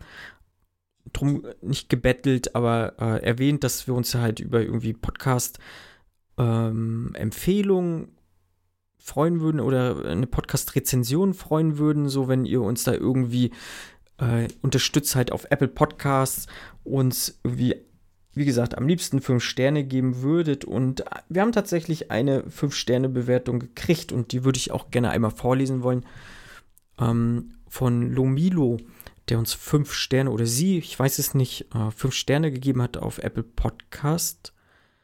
B: Drum nicht gebettelt, aber äh, erwähnt, dass wir uns halt über irgendwie Podcast Ähm, Empfehlungen freuen würden oder eine Podcast-Rezension freuen würden, so wenn ihr uns da irgendwie äh, unterstützt halt auf Apple Podcasts, uns irgendwie, wie gesagt, am liebsten fünf Sterne geben würdet und wir haben tatsächlich eine fünf Sterne Bewertung gekriegt und die würde ich auch gerne einmal vorlesen wollen ähm, von Lomilo, der uns fünf Sterne oder sie, ich weiß es nicht, äh, fünf Sterne gegeben hat auf Apple Podcast.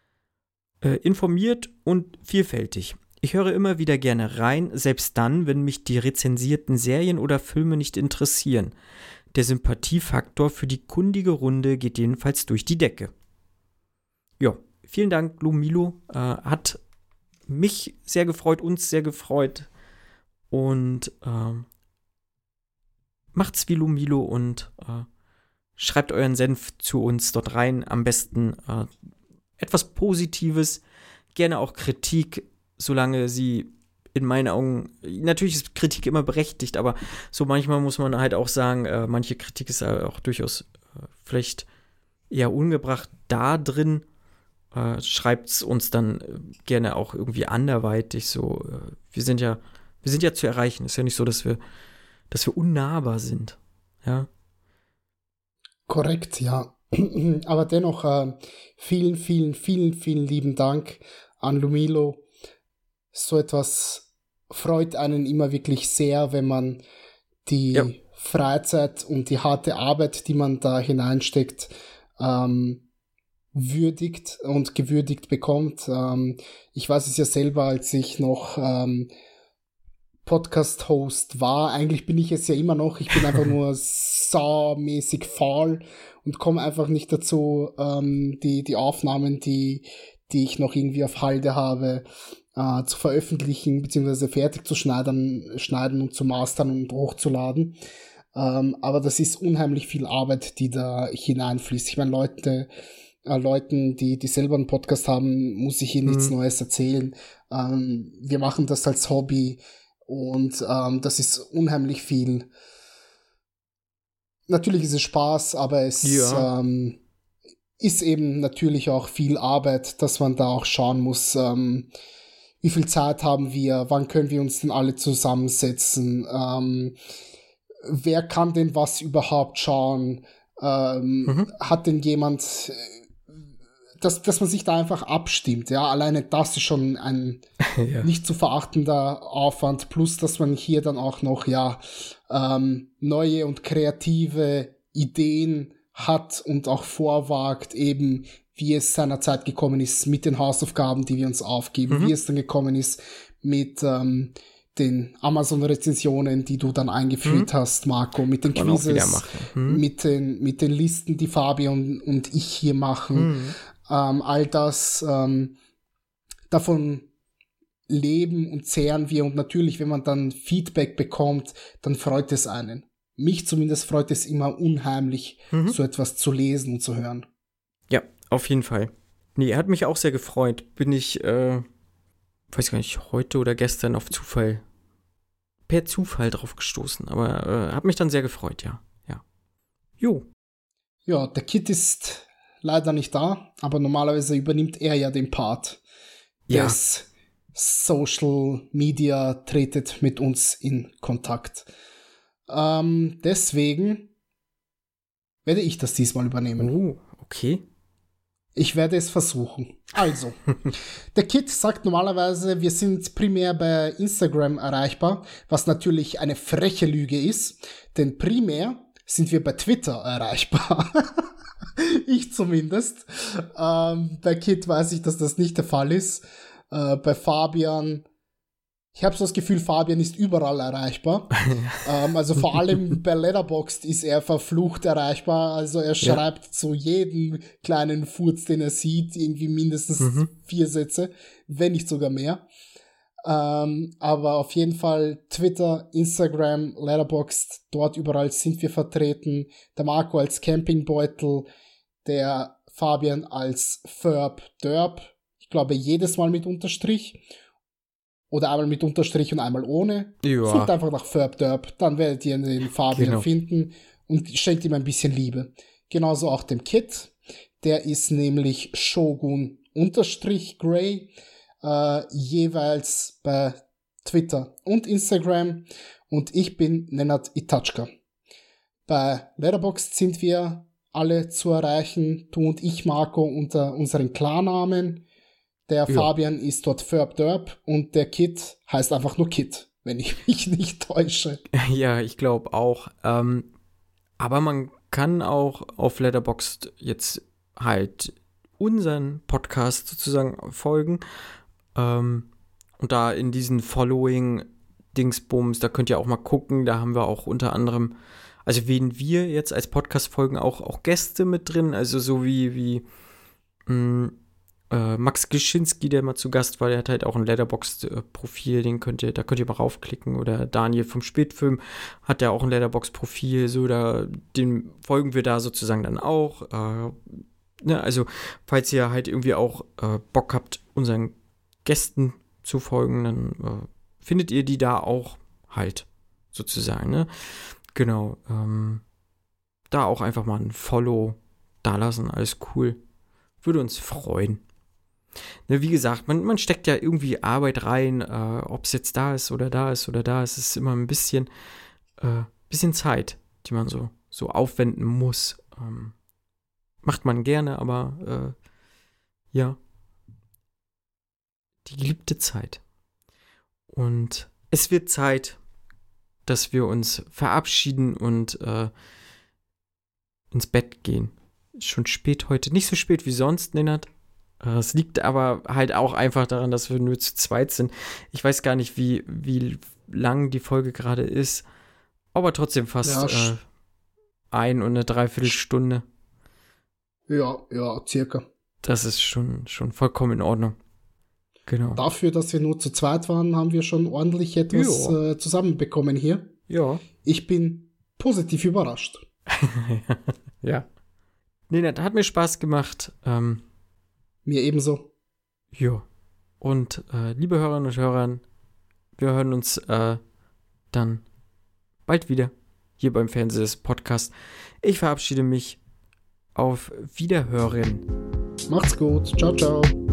B: Äh, informiert und vielfältig. Ich höre immer wieder gerne rein, selbst dann, wenn mich die rezensierten Serien oder Filme nicht interessieren. Der Sympathiefaktor für die kundige Runde geht jedenfalls durch die Decke. Ja, vielen Dank, Lumilo. Äh, hat mich sehr gefreut, uns sehr gefreut. Und äh, macht's wie Lumilo und äh, schreibt euren Senf zu uns dort rein. Am besten äh, etwas Positives, gerne auch Kritik, solange sie in meinen Augen, natürlich ist Kritik immer berechtigt, aber so manchmal muss man halt auch sagen, äh, manche Kritik ist auch durchaus äh, vielleicht eher ungebracht da drin. Äh, schreibt es uns dann äh, gerne auch irgendwie anderweitig so. Äh, wir sind ja, wir sind ja zu erreichen. Ist ja nicht so, dass wir, dass wir unnahbar sind. Ja.
C: Korrekt, ja. Aber dennoch äh, vielen, vielen, vielen, vielen lieben Dank an Lumilo. So etwas freut einen immer wirklich sehr, wenn man die ja. Freizeit und die harte Arbeit, die man da hineinsteckt, ähm, würdigt und gewürdigt bekommt. Ähm, ich weiß es ja selber, als ich noch ähm, Podcast-Host war. Eigentlich bin ich es ja immer noch. Ich bin einfach nur saumäßig faul und komme einfach nicht dazu, ähm, die, die Aufnahmen, die, die ich noch irgendwie auf Halde habe, äh, zu veröffentlichen, beziehungsweise fertig zu schneiden, schneiden und zu mastern und hochzuladen. Ähm, aber das ist unheimlich viel Arbeit, die da hineinfließt. Ich meine, Leute, äh, Leuten, die, die selber einen Podcast haben, muss ich ihnen mhm. nichts Neues erzählen. Ähm, wir machen das als Hobby und ähm, das ist unheimlich viel. Natürlich ist es Spaß, aber es ja. ähm, ist eben natürlich auch viel Arbeit, dass man da auch schauen muss, ähm, wie viel Zeit haben wir, wann können wir uns denn alle zusammensetzen, ähm, wer kann denn was überhaupt schauen, ähm, mhm. hat denn jemand, dass, dass man sich da einfach abstimmt, ja, alleine das ist schon ein ja. nicht zu verachtender Aufwand, plus dass man hier dann auch noch, ja, ähm, neue und kreative Ideen hat und auch vorwagt, eben wie es seinerzeit gekommen ist mit den Hausaufgaben, die wir uns aufgeben, mhm. wie es dann gekommen ist mit ähm, den Amazon-Rezensionen, die du dann eingeführt mhm. hast, Marco, mit den Quizzes, mhm. mit den mit den Listen, die Fabian und ich hier machen, mhm. ähm, all das, ähm, davon leben und zehren wir und natürlich, wenn man dann Feedback bekommt, dann freut es einen. Mich zumindest freut es immer unheimlich, mhm. so etwas zu lesen und zu hören.
B: Ja, auf jeden Fall. Nee, hat mich auch sehr gefreut. Bin ich, äh, weiß gar nicht, heute oder gestern auf Zufall, per Zufall drauf gestoßen. Aber äh, hat mich dann sehr gefreut, ja. Ja. Jo.
C: Ja, der Kit ist leider nicht da, aber normalerweise übernimmt er ja den Part
B: ja.
C: des Social Media, tretet mit uns in Kontakt. Ähm, deswegen werde ich das diesmal übernehmen.
B: Oh, okay.
C: Ich werde es versuchen. Also, der Kit sagt normalerweise, wir sind primär bei Instagram erreichbar, was natürlich eine freche Lüge ist, denn primär sind wir bei Twitter erreichbar. Ich zumindest. Ähm, bei Kit weiß ich, dass das nicht der Fall ist. Äh, bei Fabian, ich habe so das Gefühl, Fabian ist überall erreichbar. ähm, also vor allem bei Letterboxd ist er verflucht erreichbar. Also er schreibt ja. zu jedem kleinen Furz, den er sieht, irgendwie mindestens mhm. vier Sätze, wenn nicht sogar mehr. Ähm, aber auf jeden Fall Twitter, Instagram, Letterboxd, dort überall sind wir vertreten. Der Marco als Campingbeutel, der Fabian als Ferb Derb. Ich glaube jedes Mal mit Unterstrich. Oder einmal mit Unterstrich und einmal ohne. Ja. Sucht einfach nach Ferb Derb, dann werdet ihr den Fabian genau. finden und schenkt ihm ein bisschen Liebe. Genauso auch dem Kit. Der ist nämlich Shogun Unterstrich Grey. Uh, jeweils bei Twitter und Instagram, und ich bin Nenad Itachka. Bei Letterboxd sind wir alle zu erreichen, du und ich, Marco, unter unseren Klarnamen. Der ja. Fabian ist dort Ferb Derb und der Kit heißt einfach nur Kit, wenn ich mich nicht täusche.
B: Ja, ich glaube auch. Ähm, aber man kann auch auf Letterboxd jetzt halt unseren Podcast sozusagen folgen. Um, und da in diesen Following-Dingsbums, da könnt ihr auch mal gucken, da haben wir auch unter anderem, also wen wir jetzt als Podcast folgen, auch, auch Gäste mit drin, also so wie, wie mh, äh, Max Gischinski, der mal zu Gast war, der hat halt auch ein Letterboxd-Profil, den könnt ihr, da könnt ihr mal raufklicken, oder Daniel vom Spätfilm hat ja auch ein Letterboxd-Profil, so, da, den folgen wir da sozusagen dann auch, äh, ne, also falls ihr halt irgendwie auch äh, Bock habt, unseren Gästen zu folgen, dann äh, findet ihr die da auch halt, sozusagen, ne? Genau, ähm, da auch einfach mal ein Follow dalassen, alles cool. Würde uns freuen. Ne, wie gesagt, man, man steckt ja irgendwie Arbeit rein, äh, ob es jetzt da ist oder da ist oder da ist, ist immer ein bisschen, äh, bisschen Zeit, die man so, so aufwenden muss. Ähm, macht man gerne, aber äh, ja, die geliebte Zeit. Und es wird Zeit, dass wir uns verabschieden und äh, ins Bett gehen. Ist schon spät heute. Nicht so spät wie sonst, Nenad. Äh, es liegt aber halt auch einfach daran, dass wir nur zu zweit sind. Ich weiß gar nicht, wie, wie lang die Folge gerade ist. Aber trotzdem fast ja, äh, ein und eine Dreiviertelstunde.
C: Ja, ja, circa.
B: Das ist schon, schon vollkommen in Ordnung. Genau.
C: Dafür, dass wir nur zu zweit waren, haben wir schon ordentlich etwas äh, zusammenbekommen hier.
B: Ja.
C: Ich bin positiv überrascht.
B: Ja. Nee, das hat mir Spaß gemacht. Ähm,
C: mir ebenso.
B: Ja. Und äh, liebe Hörerinnen und Hörer, wir hören uns äh, dann bald wieder hier beim Fernsehs-Podcast. Ich verabschiede mich. Auf Wiederhören.
C: Macht's gut. Ciao, ciao.